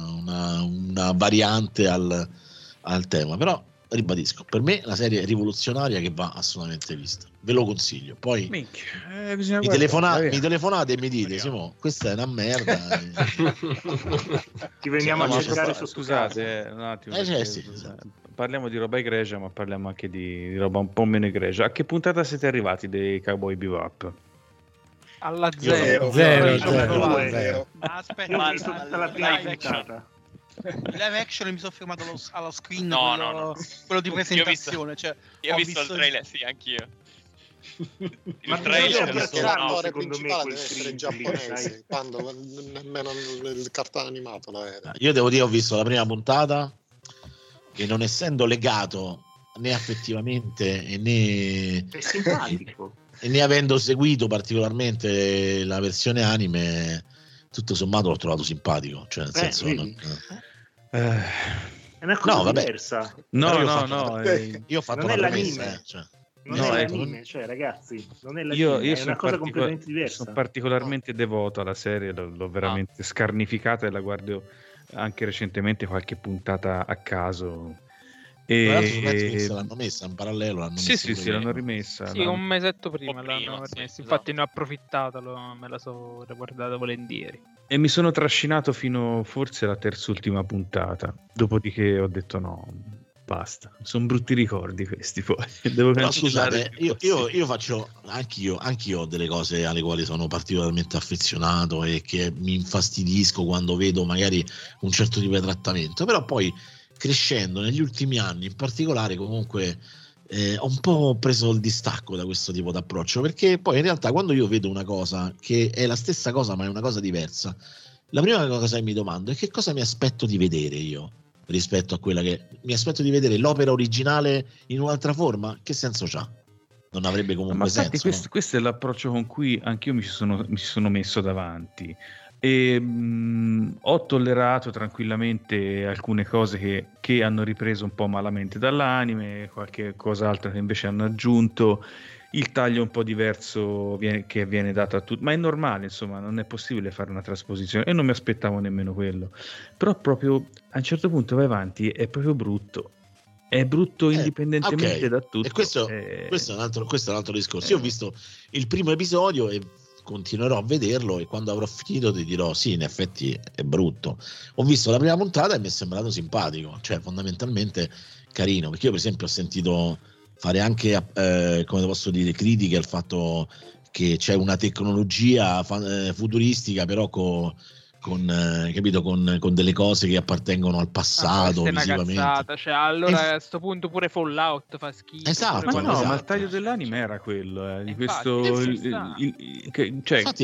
una variante al tema. Però ribadisco, per me la serie è rivoluzionaria che va assolutamente vista, ve lo consiglio. Poi mi telefonate e mi dite, Simo, questa è una merda. Ti veniamo a cercare scusate un attimo, parliamo di roba egregia, ma parliamo anche di roba un po' meno egregia. A che puntata siete arrivati dei Cowboy Bebop? Alla 0. Ma aspetta, ho visto tutta la prima puntata. live action mi sono fermato allo screen, quello di presentazione. Io ho visto il trailer, sì, anch'io. Il trailer principale deve essere giapponese, quando nemmeno il cartone animato lo era. Io devo dire, ho visto la prima puntata e non essendo legato né affettivamente né è simpatico e né avendo seguito particolarmente la versione anime, tutto sommato l'ho trovato simpatico, cioè nel senso è una cosa diversa. No, io ho fatto non una è premessa, l'anime. cioè. Non è l'anime, cioè ragazzi, non è l'anime, è una cosa completamente diversa. Sono particolarmente devoto alla serie, l'ho veramente scarnificata e la guardo anche recentemente qualche puntata a caso. E l'hanno messa in parallelo, sì, l'hanno rimessa. Sì, un mesetto prima l'hanno rimessa. Infatti ne ho approfittato, me la sono guardata volentieri. E mi sono trascinato fino forse alla terz'ultima puntata. Dopodiché ho detto no, basta. Sono brutti ricordi questi poi. Devo scusate, io faccio anch'io ho delle cose alle quali sono particolarmente affezionato e che mi infastidisco quando vedo magari un certo tipo di trattamento, però poi crescendo negli ultimi anni in particolare comunque ho un po' preso il distacco da questo tipo di approccio, perché poi in realtà quando io vedo una cosa che è la stessa cosa ma è una cosa diversa, la prima cosa che mi domando è che cosa mi aspetto di vedere io rispetto a quella che mi aspetto di vedere l'opera originale in un'altra forma. Che senso c'ha? Non avrebbe comunque senso. Questo è l'approccio con cui anch'io mi sono messo davanti. E ho tollerato tranquillamente alcune cose che hanno ripreso un po' malamente dall'anime, qualche cos'altro che invece hanno aggiunto, il taglio un po' diverso che viene dato a tutti, ma è normale, insomma, non è possibile fare una trasposizione e non mi aspettavo nemmeno quello, però proprio a un certo punto vai avanti, è proprio brutto. È brutto indipendentemente da tutto. E questo è un altro discorso. Io ho visto il primo episodio e continuerò a vederlo, e quando avrò finito ti dirò sì, in effetti è brutto. Ho visto la prima puntata e mi è sembrato simpatico, cioè fondamentalmente carino, perché io per esempio ho sentito fare anche come posso dire, critiche al fatto che c'è una tecnologia futuristica però capito, con delle cose che appengono al passato visivamente. Cazzata, cioè, allora a questo punto pure Fallout fa schifo. Esatto, ma il taglio dell'anime era quello di questo infatti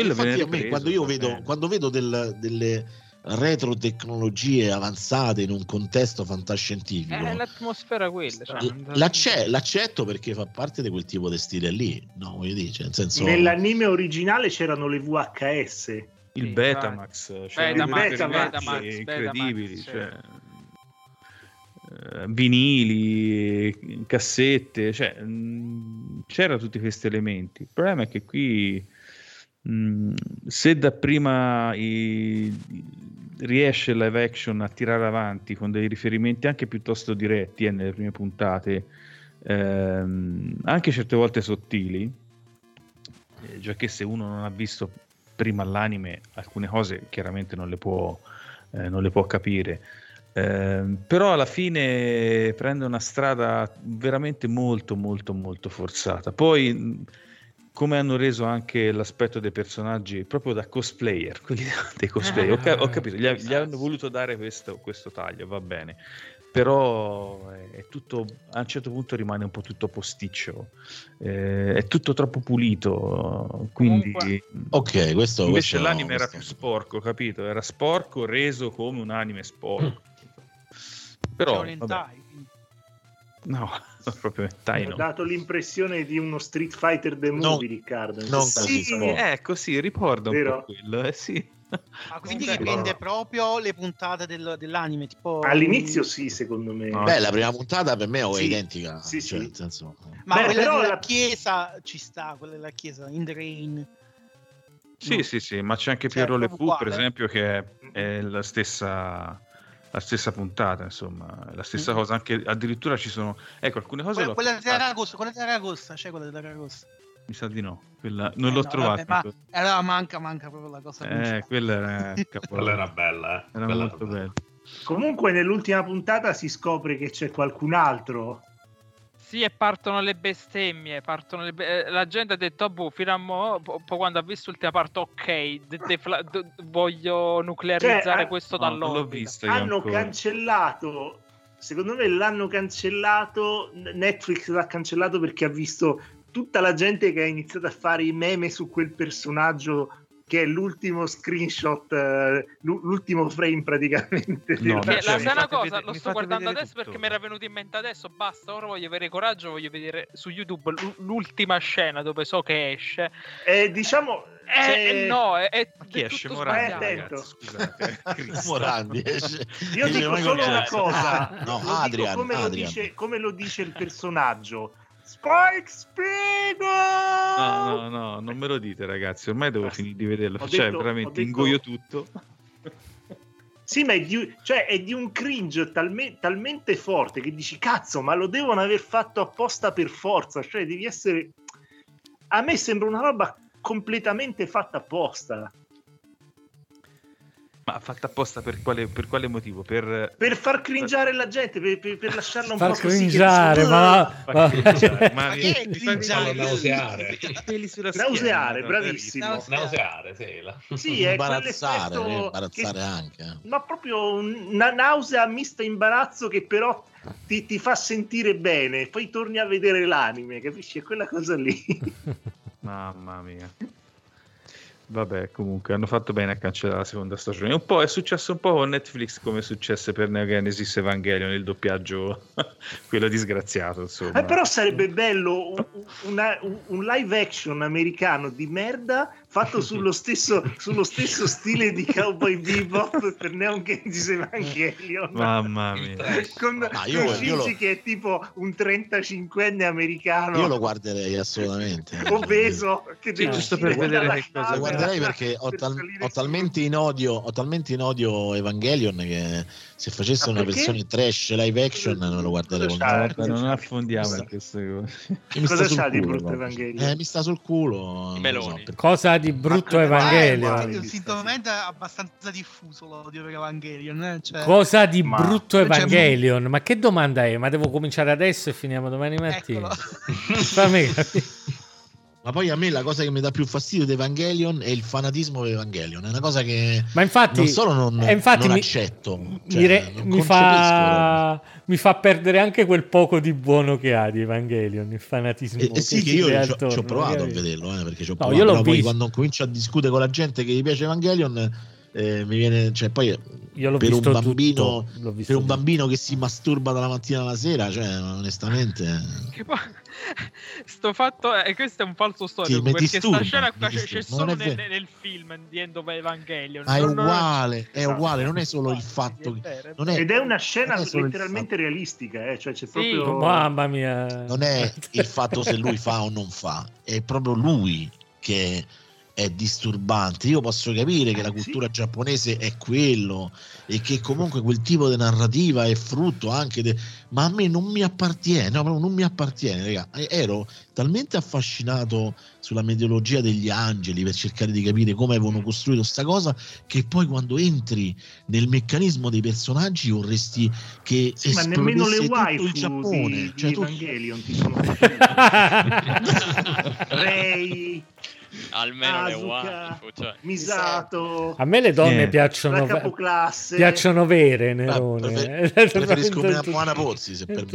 quando vedo delle retro tecnologie avanzate in un contesto fantascientifico, è l'atmosfera quella, l'accetto perché fa parte di quel tipo di stile lì, no, voglio dire, cioè, nel senso... Nell'anime originale c'erano le VHS, il Betamax, cioè Betamax incredibili, cioè, vinili, cassette, cioè c'erano tutti questi elementi. Il problema è che qui se dapprima riesce live action a tirare avanti con dei riferimenti anche piuttosto diretti nelle prime puntate, anche certe volte sottili, già che se uno non ha visto prima l'anime alcune cose chiaramente non le può capire, però alla fine prende una strada veramente molto molto molto forzata. Poi come hanno reso anche l'aspetto dei personaggi proprio da cosplayer, quelli dei cosplayer, ho capito, gli hanno voluto dare questo taglio, va bene, però è tutto, a un certo punto rimane un po' tutto posticcio, è tutto troppo pulito, quindi ok, invece l'anime era più sporco, capito? Era sporco reso come un anime sporco, però no, proprio ho dato l'impressione di uno Street Fighter the Movie, Riccardo. Così ricorda un po' quello, sì. Ma quindi riprende proprio le puntate dell'anime, tipo all'inizio, sì, secondo me. La prima puntata per me è identica. Sì. Nel senso... Ma quella della chiesa ci sta, quella della chiesa in the rain. Sì, ma c'è anche Pierrot Le Fou, per esempio, che è la stessa puntata, insomma, la stessa cosa, anche addirittura ci sono, ecco, alcune cose quella dell'Aragosta, c'è quella dell'Aragosta? Mi sa di no, quella non l'ho trovata. Allora manca proprio la cosa. Quella era bella, era molto bella. Comunque nell'ultima puntata si scopre che c'è qualcun altro Sì, e partono le bestemmie, la gente ha detto, boh, fino a mo', poi quando ha visto l'ultima parte, ok, voglio nuclearizzare questo dall'orbita. Hanno cancellato, secondo me l'hanno cancellato, Netflix l'ha cancellato perché ha visto tutta la gente che ha iniziato a fare i meme su quel personaggio, che è l'ultimo screenshot, l'ultimo frame praticamente. Una cosa, lo sto guardando adesso perché mi era venuto in mente adesso, basta, ora voglio avere coraggio, voglio vedere su YouTube l'ultima scena dove so che esce. Diciamo... no, è chi esce? Morandi esce. Io dico solo una cosa. No, Adrian. Come lo dice il personaggio. Spike Spiegel! No, non me lo dite, ragazzi. Ormai devo finire di vederlo. Veramente ingoio tutto. Sì, ma è di un cringe talmente forte che dici, cazzo, ma lo devono aver fatto apposta per forza. Cioè, devi essere... A me sembra una roba completamente fatta apposta. Ma fatta apposta per quale motivo? Per far cringiare la gente, per lasciarla un far po' cringiare, ma che cringiare? Nauseare, bravissimo. Nauseare, sì, è imbarazzare anche. Ma proprio una nausea mista imbarazzo che però ti fa sentire bene, poi torni a vedere l'anime, capisci? È quella cosa lì. Mamma mia. Vabbè, comunque hanno fatto bene a cancellare la seconda stagione. Un po' è successo un po' con Netflix come è successo per Neo Genesis Evangelion, il doppiaggio quello disgraziato, insomma. Però sarebbe bello un live action americano di merda fatto sullo stesso stile di Cowboy Bebop per Neo Genesis Evangelion. Mamma mia. Con Shinji che è tipo un 35enne americano. Io lo guarderei assolutamente. Obeso. Che giusto per vedere che cosa guarderei perché ho talmente in odio Evangelion che se facesse una versione trash live action non lo guarderei. Non affondiamo in queste cose. Cosa c'ha di brutto Evangelion? Mi sta sul culo. Cosa di brutto Evangelion? Sintomamente è abbastanza diffuso l'odio per Evangelion. Cosa di brutto Evangelion? Ma che domanda è? Ma devo cominciare adesso e finiamo domani mattina? Fammi capire. Ma poi a me la cosa che mi dà più fastidio di Evangelion è il fanatismo di Evangelion. È una cosa che ma infatti, non solo non accetto. Mi fa perdere anche quel poco di buono che ha di Evangelion, il fanatismo. Sì, che io ci ho provato a vederlo, perché ci ho provato. Però poi quando comincio a discutere con la gente che gli piace Evangelion, mi viene, cioè poi io l'ho per visto un bambino tutto. Per un bambino che si masturba dalla mattina alla sera, cioè onestamente che poi sto fatto questo è un falso storico, perché sta scena qua c'è solo nel film di End of Evangelion. È uguale, non è solo il fatto ed è una scena letteralmente realistica, cioè c'è proprio mamma mia, non è il fatto se lui fa o non fa, è proprio lui che è disturbante. Io posso capire che la cultura giapponese è quello e che comunque quel tipo di narrativa è frutto anche ma a me non mi appartiene, non mi appartiene, raga. Ero talmente affascinato sulla mitologia degli angeli per cercare di capire come avevano costruito sta cosa, che poi quando entri nel meccanismo dei personaggi vorresti che ma nemmeno le waifu il Giappone, di Evangelion ti sono Rei, almeno Asuka, le waifu, cioè. Misato. A me le donne piacciono vere, Nerone. Preferisco Moana Pozzi, se per me.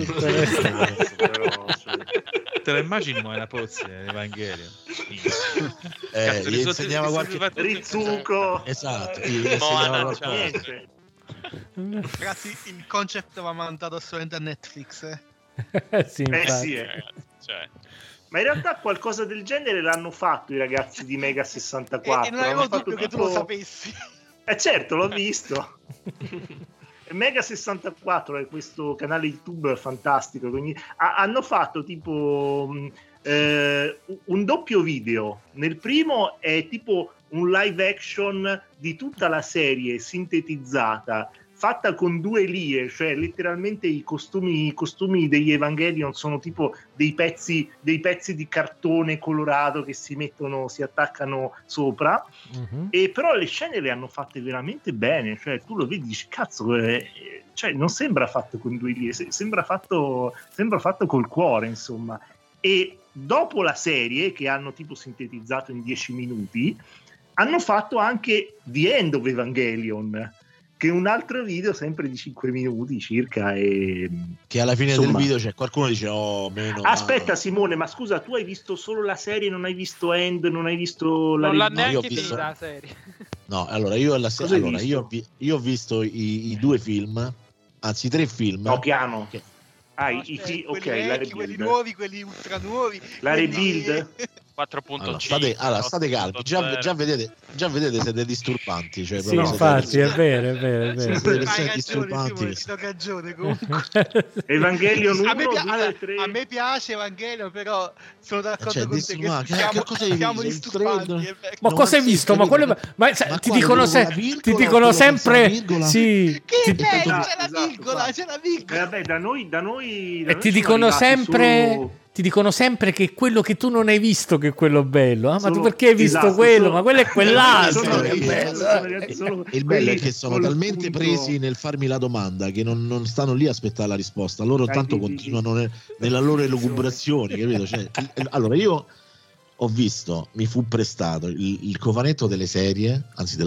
Te la immagini Moana Pozzi Evangelion? Gli insegnava qualche Rizzuko. Esatto, ragazzi, il concept va mandato solamente a Netflix. Sì, cioè. Ma in realtà qualcosa del genere l'hanno fatto i ragazzi di Mega 64. E non avevo dubbio che tu lo sapessi. Certo, l'ho visto. Mega 64 è questo canale YouTube fantastico. Hanno fatto tipo un doppio video. Nel primo è tipo un live action di tutta la serie sintetizzata, fatta con 2 elie, cioè letteralmente i costumi degli Evangelion sono tipo dei pezzi di cartone colorato che si attaccano sopra, e però le scene le hanno fatte veramente bene, cioè tu lo vedi e dici cazzo, cioè non sembra fatto con 2 elie, sembra fatto col cuore, insomma. E dopo la serie, che hanno tipo sintetizzato in 10 minuti, hanno fatto anche The End of Evangelion, che è un altro video sempre di 5 minuti circa, e che alla fine del video c'è qualcuno dice meno. Aspetta Simone, ma scusa, tu hai visto solo la serie, non hai visto End, non hai visto la non l'ha neanche vista la serie. No, allora io ho visto i 2 film, anzi 3 film. No, piano. Quelli nuovi, quelli ultra nuovi, la rebuild 4.5. Allora, state calmi, già vedete siete disturbanti, cioè, sì, infatti è vero. Hai ragione, ti do ragione comunque. Evangelion 1, a me piace Evangelion, però sono d'accordo con te che siamo disturbanti. Ma cosa hai visto? Ma ti dicono sempre sì. Che bello, c'è la virgola. Vabbè, da noi e ti dicono sempre ti dicono sempre che quello che tu non hai visto che è quello bello. Ma tu perché hai visto quello? Ma quello è quell'altro. Il bello è che sono talmente presi nel farmi la domanda che non stanno lì a aspettare la risposta. Loro tanto continuano nella loro elucubrazione, capito? Cioè, allora io ho visto, mi fu prestato il cofanetto della serie.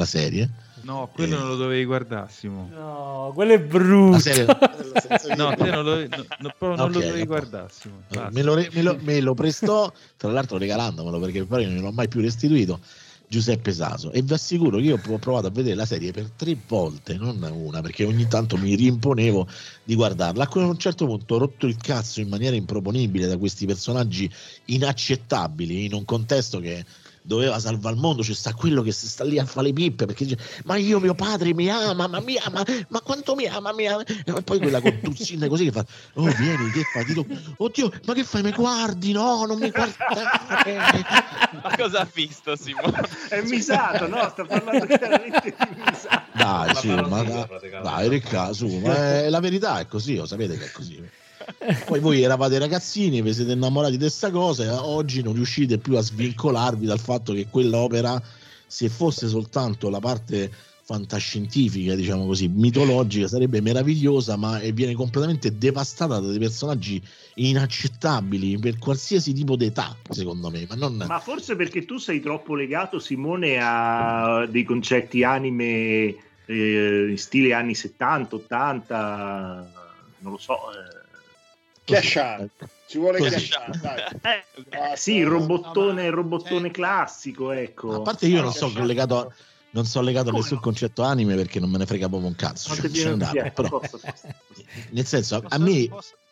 No, quello non lo dovevi guardassimo. No, quello è brutto. No, te non lo dovevi guardassimo. Me lo prestò, tra l'altro regalandomelo, perché poi non l'ho mai più restituito, Giuseppe Saso, e vi assicuro che io ho provato a vedere la serie per 3 volte, non una, perché ogni tanto mi rimponevo di guardarla. A un certo punto ho rotto il cazzo in maniera improponibile da questi personaggi inaccettabili in un contesto che doveva salvare il mondo. C'è sta quello che sta lì a fare le pippe perché dice ma mio padre mi ama, ma quanto mi ama, e poi quella con Tuzzin così che fa vieni, che fai? Oddio, ma che fai, mi guardi? No, non mi guardare. Ma cosa ha visto Simone? È Misato, no? Sta parlando chiaramente di Misato. Dai, su, dai Ricca, su, ma la verità è così, lo sapete che è così. Poi voi eravate ragazzini, vi siete innamorati di questa cosa e oggi non riuscite più a svincolarvi dal fatto che quell'opera, se fosse soltanto la parte fantascientifica, diciamo così, mitologica, sarebbe meravigliosa, ma viene completamente devastata da dei personaggi inaccettabili per qualsiasi tipo d'età, secondo me. Ma forse perché tu sei troppo legato, Simone, a dei concetti anime in stile anni 70, 80, non lo so. Ci vuole Chiasciano, dai. Sì, il robottone classico, ecco. A parte io non sono legato a nessun concetto anime perché non me ne frega proprio un cazzo. Però, nel senso, a me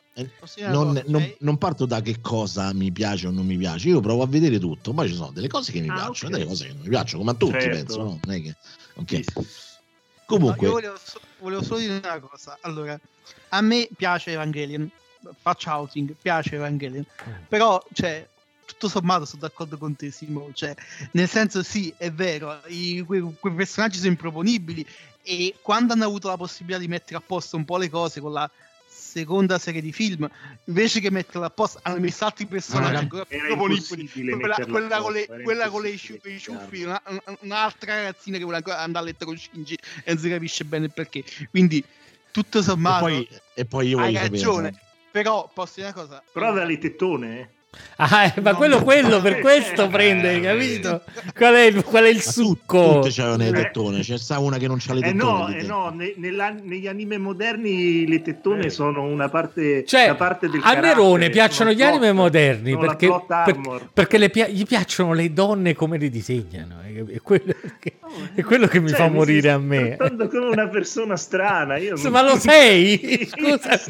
non parto da che cosa mi piace o non mi piace, io provo a vedere tutto, poi ci sono delle cose che mi piacciono, delle cose che non mi piacciono, come a tutti, penso, no? Non è che... Okay. Comunque, no, io volevo solo dire una cosa. Allora, a me piace Evangelion, faccio outing, piace Evangelion, però cioè tutto sommato sono d'accordo con te, Simo, cioè nel senso sì, è vero, quei personaggi sono improponibili e quando hanno avuto la possibilità di mettere a posto un po' le cose con la seconda serie di film, invece che metterla a posto hanno messo altri personaggi ancora più proponibili, quella con i ciuffi, un'altra ragazzina che vuole ancora andare a letto con Shinji e non si capisce bene il perché, quindi tutto sommato e poi io hai ragione. Però posso dire una cosa, però dalle tettone ma quello per questo prende, capito? Qual è il succo? Tutte c'avevano le tettone, c'è sta una che non c'ha le tettone. Negli anime moderni le tettone sono una parte, cioè, una parte del a Nerone piacciono gli anime moderni perché gli piacciono le donne come le disegnano, è quello che mi fa morire a me. Trattando come una persona strana, ma lo sei? Scusa.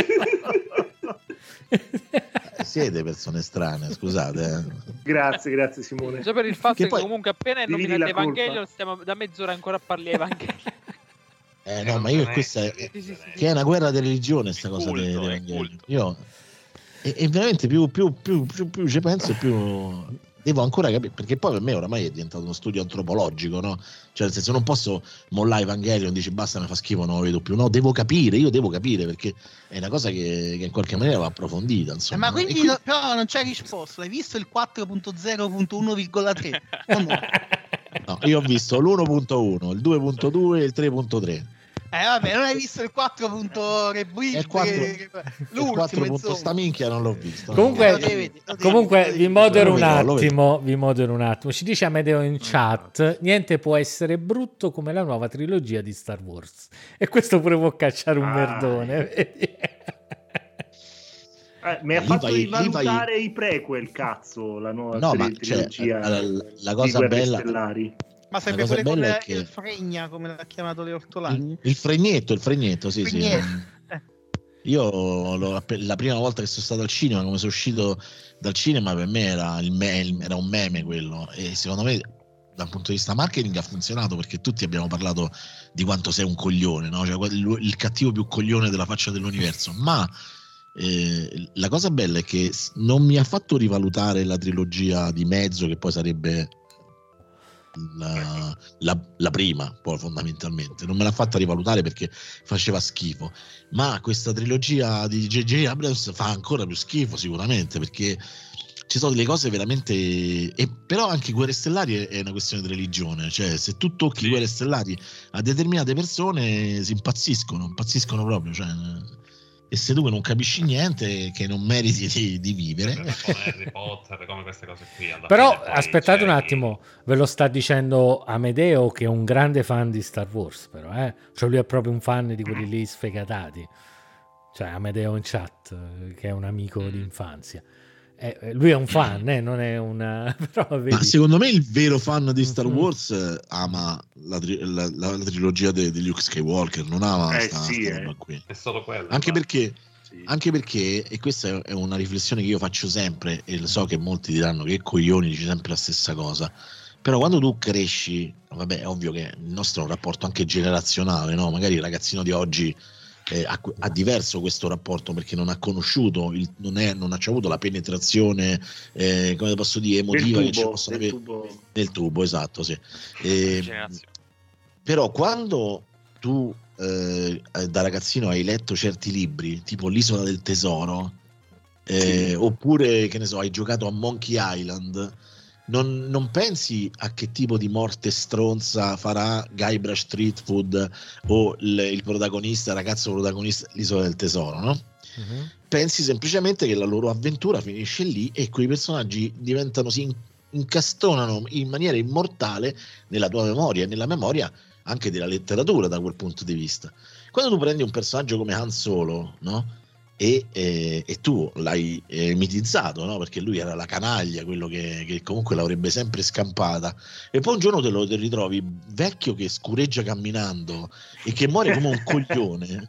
Siete persone strane, scusate. Grazie Simone. Già per il fatto che comunque appena è nominato Evangelion stiamo da mezz'ora ancora a parlare Evangelion. No, ma io questa che è una guerra di religione, sta cosa di Evangelion. Io e veramente più ci penso più devo ancora capire, perché poi per me oramai è diventato uno studio antropologico, no? Cioè nel senso, non posso mollare Evangelion, dici basta, mi fa schifo, non lo vedo più. No, devo capire perché è una cosa che in qualche maniera va approfondita, insomma. Ma quindi però non c'è risposta, hai visto il 4.0.1,3? No, io ho visto l'1.1, il 2.2 e il 3.3. Vabbè, non hai visto il 4. L'ultimo, il 4. Sta minchia non l'ho visto. Comunque vi modero un attimo. Ci dice Amedeo in chat: niente può essere brutto come la nuova trilogia di Star Wars. E questo pure può cacciare un merdone. Mi ha fatto rivalutare i prequel, cazzo, la nuova trilogia. La cosa bella stellari. Ma sempre quelle con il fregna, come l'ha chiamato le ortolani? Il fregnetto, sì. Io la prima volta che sono stato al cinema, come sono uscito dal cinema, per me era un meme quello, e secondo me dal punto di vista marketing ha funzionato, perché tutti abbiamo parlato di quanto sei un coglione, no? Cioè il cattivo più coglione della faccia dell'universo, ma la cosa bella è che non mi ha fatto rivalutare la trilogia di mezzo, che poi sarebbe la prima, poi fondamentalmente non me l'ha fatta rivalutare perché faceva schifo, ma questa trilogia di J.J. Abrams fa ancora più schifo sicuramente, perché ci sono delle cose veramente, però anche Guerre Stellari è una questione di religione, cioè se tu tocchi Guerre Stellari a determinate persone si impazziscono proprio, cioè, e se tu non capisci niente, che non meriti di vivere. Come Harry Potter, come queste cose qui. Però aspettate un attimo, ve lo sta dicendo Amedeo, che è un grande fan di Star Wars, però cioè lui è proprio un fan di quelli lì sfegatati, cioè Amedeo in chat, che è un amico d'infanzia. Lui è un fan, non è una. Però, vedi. Ma secondo me il vero fan di Star Wars ama la trilogia di Luke Skywalker, non ama questa roba qui. È solo quello. Anche perché, e questa è una riflessione che io faccio sempre, e lo so che molti diranno che coglioni, dici sempre la stessa cosa, però quando tu cresci, vabbè, è ovvio che il nostro è un rapporto anche generazionale, no? Magari il ragazzino di oggi ha diverso questo rapporto, perché non ha conosciuto non ha avuto la penetrazione, come posso dire, emotiva che ci possono avere nel tubo, esatto, sì. Però quando tu da ragazzino hai letto certi libri, tipo l'Isola del Tesoro, oppure che ne so, hai giocato a Monkey Island, non pensi a che tipo di morte stronza farà Guybrush Threepwood o il ragazzo protagonista l'Isola del Tesoro, no? Uh-huh. Pensi semplicemente che la loro avventura finisce lì e quei personaggi si incastonano in maniera immortale nella tua memoria e nella memoria anche della letteratura, da quel punto di vista. Quando tu prendi un personaggio come Han Solo, no? E tu l'hai mitizzato, no? Perché lui era la canaglia, quello che comunque l'avrebbe sempre scampata, e poi un giorno te lo ritrovi vecchio che scureggia camminando e che muore come un coglione,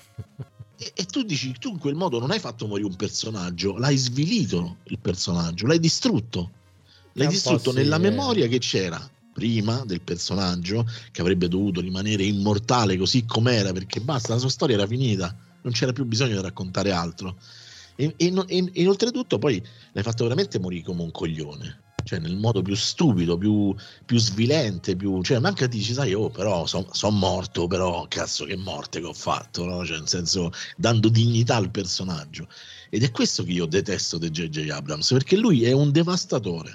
e tu dici, tu in quel modo non hai fatto morire un personaggio, l'hai svilito il personaggio, l'hai distrutto nella memoria che c'era prima del personaggio, che avrebbe dovuto rimanere immortale così com'era, perché basta, la sua storia era finita, non c'era più bisogno di raccontare altro, e oltretutto poi l'hai fatto veramente morire come un coglione, cioè nel modo più stupido, più svilente, cioè manca dici, sai, però sono morto, però cazzo che morte che ho fatto, no? Cioè nel senso, dando dignità al personaggio, ed è questo che io detesto di J.J. Abrams, perché lui è un devastatore.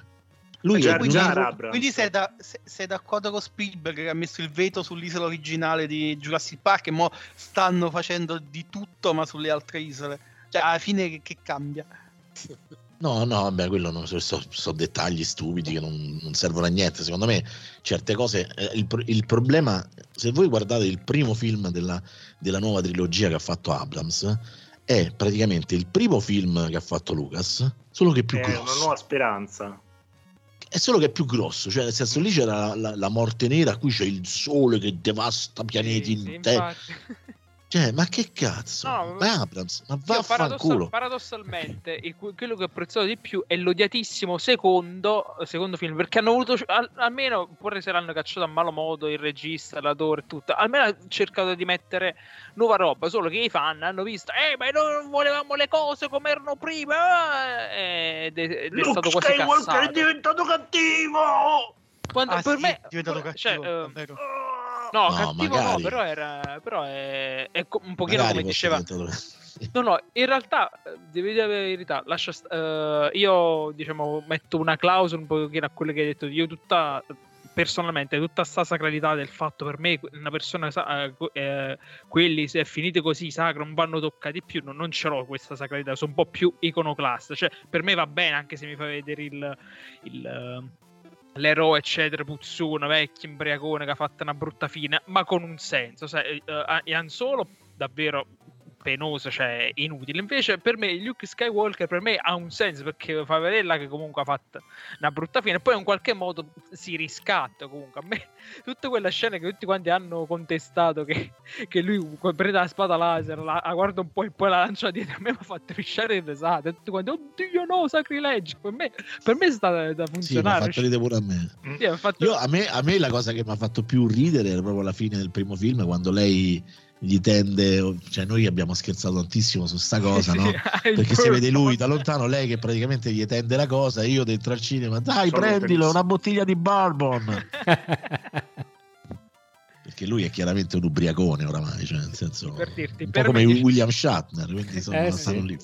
Quindi sei d'accordo con Spielberg, che ha messo il veto sull'isola originale di Jurassic Park, e mo stanno facendo di tutto ma sulle altre isole, cioè alla fine che cambia? No, vabbè, quello non so dettagli stupidi che non servono a niente. Secondo me certe cose, il problema, se voi guardate il primo film della nuova trilogia che ha fatto Abrams, è praticamente il primo film che ha fatto Lucas, solo che più grosso. Una nuova speranza. È solo che è più grosso, cioè nel senso, lì c'era la morte nera, qui c'è il sole che devasta pianeti interi. Cioè, ma che cazzo? Ma Abrams, ma vaffanculo. Paradossalmente, quello che ho apprezzato di più è l'odiatissimo secondo film, perché hanno voluto, almeno, pure se l'hanno cacciato a malo modo il regista, l'attore e tutto, almeno ha cercato di mettere nuova roba, solo che i fan hanno visto ma non volevamo le cose come erano prima, ed è stato quasi cassato. È diventato cattivo! Per me è diventato cattivo, no, cattivo magari. No, però è un pochino magari come diceva. No, in realtà devi dire la verità. Io diciamo metto una clausola un pochino a quello che hai detto. Io personalmente tutta sta sacralità del fatto, per me una persona quelli se è finite così sacro non vanno toccati più, non ce l'ho questa sacralità, sono un po' più iconoclasta, cioè per me va bene anche se mi fa vedere l'eroe eccetera, puzzone, vecchio, imbriacone che ha fatto una brutta fine, ma con un senso, sai, Han Solo davvero penoso, cioè inutile. Invece per me Luke Skywalker per me ha un senso, perché fa vedere che comunque ha fatto una brutta fine e poi in qualche modo si riscatta. Comunque a me tutte quelle scene che tutti quanti hanno contestato che lui prende la spada laser, la guarda un po' e poi la lancia dietro, a me mi ha fatto risciare il risate, tutti quanti oddio no, sacrilegio. Per me è stata da funzionare. Sì, mi ha fatto ridere pure a me. Sì, a me la cosa che mi ha fatto più ridere era proprio alla fine del primo film, quando lei gli tende, cioè noi abbiamo scherzato tantissimo su sta cosa, no? Perché si vede lui da lontano, lei che praticamente gli tende la cosa, e io dentro al cinema, dai prendilo, una bottiglia di bourbon. Perché lui è chiaramente un ubriacone oramai, cioè nel senso per dirti, un po' come William Shatner, quindi insomma stanno lì.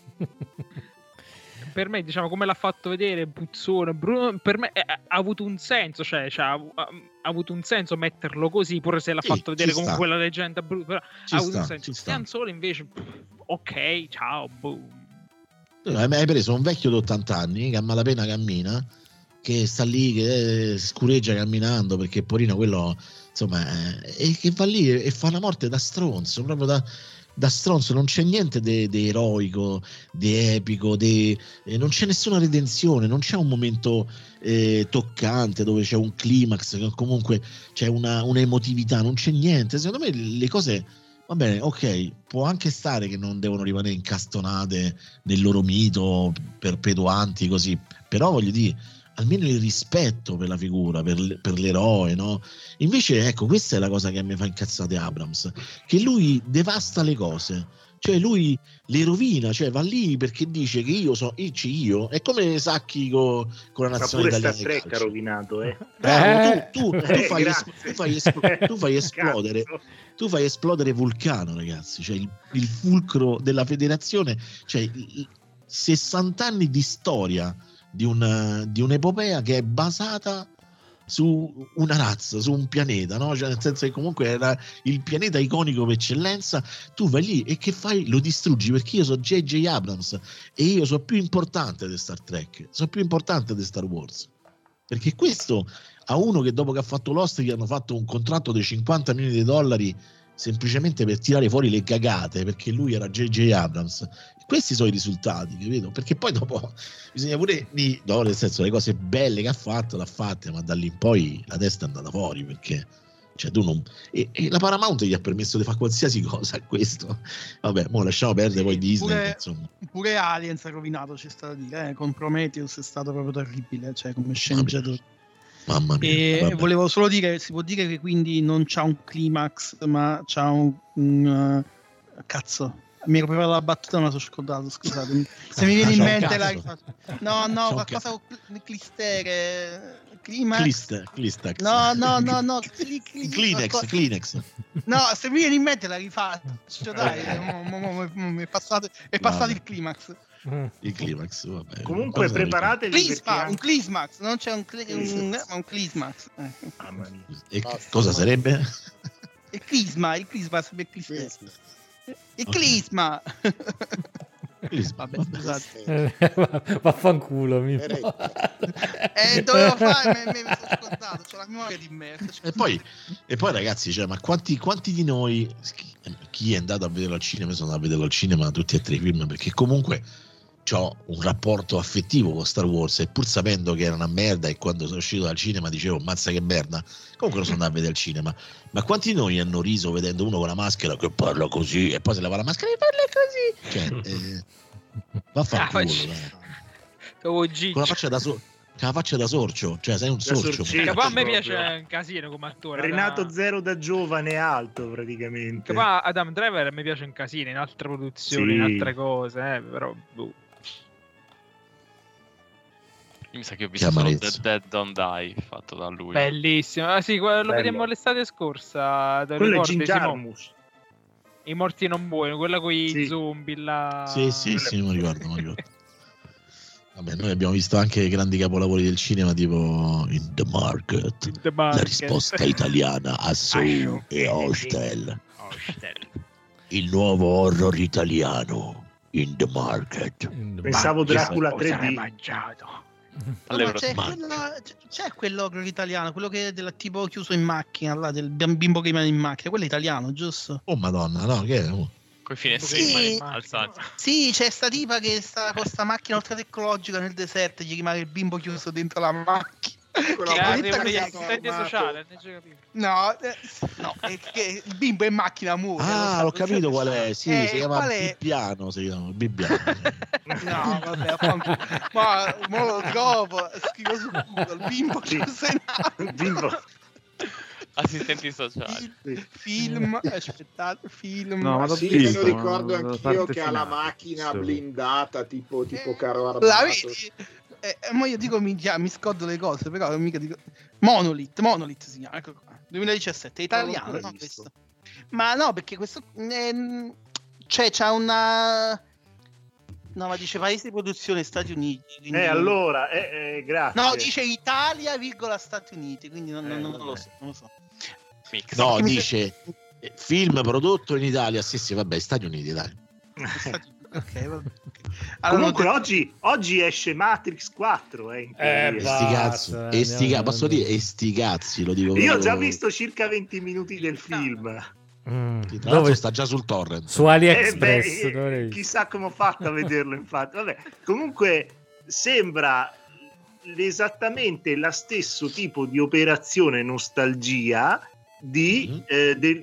Per me, diciamo, come l'ha fatto vedere Puzzone, Bruno, per me ha avuto un senso, cioè ha avuto un senso metterlo così, pure se l'ha fatto vedere come quella leggenda, però ha avuto un senso. Stian Solo invece, ok, ciao, boom. Hai preso un vecchio di 80 anni che a malapena cammina, che sta lì, che scureggia camminando, perché porino quello, insomma, e che va lì e fa una morte da stronzo, proprio da stronzo, non c'è niente di eroico, di epico, non c'è nessuna redenzione, non c'è un momento toccante dove c'è un climax, che comunque c'è un'emotività, non c'è niente. Secondo me le cose, va bene, ok, può anche stare che non devono rimanere incastonate nel loro mito perpetuanti così, però voglio dire, almeno il rispetto per la figura, per l'eroe, no? Invece, ecco, questa è la cosa che mi fa incazzare Abrams, che lui devasta le cose, cioè lui le rovina, cioè va lì perché dice che io è come Sacchi con la nazione italiana. Star Trek ha rovinato, tu fai esplodere Vulcano, ragazzi, cioè il fulcro della federazione, cioè 60 anni di storia di un'epopea che è basata su una razza, su un pianeta, no? Cioè nel senso che comunque era il pianeta iconico per eccellenza. Tu vai lì e che fai? Lo distruggi, perché io sono J.J. Abrams e io sono più importante di Star Trek, sono più importante di Star Wars, perché questo a uno che dopo che ha fatto Lost gli hanno fatto un contratto di $50 milioni semplicemente per tirare fuori le cagate, perché lui era J.J. Abrams. Questi sono i risultati, capito? Perché poi dopo bisogna pure nel senso, le cose belle che ha fatto l'ha fatte, ma da lì in poi la testa è andata fuori, perché cioè tu non e la Paramount gli ha permesso di fare qualsiasi cosa a questo. Vabbè, mo lasciamo perdere poi Disney, insomma. Pure Aliens ha rovinato, c'è stato da dire, con Prometheus è stato proprio terribile, cioè come sceneggiatore. Mamma mia, e volevo solo dire, si può dire che quindi non c'ha un climax, ma c'ha un cazzo, mi ero preparato la battuta, non la so scordato, scusatemi. Se mi viene in mente la no, qualcosa con clistere, climax. Clistax. No. Kleenex. No, se mi viene in mente la rifaccio, dai, è passato il climax. Il climax, vabbè. Comunque preparatevi, un climax, non c'è un climax. E cosa sarebbe? Il clisma sarebbe il clisma. Vabbè, scusate. Vaffanculo, dovevo fare, mi sono scordato, c'ho la memoria di merda. E poi ragazzi, cioè, ma quanti di noi, chi è andato a vederlo al cinema, sono andato a vederlo al cinema tutti e tre i film, perché comunque ho un rapporto affettivo con Star Wars, e pur sapendo che era una merda, e quando sono uscito dal cinema dicevo mazza che merda, comunque lo sono andato a vedere al cinema. Ma quanti di noi hanno riso vedendo uno con la maschera che parla così e poi se leva la maschera e parla così, cioè vaffanculo, con la faccia da sorcio, cioè sei un sorcio. Che poi a me piace un casino come attore. Renato Zero da giovane alto praticamente. Che poi Adam Driver mi piace un casino in altre produzioni, in altre cose, però mi sa che ho visto The Dead Don't Die fatto da lui. Bellissimo. Sì, lo vedemmo l'estate scorsa. Quello è Jim Jarmusch. I morti non buoni, quella con i zombie là. Sì, non mi ricordo. Vabbè, noi abbiamo visto anche grandi capolavori del cinema tipo In the Market. La risposta italiana a Saw e Hostel. Il nuovo horror italiano In the Market. Pensavo Dracula 3D. Mangiato. Allora, c'è quell'ogro italiano, quello che è del tipo chiuso in macchina, là, del bimbo che rimane in macchina, quello è italiano, giusto? Oh madonna, no, che è? Coi finestrini alzati. Sì, c'è sta tipa che sta con sta macchina ultra tecnologica nel deserto, gli rimane il bimbo chiuso dentro la macchina. Assistente sociale, no, è che il bimbo è in macchina muore. Ah, l'ho capito qual è. Sì, si chiama Bibbiano. No, vabbè, ma lo trovo. Scrivo su Google, il bimbo chiuso in bimbo. Assistenti sociali. Film, aspettate, film. No, ma sì, me lo ricordo anch'io che ha la macchina blindata tipo carro armato. Ma io dico mi scordo le cose, però mica dico Monolith si chiama, ecco qua. 2017, è italiano, no, questo. Ma no, perché questo cioè c'ha una ma dice paese di produzione Stati Uniti, quindi... allora grazie. No, dice Italia, Stati Uniti, quindi non lo so. Mix. No, dice film prodotto in Italia, sì, vabbè, Stati Uniti, dai. Ok, vabbè. Allora, comunque oggi esce Matrix 4, posso dire sti cazzi, lo dico. Io ho già visto circa 20 minuti del film. Dove sta già sul torrent? Su AliExpress. Chissà come ho fatto a vederlo, infatti. Vabbè, comunque sembra esattamente lo stesso tipo di operazione nostalgia del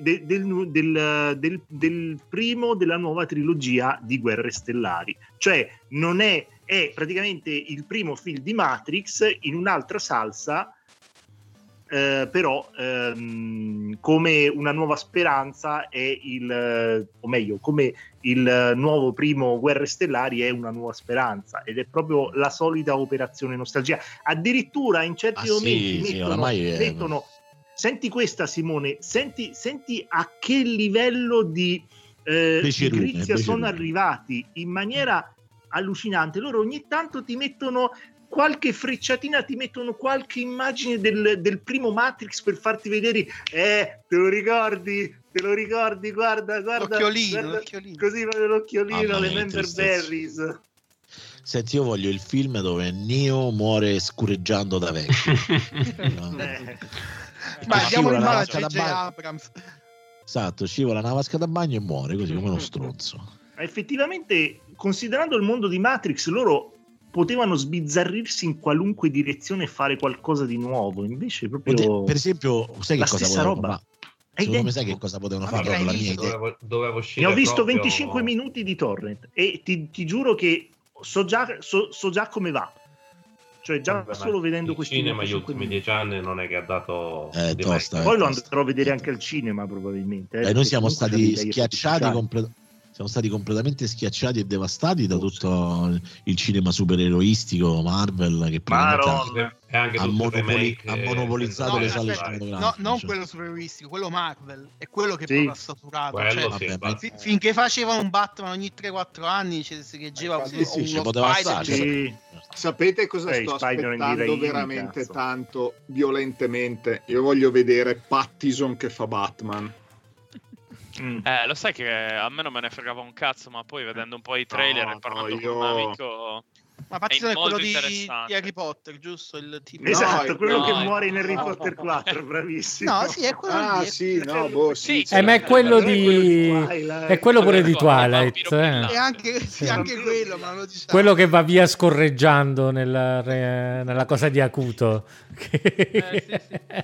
primo della nuova trilogia di Guerre Stellari, cioè non è praticamente il primo film di Matrix in un'altra salsa, però come una nuova speranza è come il nuovo primo Guerre Stellari è una nuova speranza, ed è proprio la solita operazione nostalgia. Addirittura in certi momenti mettono senti questa, Simone, senti a che livello di pigrizia sono arrivati in maniera allucinante. Loro ogni tanto ti mettono qualche frecciatina, ti mettono qualche immagine del primo Matrix per farti vedere, te lo ricordi, guarda l'occhiolino. Così l'occhiolino, le member berries. Senti, io voglio il film dove Neo muore scureggiando da vecchio. Ma diamo in mano a J.J. Abrams. Esatto, scivola una vasca da bagno e muore così come uno stronzo. Effettivamente, considerando il mondo di Matrix, loro potevano sbizzarrirsi in qualunque direzione e fare qualcosa di nuovo. Invece proprio per esempio, sai che cosa potevano fare? Secondo me sai che cosa potevano fare con la mia idea? Doveva uscire. Ne ho visto 25 minuti di torrent e ti giuro che so già come va. Cioè già solo vedendo questi cinema gli ultimi 10 anni non è che ha dato poi lo andrò a vedere anche al cinema probabilmente. Noi siamo stati schiacciati siamo stati completamente schiacciati e devastati da tutto il cinema supereroistico Marvel, che ha monopolizzato le sale cinematografiche. No, non quello supereroistico, quello Marvel è quello che proprio ha saturato. Finché facevano un Batman ogni 3-4 anni si leggeva poteva stare. Sapete cosa sto aspettando veramente tanto violentemente? Io voglio vedere Pattison che fa Batman. Lo sai che a me non me ne fregava un cazzo, ma poi vedendo un po' i trailer e parlando con un amico Ma infatti è quello di Harry Potter, giusto? Il team. Esatto, quello che muore in Harry Potter 4, bravissimo. No, sì, è quello ma è quello di... è quello pure di Twilight. E anche quello, ma lo diciamo. Quello che va via scorreggiando nella cosa di Acuto. Sì.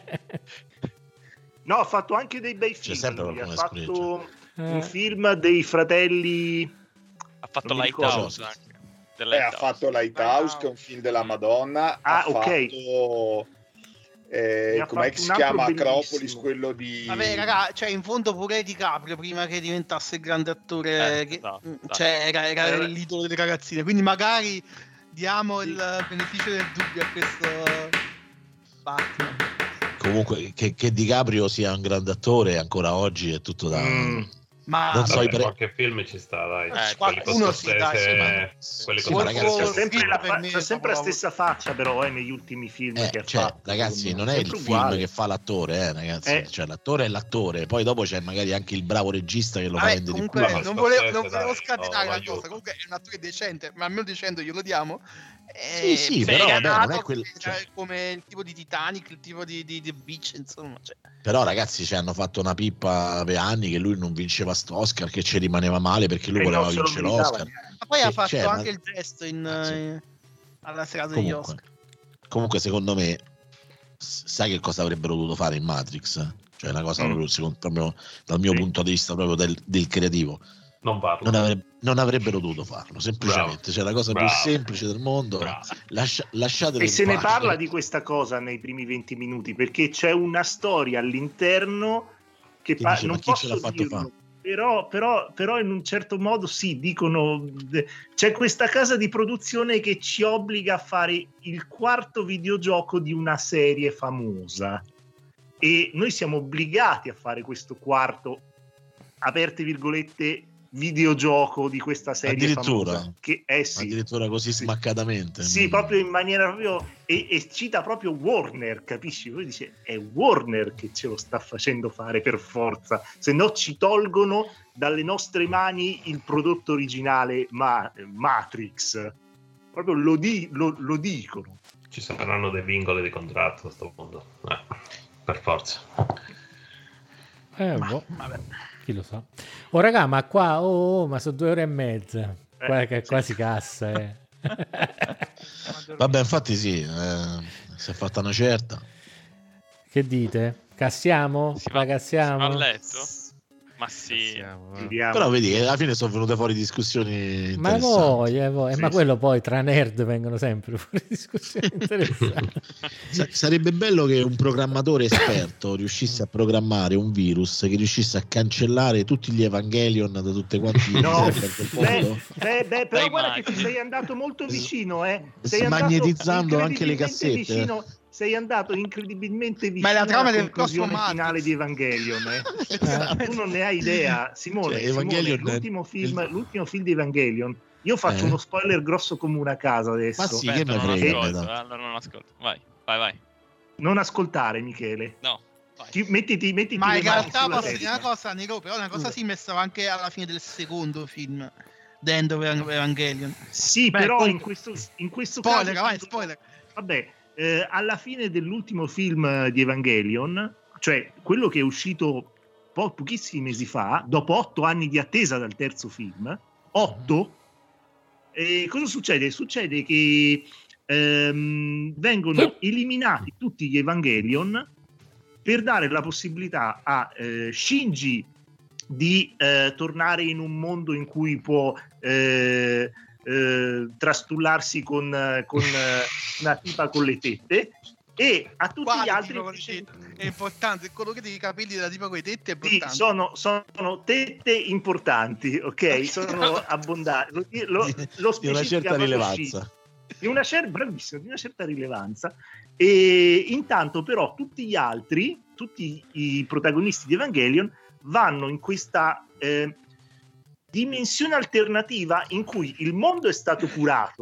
No, ha fatto anche dei bei film. Ha fatto un film dei fratelli... Ha fatto Lighthouse anche. Ha fatto Lighthouse, che è un film della Madonna. Ok. Com'è che si chiama? Acropolis, quello di... Vabbè, raga, cioè in fondo pure DiCaprio, prima che diventasse il grande attore, cioè era l'idolo delle ragazzine, quindi magari diamo il beneficio del dubbio a questo Batman. Comunque, che DiCaprio sia un grande attore ancora oggi è tutto da... Ma non so, qualche film ci sta, dai. Qualcuno sì, dai. C'ha sempre la stessa faccia, però negli ultimi film che ha fatto. Ragazzi, non è il film che fa l'attore, ragazzi. Cioè, l'attore è l'attore, poi dopo c'è magari anche il bravo regista che lo fa rendere comunque, di più. Non volevo scatenare la cosa. Comunque è un attore decente, ma almeno decente glielo diamo. Sì, però vabbè, non è quel... come il tipo di Titanic, il tipo di The Beach, insomma. Però ragazzi, ci hanno fatto una pippa per anni che lui non vinceva sto Oscar, che ci rimaneva male perché lui voleva vincere l'Oscar. Ma poi ha fatto anche il gesto alla serata degli Oscar. Comunque secondo me, sai che cosa avrebbero dovuto fare in Matrix? Cioè una cosa proprio dal mio punto di vista proprio del creativo. Non avrebbero dovuto farlo, semplicemente. Cioè la cosa più semplice del mondo. Lasciatelo. E se ne parla di questa cosa nei primi 20 minuti, perché c'è una storia all'interno che dice, non posso dirlo, però in un certo modo dicono c'è questa casa di produzione che ci obbliga a fare il quarto videogioco di una serie famosa e noi siamo obbligati a fare questo quarto, aperte virgolette, videogioco di questa serie famosa, che addirittura così smaccatamente, proprio in maniera proprio e cita proprio Warner, capisci? Poi dice è Warner che ce lo sta facendo fare per forza, se no ci tolgono dalle nostre mani il prodotto originale Matrix, proprio lo dicono. Ci saranno dei vincoli di contratto a sto punto, per forza. Vabbè. Chi lo sa. Raga, ma qua ma sono 2 ore e mezza. Quasi cassa. Vabbè, infatti si è fatta una certa. Che dite? Cassiamo? Cassiamo? A letto? Ma sì. Però vedi che alla fine sono venute fuori discussioni interessanti. Ma quello poi tra nerd vengono sempre fuori discussioni interessanti. Sarebbe bello che un programmatore esperto riuscisse a programmare un virus che riuscisse a cancellare tutti gli Evangelion da tutte quante però guarda che ti sei andato molto vicino, smagnetizzando anche le cassette. Sei andato incredibilmente vicino alla trama del conclusione finale di Evangelion. Tu non ne hai idea, Simone. L'ultimo film di Evangelion. Io faccio uno spoiler grosso come una casa adesso. Ma sì, che me frega. Allora non ascolto. Vai. Non ascoltare, Michele. No. Mettiti ma in realtà posso dire una cosa, Nico, però una cosa simile stava anche alla fine del secondo film, The End of Evangelion. Sì, però in questo spoiler, caso... spoiler. Vabbè. Alla fine dell'ultimo film di Evangelion, cioè quello che è uscito pochissimi mesi fa, dopo 8 anni di attesa dal terzo film, 8, cosa succede? Succede che vengono eliminati tutti gli Evangelion per dare la possibilità a Shinji di tornare in un mondo in cui può trastullarsi con una tipa con le tette, e a tutti gli altri è importante, quello che devi capelli della tipa con le tette è importante. Sono tette importanti, ok? Sono abbondanti, di una certa rilevanza, di una certa rilevanza. E intanto però tutti i protagonisti di Evangelion vanno in questa dimensione alternativa in cui il mondo è stato curato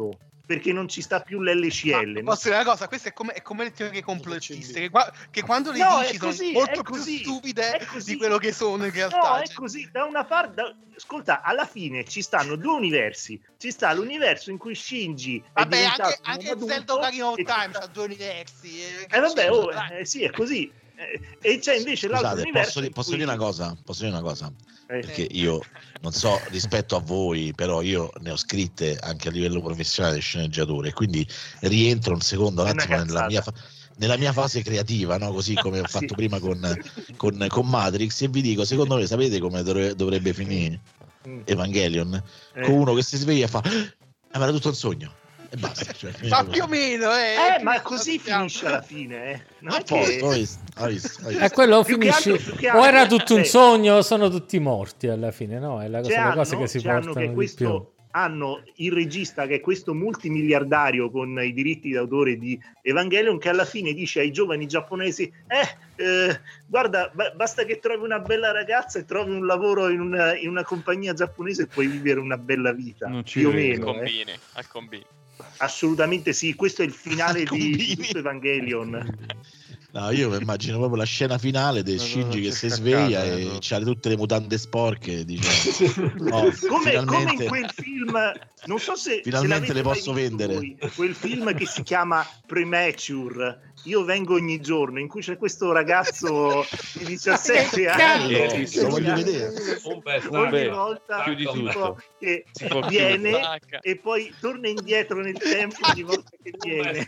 perché non ci sta più l'LCL. Posso dire una cosa, questa è come le teorie complottiste, che quando le dici sono molto più stupide di quello che sono in realtà. No, è così, da una parte... Ascolta, alla fine ci stanno due universi. Ci sta l'universo in cui Shinji vabbè, anche Zelda Ocarina of Time c'ha due universi. Sì, è così. E c'è invece l'altro universo. Posso dire una cosa? Perché io non so rispetto a voi, però io ne ho scritte anche a livello professionale di sceneggiature, quindi rientro un secondo un attimo nella mia fase creativa, no? Così come ho fatto prima con Matrix, e vi dico, secondo me sapete come dovrebbe finire Evangelion? Con uno che si sveglia e fa ma era tutto un sogno e basta, cioè, ma più o meno ma così finisce alla fine non è quello finisce o era tutto un sogno, sono tutti morti alla fine, no? È la cosa che si portano che di più. Hanno il regista che è questo multimiliardario con i diritti d'autore di Evangelion, che alla fine dice ai giovani giapponesi guarda, basta che trovi una bella ragazza e trovi un lavoro in una compagnia giapponese e puoi vivere una bella vita, più o meno. Al combine. Assolutamente sì, questo è il finale di tutto Evangelion. No, io mi immagino proprio la scena finale del Shinji che si sveglia e c'ha tutte le mutande sporche, diciamo. Come in quel film, non so se finalmente le posso vendere voi, quel film che si chiama Premature, Io vengo ogni giorno, in cui c'è questo ragazzo di 17 anni, lo voglio vedere ogni volta che viene e poi torna indietro nel tempo ogni volta che viene.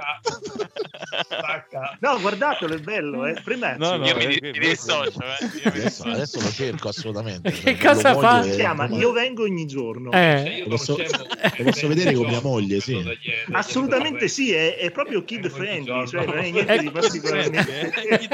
No, guardatelo, è bello, Premature. Io mi dissocio, adesso lo cerco assolutamente. Che cosa fa? Si chiama Io vengo ogni giorno. Lo posso vedere con mia moglie, sì. Assolutamente sì, è proprio kid friendly, cioè non è niente di particolare.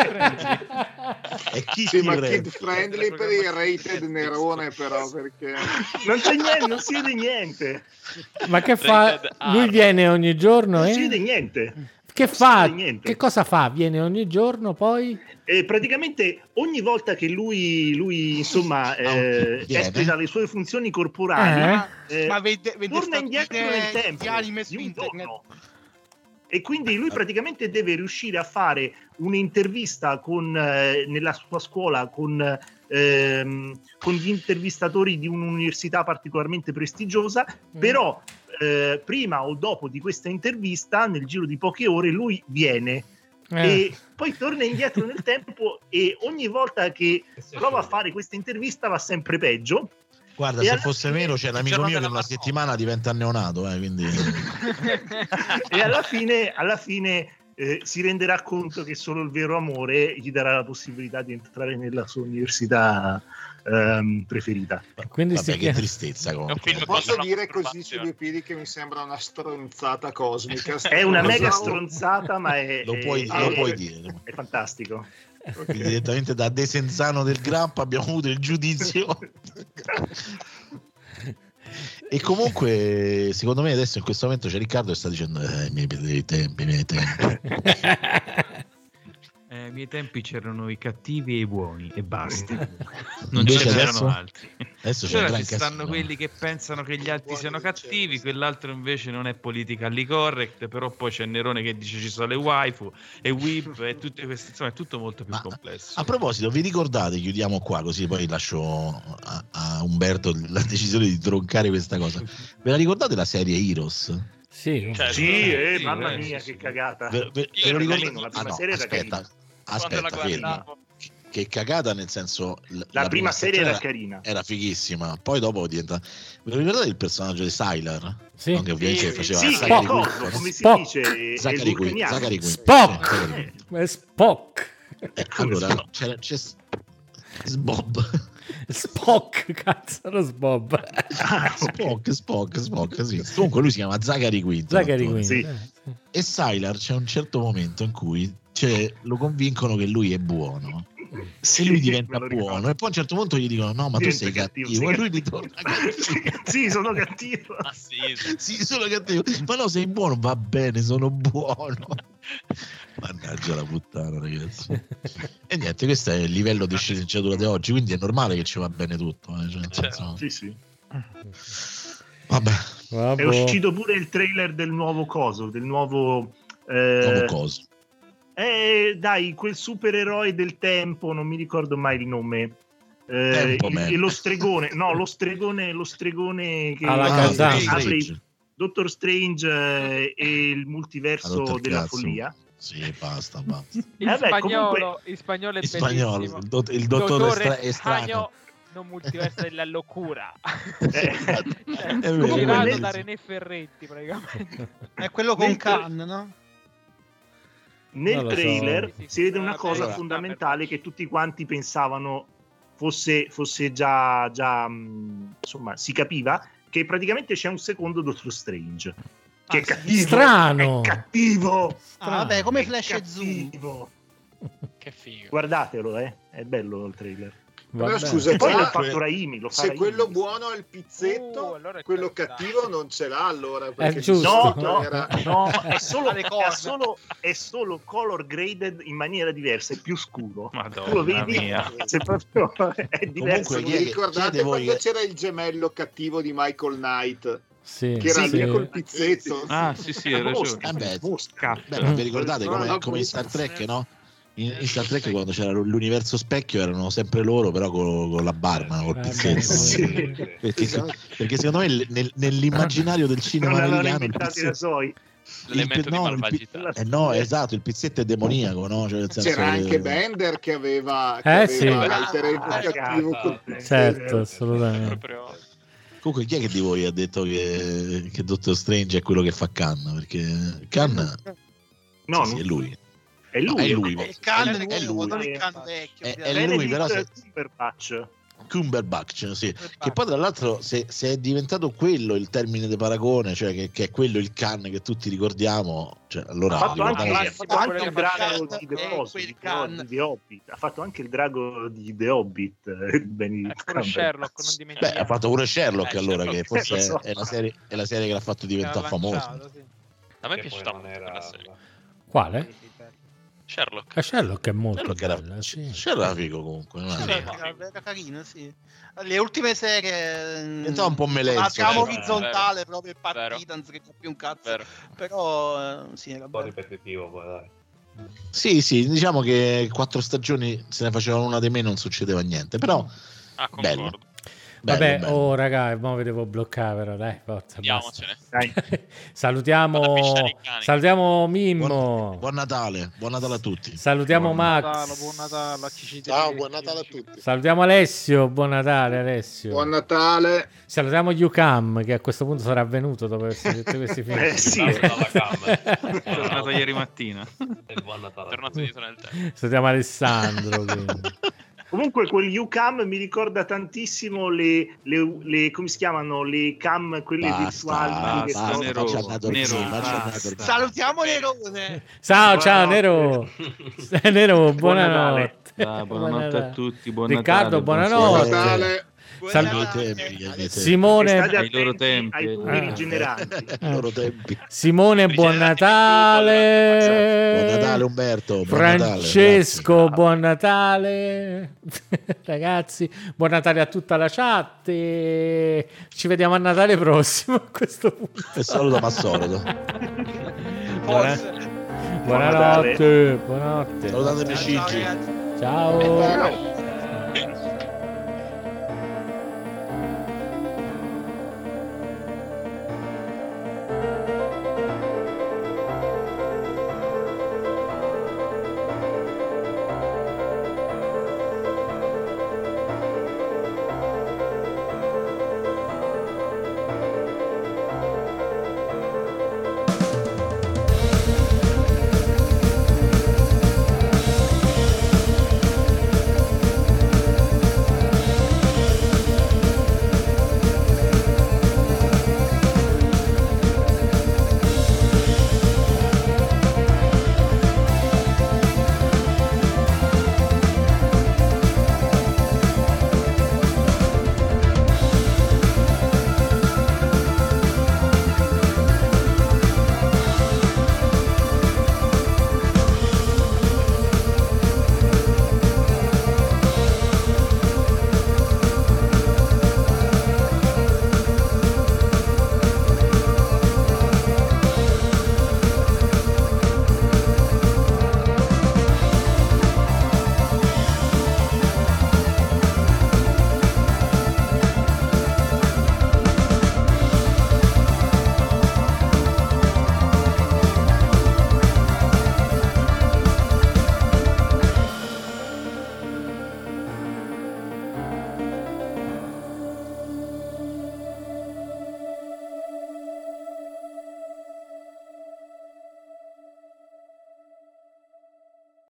Ma kid friendly per il rated Nerone, però, perché non c'è niente, non si vede niente. Ma che fa? Lui viene ogni giorno, non si vede niente. Che fa? Che cosa fa? Viene ogni giorno poi? Praticamente ogni volta che lui insomma espleta le sue funzioni corporali, torna indietro nel tempo di un giorno. E quindi lui praticamente deve riuscire a fare un'intervista nella sua scuola con gli intervistatori di un'università particolarmente prestigiosa, però prima o dopo di questa intervista, nel giro di poche ore, lui viene e poi torna indietro nel tempo, e ogni volta che prova a fare questa intervista va sempre peggio. Guarda, se fosse vero, c'è un amico mio che in una settimana diventa neonato, quindi... E alla fine si renderà conto che solo il vero amore gli darà la possibilità di entrare nella sua università preferita. Quindi che tristezza comunque. Posso dire così su due piedi che mi sembra una stronzata cosmica. È una mega stronzata, ma lo puoi dire. È fantastico. Quindi direttamente da Desenzano del Grappa abbiamo avuto il giudizio. E comunque secondo me adesso in questo momento c'è Riccardo che sta dicendo i miei tempi. Ai miei tempi c'erano i cattivi e i buoni e basta, non c'erano altri. Adesso ci stanno quelli che pensano che gli altri siano cattivi, quell'altro invece non è politically correct, però poi c'è Nerone che dice ci sono le waifu e whip e tutte queste, insomma è tutto molto più complesso. A proposito, vi ricordate, chiudiamo qua così poi lascio a Umberto la decisione di troncare questa cosa, ve la ricordate la serie Heroes? Sì, mamma mia, che cagata. Ve lo ricordate? Aspetta, ferma. Che cagata, nel senso la prima serie era carina, era fighissima, poi dopo diventa... Ve lo ricordate il personaggio di Sylar? Sì. Che ovviamente faceva come si dice, Zachary Quinn. Spock. Allora c'è Sbob. Spock, cazzo, era Sbob. Spock, sì. Comunque lui si chiama Zachary Quinn. Sì. E Sylar c'è un certo momento in cui lo convincono che lui è buono, e lui diventa buono, e poi a un certo punto gli dicono no, ma tu sei cattivo, e lui ritorna sì, sono cattivo. Sì, sono cattivo, ma no, sei buono, va bene, sono buono. Mannaggia la puttana, ragazzi. E niente, questo è il livello di sceneggiatura di oggi, quindi è normale che ci va bene tutto, Sì. Vabbè. È uscito pure il trailer del nuovo coso, nuovo coso. Dai, quel supereroe del tempo, non mi ricordo mai il nome. Lo stregone, no, lo stregone che apre Doctor Strange e il multiverso della follia. Sì, basta. In spagnolo è bellissimo. Il dottore è strano. Non multiverso della locura. Girato da René Ferretti praticamente. È quello con Khan, no? Nel trailer si vede una cosa fondamentale che tutti quanti pensavano fosse già insomma, si capiva che praticamente c'è un secondo Doctor Strange che è cattivo. Strano. È cattivo. Vabbè, come Flash e Zoom. Che figo. Guardatelo, è bello il trailer. Però scusa, poi l'ha fatto Raimi, se quello buono è il pizzetto, allora quello cattivo non ce l'ha, allora perché giusto. No, è solo color graded in maniera diversa, è più scuro. Madonna, tu lo vedi, mia. È diverso. Comunque, vi ricordate quando c'era il gemello cattivo di Michael Knight? Sì, che era lì col pizzetto. Sì, hai ragione. Vi ricordate come in Star Trek, no? In Star Trek quando c'era l'universo specchio erano sempre loro, però con la barba, col pizzetto. Sì. Perché secondo me nell'immaginario del cinema americano il pizzetto, l'elemento di malvagità. No, esatto, il pizzetto è demoniaco, no? Cioè, nel senso c'era anche Bender che aveva sì. alter ego cattivo col pizzetto. Certo, assolutamente. Comunque chi è che di voi ha detto che Doctor Strange è quello che fa Khan? Perché Khan sì, è lui. È lui. È lui però Cumberbatch. Cumberbatch, sì. Che poi tra l'altro se è diventato quello il termine di paragone, cioè che è quello il Khan che tutti ricordiamo, cioè allora ha fatto anche il drago di The Hobbit. Ha fatto anche il drago di The Hobbit. Sherlock, non dimenticare. Ha fatto pure Sherlock, allora Sherlock, che forse è la serie che l'ha fatto diventare famoso. Sì. A me è piaciuta molto quella serie. Quale? Sherlock. Sherlock è molto bella, sì. Sherlock era figo comunque, era carino, sì. Le ultime serie diventava un po' melenzo, la trama orizzontale proprio partita, non si capisce più un cazzo. Però sì, era un po' ripetitivo poi, dai. Sì, diciamo che 4 stagioni se ne facevano una di me non succedeva niente, però bello. Vabbè, raga, mo vi devo bloccare però, dai, forza. Andiamocene. Dai. Salutiamo Mimmo. Buon Natale a tutti. Salutiamo Max. Buon Natale. Ciao, buon Natale a tutti. Salutiamo Alessio, buon Natale Alessio. Buon Natale. Salutiamo Yucam che a questo punto sarà venuto dopo aver sentito questi film. Sì. È tornato ieri mattina. Buon Natale. Tornato dietro nel tempo. Salutiamo Alessandro. Comunque quel UCam mi ricorda tantissimo le come si chiamano, le cam, quelle virtuali. Salutiamo Nerone. Ciao Nero. Nero, buonanotte. Buonanotte a tutti. Riccardo, buonanotte. Simone ai loro tempi, Simone, buon Natale. Buon Natale Umberto. Francesco, buon Natale. Ragazzi, buon Natale a tutta la chat. Ci vediamo a Natale prossimo a questo punto. E saluto Massolido. Buonanotte. Salutatemi Cigi. Ciao. Ciao.